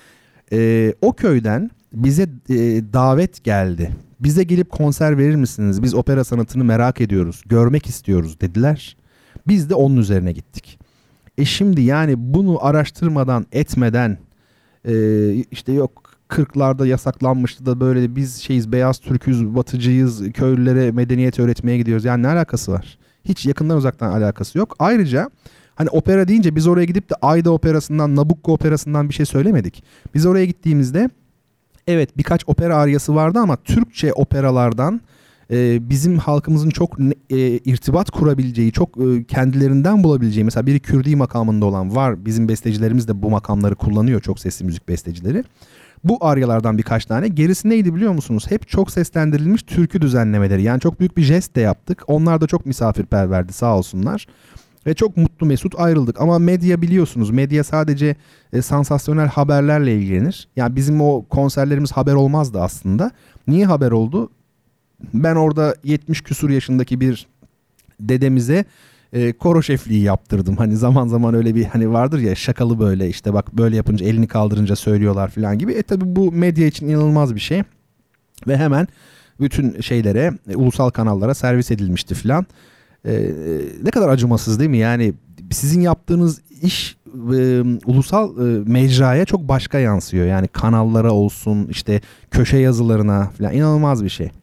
E, o köyden bize e, davet geldi. Bize gelip konser verir misiniz? Biz opera sanatını merak ediyoruz. Görmek istiyoruz dediler. Biz de onun üzerine gittik. E şimdi yani bunu araştırmadan etmeden e, işte yok kırklarda yasaklanmıştı da böyle biz şeyiz, beyaz Türk'üz, batıcıyız, köylülere medeniyet öğretmeye gidiyoruz. Yani ne alakası var? Hiç yakından uzaktan alakası yok. Ayrıca hani opera deyince biz oraya gidip de Ayda Operası'ndan, Nabucco Operası'ndan bir şey söylemedik. Biz oraya gittiğimizde evet birkaç opera aryası vardı ama Türkçe operalardan e, bizim halkımızın çok e, irtibat kurabileceği, çok e, kendilerinden bulabileceği, mesela biri Kürdi makamında olan var. Bizim bestecilerimiz de bu makamları kullanıyor, çok sesli müzik bestecileri. Bu aryalardan birkaç tane. Gerisi neydi biliyor musunuz? Hep çok seslendirilmiş türkü düzenlemeleri. Yani çok büyük bir jest de yaptık. Onlar da çok misafirperverdi sağ olsunlar. Ve çok mutlu mesut ayrıldık. Ama medya biliyorsunuz. Medya sadece e, sansasyonel haberlerle ilgilenir. Yani bizim o konserlerimiz haber olmazdı aslında. Niye haber oldu? Ben orada yetmiş küsur yaşındaki bir dedemize e, koro şefliği yaptırdım. Hani zaman zaman öyle bir hani vardır ya şakalı böyle işte bak böyle yapınca elini kaldırınca söylüyorlar falan gibi. E tabi bu medya için inanılmaz bir şey. Ve hemen bütün şeylere, e, ulusal kanallara servis edilmişti falan. E, ne kadar acımasız değil mi? Yani sizin yaptığınız iş e, ulusal e, mecraya çok başka yansıyor. Yani kanallara olsun, işte köşe yazılarına falan, inanılmaz bir şey.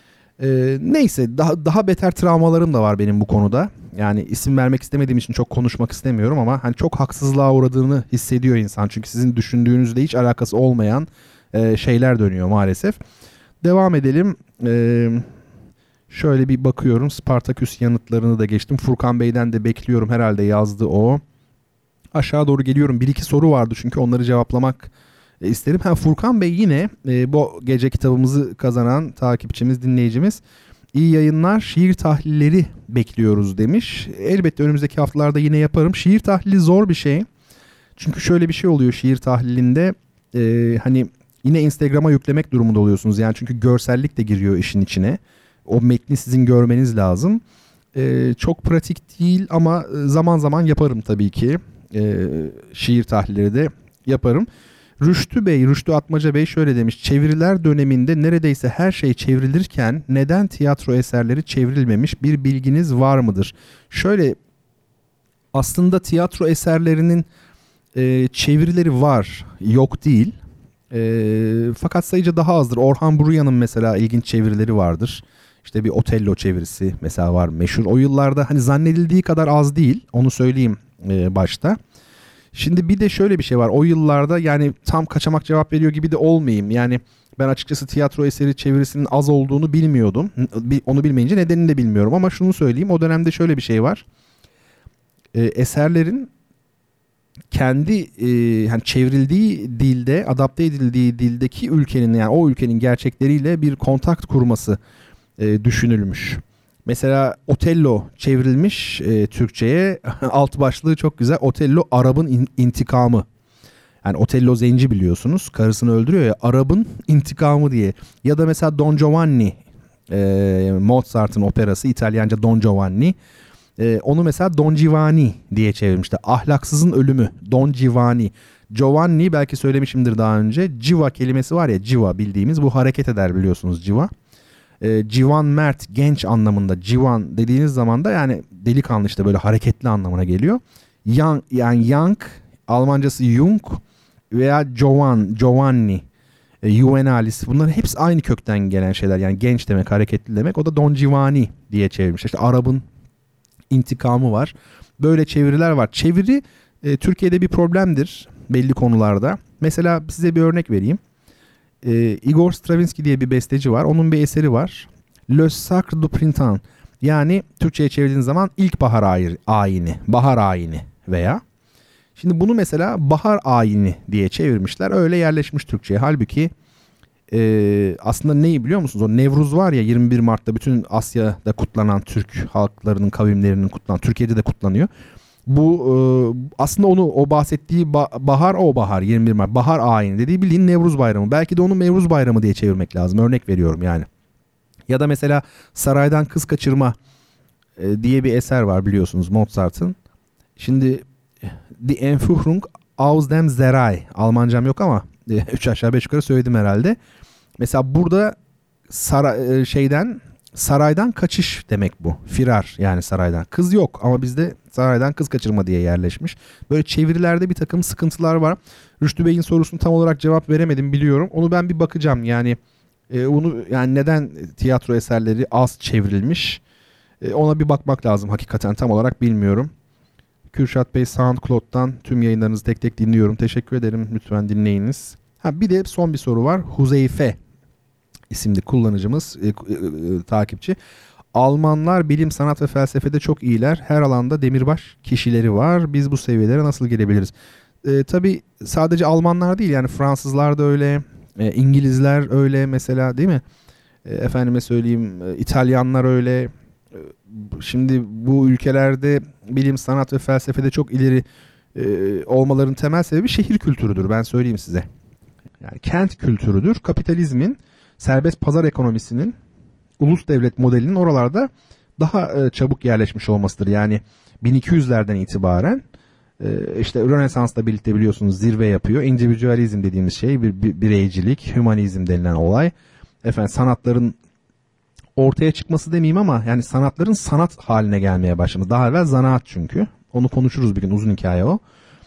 E, neyse daha daha beter travmalarım da var benim bu konuda. Yani isim vermek istemediğim için çok konuşmak istemiyorum ama hani çok haksızlığa uğradığını hissediyor insan. Çünkü sizin düşündüğünüzle hiç alakası olmayan e, şeyler dönüyor maalesef. Devam edelim. E, şöyle bir bakıyorum. Spartaküs yanıtlarını da geçtim. Furkan Bey'den de bekliyorum. Herhalde yazdı o. Aşağı doğru geliyorum. Bir iki soru vardı çünkü onları cevaplamak e, isterim. Ha, Furkan Bey yine e, bu gece kitabımızı kazanan takipçimiz, dinleyicimiz. İyi yayınlar, şiir tahlilleri bekliyoruz demiş. Elbette önümüzdeki haftalarda yine yaparım. Şiir tahlili zor bir şey. Çünkü şöyle bir şey oluyor şiir tahlilinde. E, hani yine Instagram'a yüklemek durumunda oluyorsunuz. Yani çünkü görsellik de giriyor işin içine. O metni sizin görmeniz lazım. E, çok pratik değil ama zaman zaman yaparım tabii ki. E, şiir tahlilleri de yaparım. Rüştü Bey, Rüştü Atmaca Bey şöyle demiş. Çeviriler döneminde neredeyse her şey çevrilirken neden tiyatro eserleri çevrilmemiş, bir bilginiz var mıdır? Şöyle, aslında tiyatro eserlerinin e, çevirileri var, yok değil. E, fakat sayıca daha azdır. Orhan Buruya'nın mesela ilginç çevirileri vardır. İşte bir Otello çevirisi mesela var meşhur. O yıllarda hani zannedildiği kadar az değil, onu söyleyeyim e, başta. Şimdi bir de şöyle bir şey var. O yıllarda yani tam kaçamak cevap veriyor gibi de olmayayım. Yani ben açıkçası tiyatro eseri çevirisinin az olduğunu bilmiyordum. Onu bilmeyince nedenini de bilmiyorum. Ama şunu söyleyeyim. O dönemde şöyle bir şey var. Ee, eserlerin kendi e, yani çevrildiği dilde, adapte edildiği dildeki ülkenin, yani o ülkenin gerçekleriyle bir kontak kurması e, düşünülmüş. Mesela Otello çevrilmiş e, Türkçe'ye, alt başlığı çok güzel. Otello Arap'ın in- intikamı. Yani Otello zenci biliyorsunuz. Karısını öldürüyor ya, Arap'ın intikamı diye. Ya da mesela Don Giovanni, e, Mozart'ın operası, İtalyanca Don Giovanni. E, onu mesela Don Giovanni diye çevirmişler. Ahlaksızın ölümü. Don Giovanni. Giovanni belki söylemişimdir daha önce. Civa kelimesi var ya, civa bildiğimiz, bu hareket eder biliyorsunuz civa. E, civan mert, genç anlamında. Civan dediğiniz zaman da yani delikanlı, işte böyle hareketli anlamına geliyor. Young, yani young, Almancası Jung veya Jovan, Giovanni, e, Juvenalis, bunların hepsi aynı kökten gelen şeyler. Yani genç demek, hareketli demek. O da Don Giovanni diye çevirmiş. İşte Arap'ın intikamı var. böyle çeviriler var. Çeviri e, Türkiye'de bir problemdir belli konularda. Mesela size bir örnek vereyim. E, Igor Stravinsky diye bir besteci var. Onun bir eseri var. Le Sacre du Printemps. Yani Türkçe'ye çevirdiğiniz zaman ilkbahar ayini, bahar ayini veya. Şimdi bunu mesela bahar ayini diye çevirmişler. Öyle yerleşmiş Türkçe'ye. Halbuki e, aslında neyi biliyor musunuz? O Nevruz var ya, yirmi bir Mart'ta bütün Asya'da kutlanan, Türk halklarının, kavimlerinin kutlanan, Türkiye'de de kutlanıyor. Bu e, aslında onu, o bahsettiği ba- bahar, o bahar, yirmi bir Mart bahar ayini dediği bildiğin Nevruz Bayramı. Belki de onu Nevruz Bayramı diye çevirmek lazım. Örnek veriyorum yani. Ya da mesela Saraydan Kız Kaçırma e, diye bir eser var biliyorsunuz Mozart'ın. Şimdi Die Entführung aus dem Serai. Almancam yok ama e, üç aşağı beş yukarı söyledim herhalde. Mesela burada saray, e, şeyden saraydan kaçış demek bu. Firar yani saraydan. Kız yok ama bizde saraydan kız kaçırma diye yerleşmiş. Böyle çevirilerde bir takım sıkıntılar var. Rüştü Bey'in sorusunu tam olarak cevap veremedim biliyorum. Onu ben bir bakacağım yani. E, onu yani neden tiyatro eserleri az çevrilmiş? E, ona bir bakmak lazım hakikaten, tam olarak bilmiyorum. Kürşat Bey, SoundCloud'dan tüm yayınlarınızı tek tek dinliyorum. Teşekkür ederim. Lütfen dinleyiniz. Ha, bir de son bir soru var. Huzeyfe isimli kullanıcımız, e, e, e, takipçi. Almanlar bilim, sanat ve felsefede çok iyiler. Her alanda demirbaş kişileri var. Biz bu seviyelere nasıl gelebiliriz? E, tabii sadece Almanlar değil, yani Fransızlar da öyle, e, İngilizler öyle mesela, değil mi? E, efendime söyleyeyim, e, İtalyanlar öyle. E, şimdi bu ülkelerde bilim, sanat ve felsefede çok ileri e, olmaların temel sebebi şehir kültürüdür. Ben söyleyeyim size. Yani kent kültürüdür. Kapitalizmin, serbest pazar ekonomisinin, ulus devlet modelinin oralarda daha e, çabuk yerleşmiş olmasıdır. Yani bin iki yüzlerden itibaren e, işte Rönesans'la birlikte biliyorsunuz zirve yapıyor. İndividüalizm dediğimiz şey, bir, bir bireycilik, hümanizm denilen olay. Efendim sanatların ortaya çıkması demeyeyim ama yani sanatların sanat haline gelmeye başlaması. Daha evvel zanaat çünkü. Onu konuşuruz bir gün, uzun hikaye o.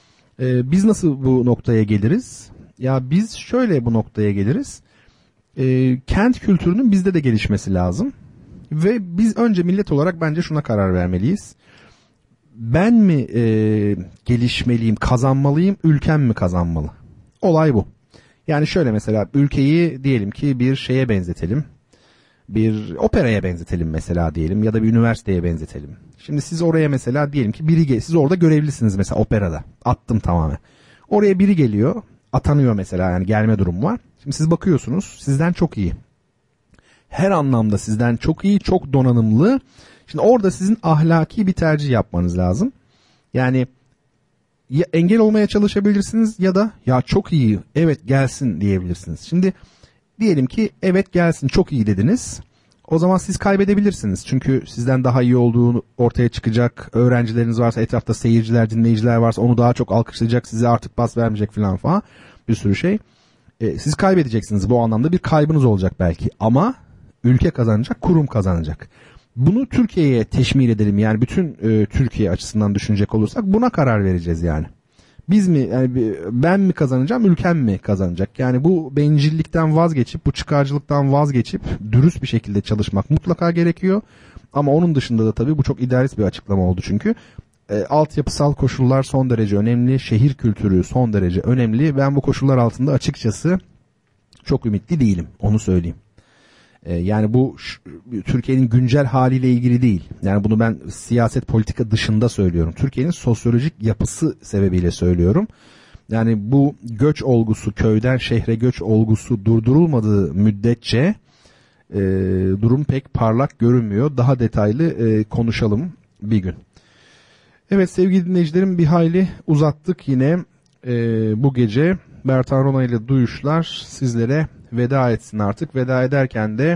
E, biz nasıl bu noktaya geliriz? Ya biz şöyle bu noktaya geliriz. E, kent kültürünün bizde de gelişmesi lazım. Ve biz önce millet olarak bence şuna karar vermeliyiz. Ben mi e, gelişmeliyim, kazanmalıyım, ülkem mi kazanmalı? Olay bu. Yani şöyle mesela ülkeyi diyelim ki bir şeye benzetelim. Bir operaya benzetelim mesela diyelim, ya da bir üniversiteye benzetelim. Şimdi siz oraya mesela diyelim ki biri gel, siz orada görevlisiniz mesela operada. Attım tamamen. Oraya biri geliyor, atanıyor mesela, yani gelme durumu var. Şimdi siz bakıyorsunuz, sizden çok iyi. Her anlamda sizden çok iyi, çok donanımlı. Şimdi orada sizin ahlaki bir tercih yapmanız lazım. Yani ya engel olmaya çalışabilirsiniz ya da ya çok iyi, evet gelsin diyebilirsiniz. Şimdi diyelim ki evet gelsin, çok iyi dediniz. O zaman siz kaybedebilirsiniz. Çünkü sizden daha iyi olduğunu ortaya çıkacak. Öğrencileriniz varsa, etrafta seyirciler, dinleyiciler varsa onu daha çok alkışlayacak. Size artık pas vermeyecek falan falan. Bir sürü şey. E, siz kaybedeceksiniz. Bu anlamda bir kaybınız olacak belki. Ama ülke kazanacak, kurum kazanacak. Bunu Türkiye'ye teşmil edelim. Yani bütün e, Türkiye açısından düşünecek olursak buna karar vereceğiz yani. Biz mi, yani ben mi kazanacağım, ülkem mi kazanacak? Yani bu bencillikten vazgeçip, bu çıkarcılıktan vazgeçip dürüst bir şekilde çalışmak mutlaka gerekiyor. Ama onun dışında da tabii bu çok idealist bir açıklama oldu çünkü. E, altyapısal koşullar son derece önemli, şehir kültürü son derece önemli. Ben bu koşullar altında açıkçası çok ümitli değilim, onu söyleyeyim. E, yani bu şu, Türkiye'nin güncel haliyle ilgili değil. Yani bunu ben siyaset politika dışında söylüyorum. Türkiye'nin sosyolojik yapısı sebebiyle söylüyorum. Yani bu göç olgusu, köyden şehre göç olgusu durdurulmadığı müddetçe e, durum pek parlak görünmüyor. Daha detaylı e, konuşalım bir gün. Evet sevgili dinleyicilerim, bir hayli uzattık yine e, bu gece. Bertan Rona ile Duyuşlar sizlere veda etsin artık. Veda ederken de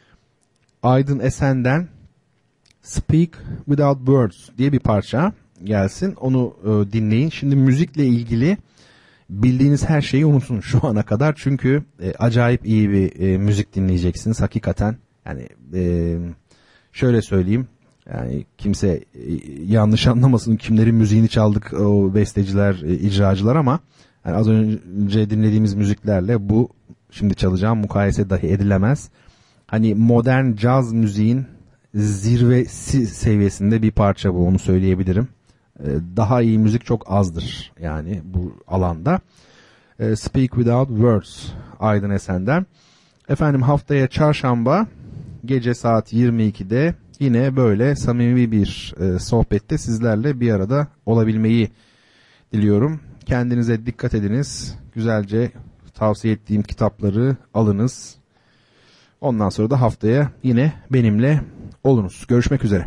Aydın Esen'den Speak Without Words diye bir parça gelsin. Onu e, dinleyin. Şimdi müzikle ilgili bildiğiniz her şeyi unutun şu ana kadar. Çünkü e, acayip iyi bir e, müzik dinleyeceksiniz hakikaten. Yani e, şöyle söyleyeyim. Yani kimse e, yanlış anlamasın, kimlerin müziğini çaldık o besteciler, e, icracılar, ama yani az önce dinlediğimiz müziklerle bu şimdi çalacağım mukayese dahi edilemez. Hani modern caz müziğin zirvesi seviyesinde bir parça bu, onu söyleyebilirim. daha iyi müzik çok azdır yani bu alanda. Speak Without Words Aydın Esen'den. Efendim haftaya çarşamba gece saat yirmi ikide yine böyle samimi bir e, sohbette sizlerle bir arada olabilmeyi diliyorum. Kendinize dikkat ediniz. Güzelce tavsiye ettiğim kitapları alınız. Ondan sonra da haftaya yine benimle olunuz. Görüşmek üzere.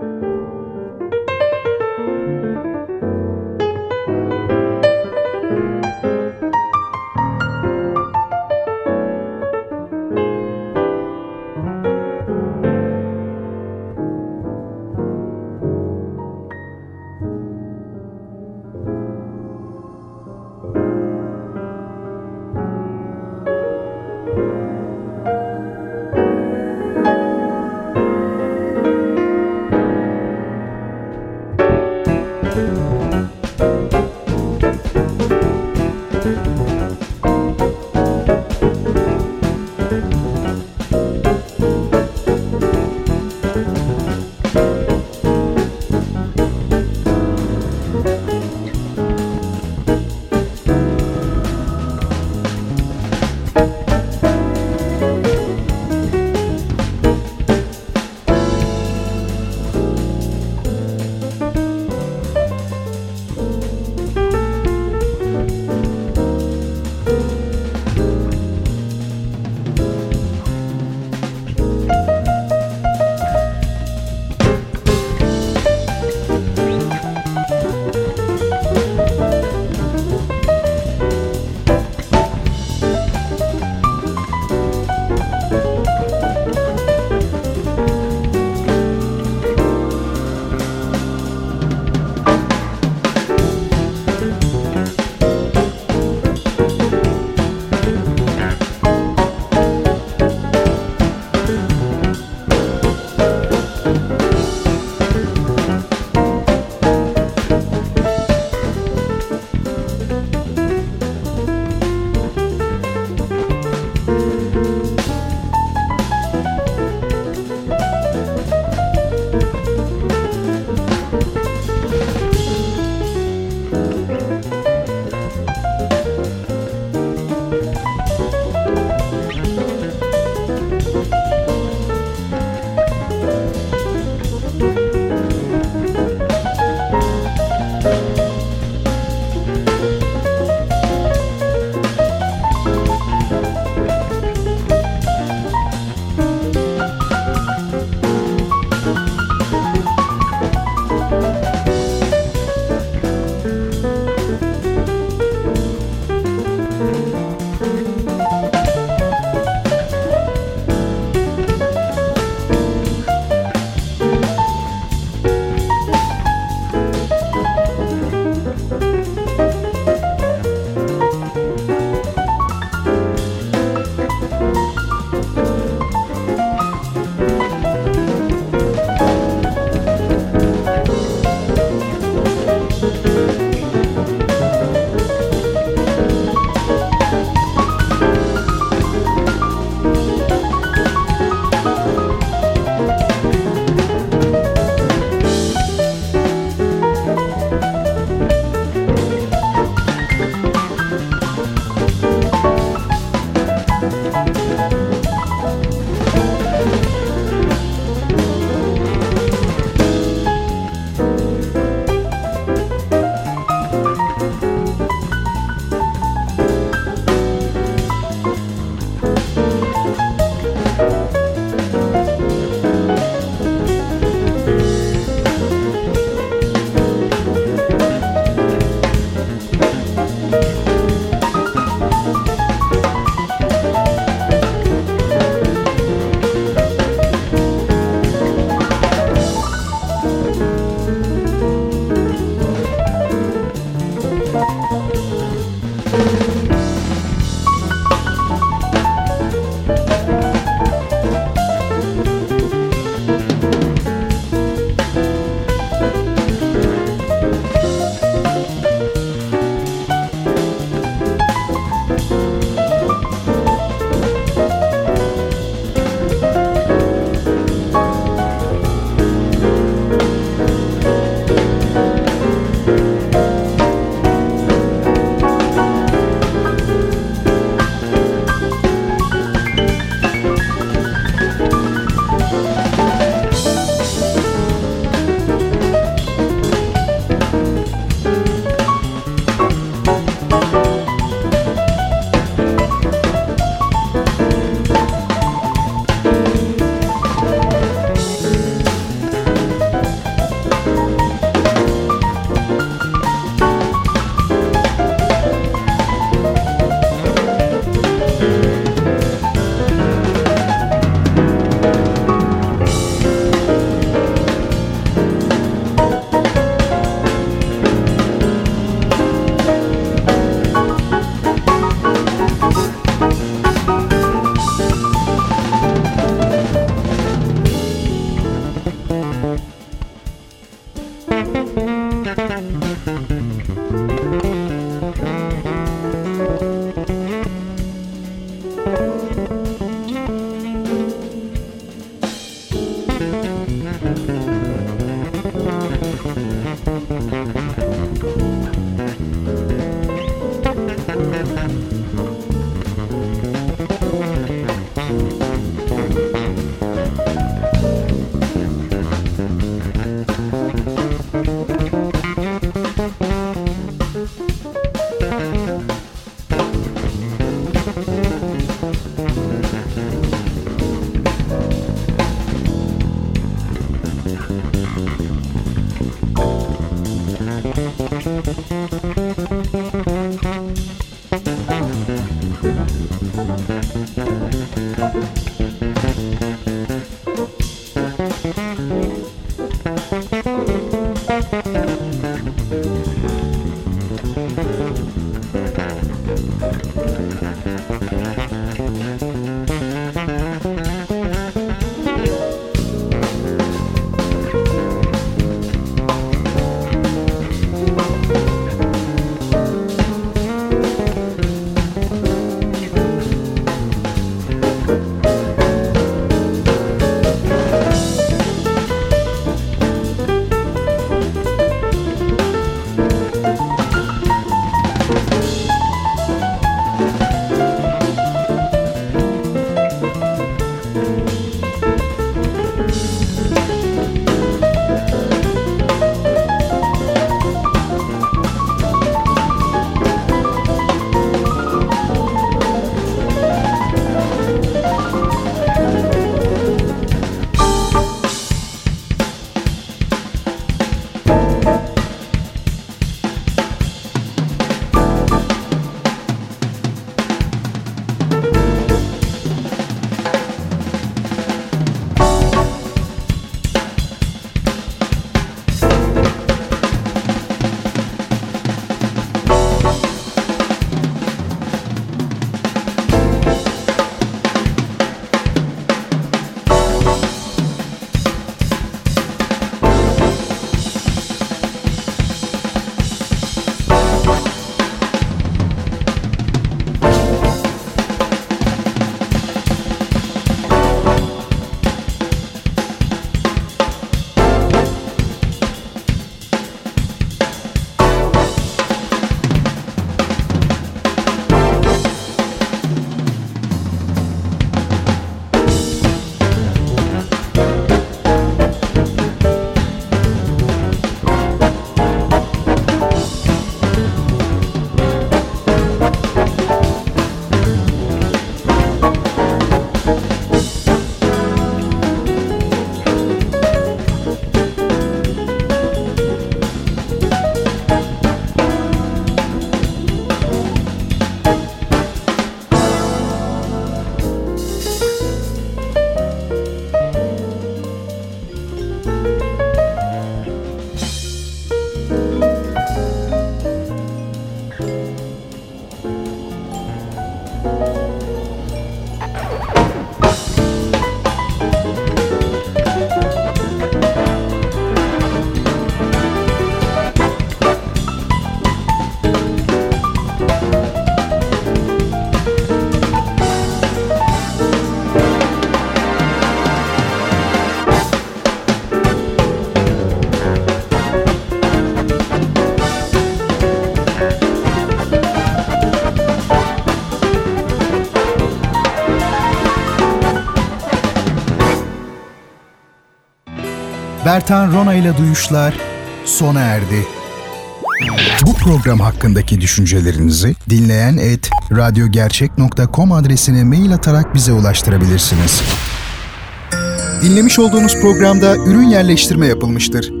Bertan Rona ile Duyuşlar sona erdi. Bu program hakkındaki düşüncelerinizi dinleyen et radyogercek nokta com adresine mail atarak bize ulaştırabilirsiniz. Dinlemiş olduğunuz programda ürün yerleştirme yapılmıştır.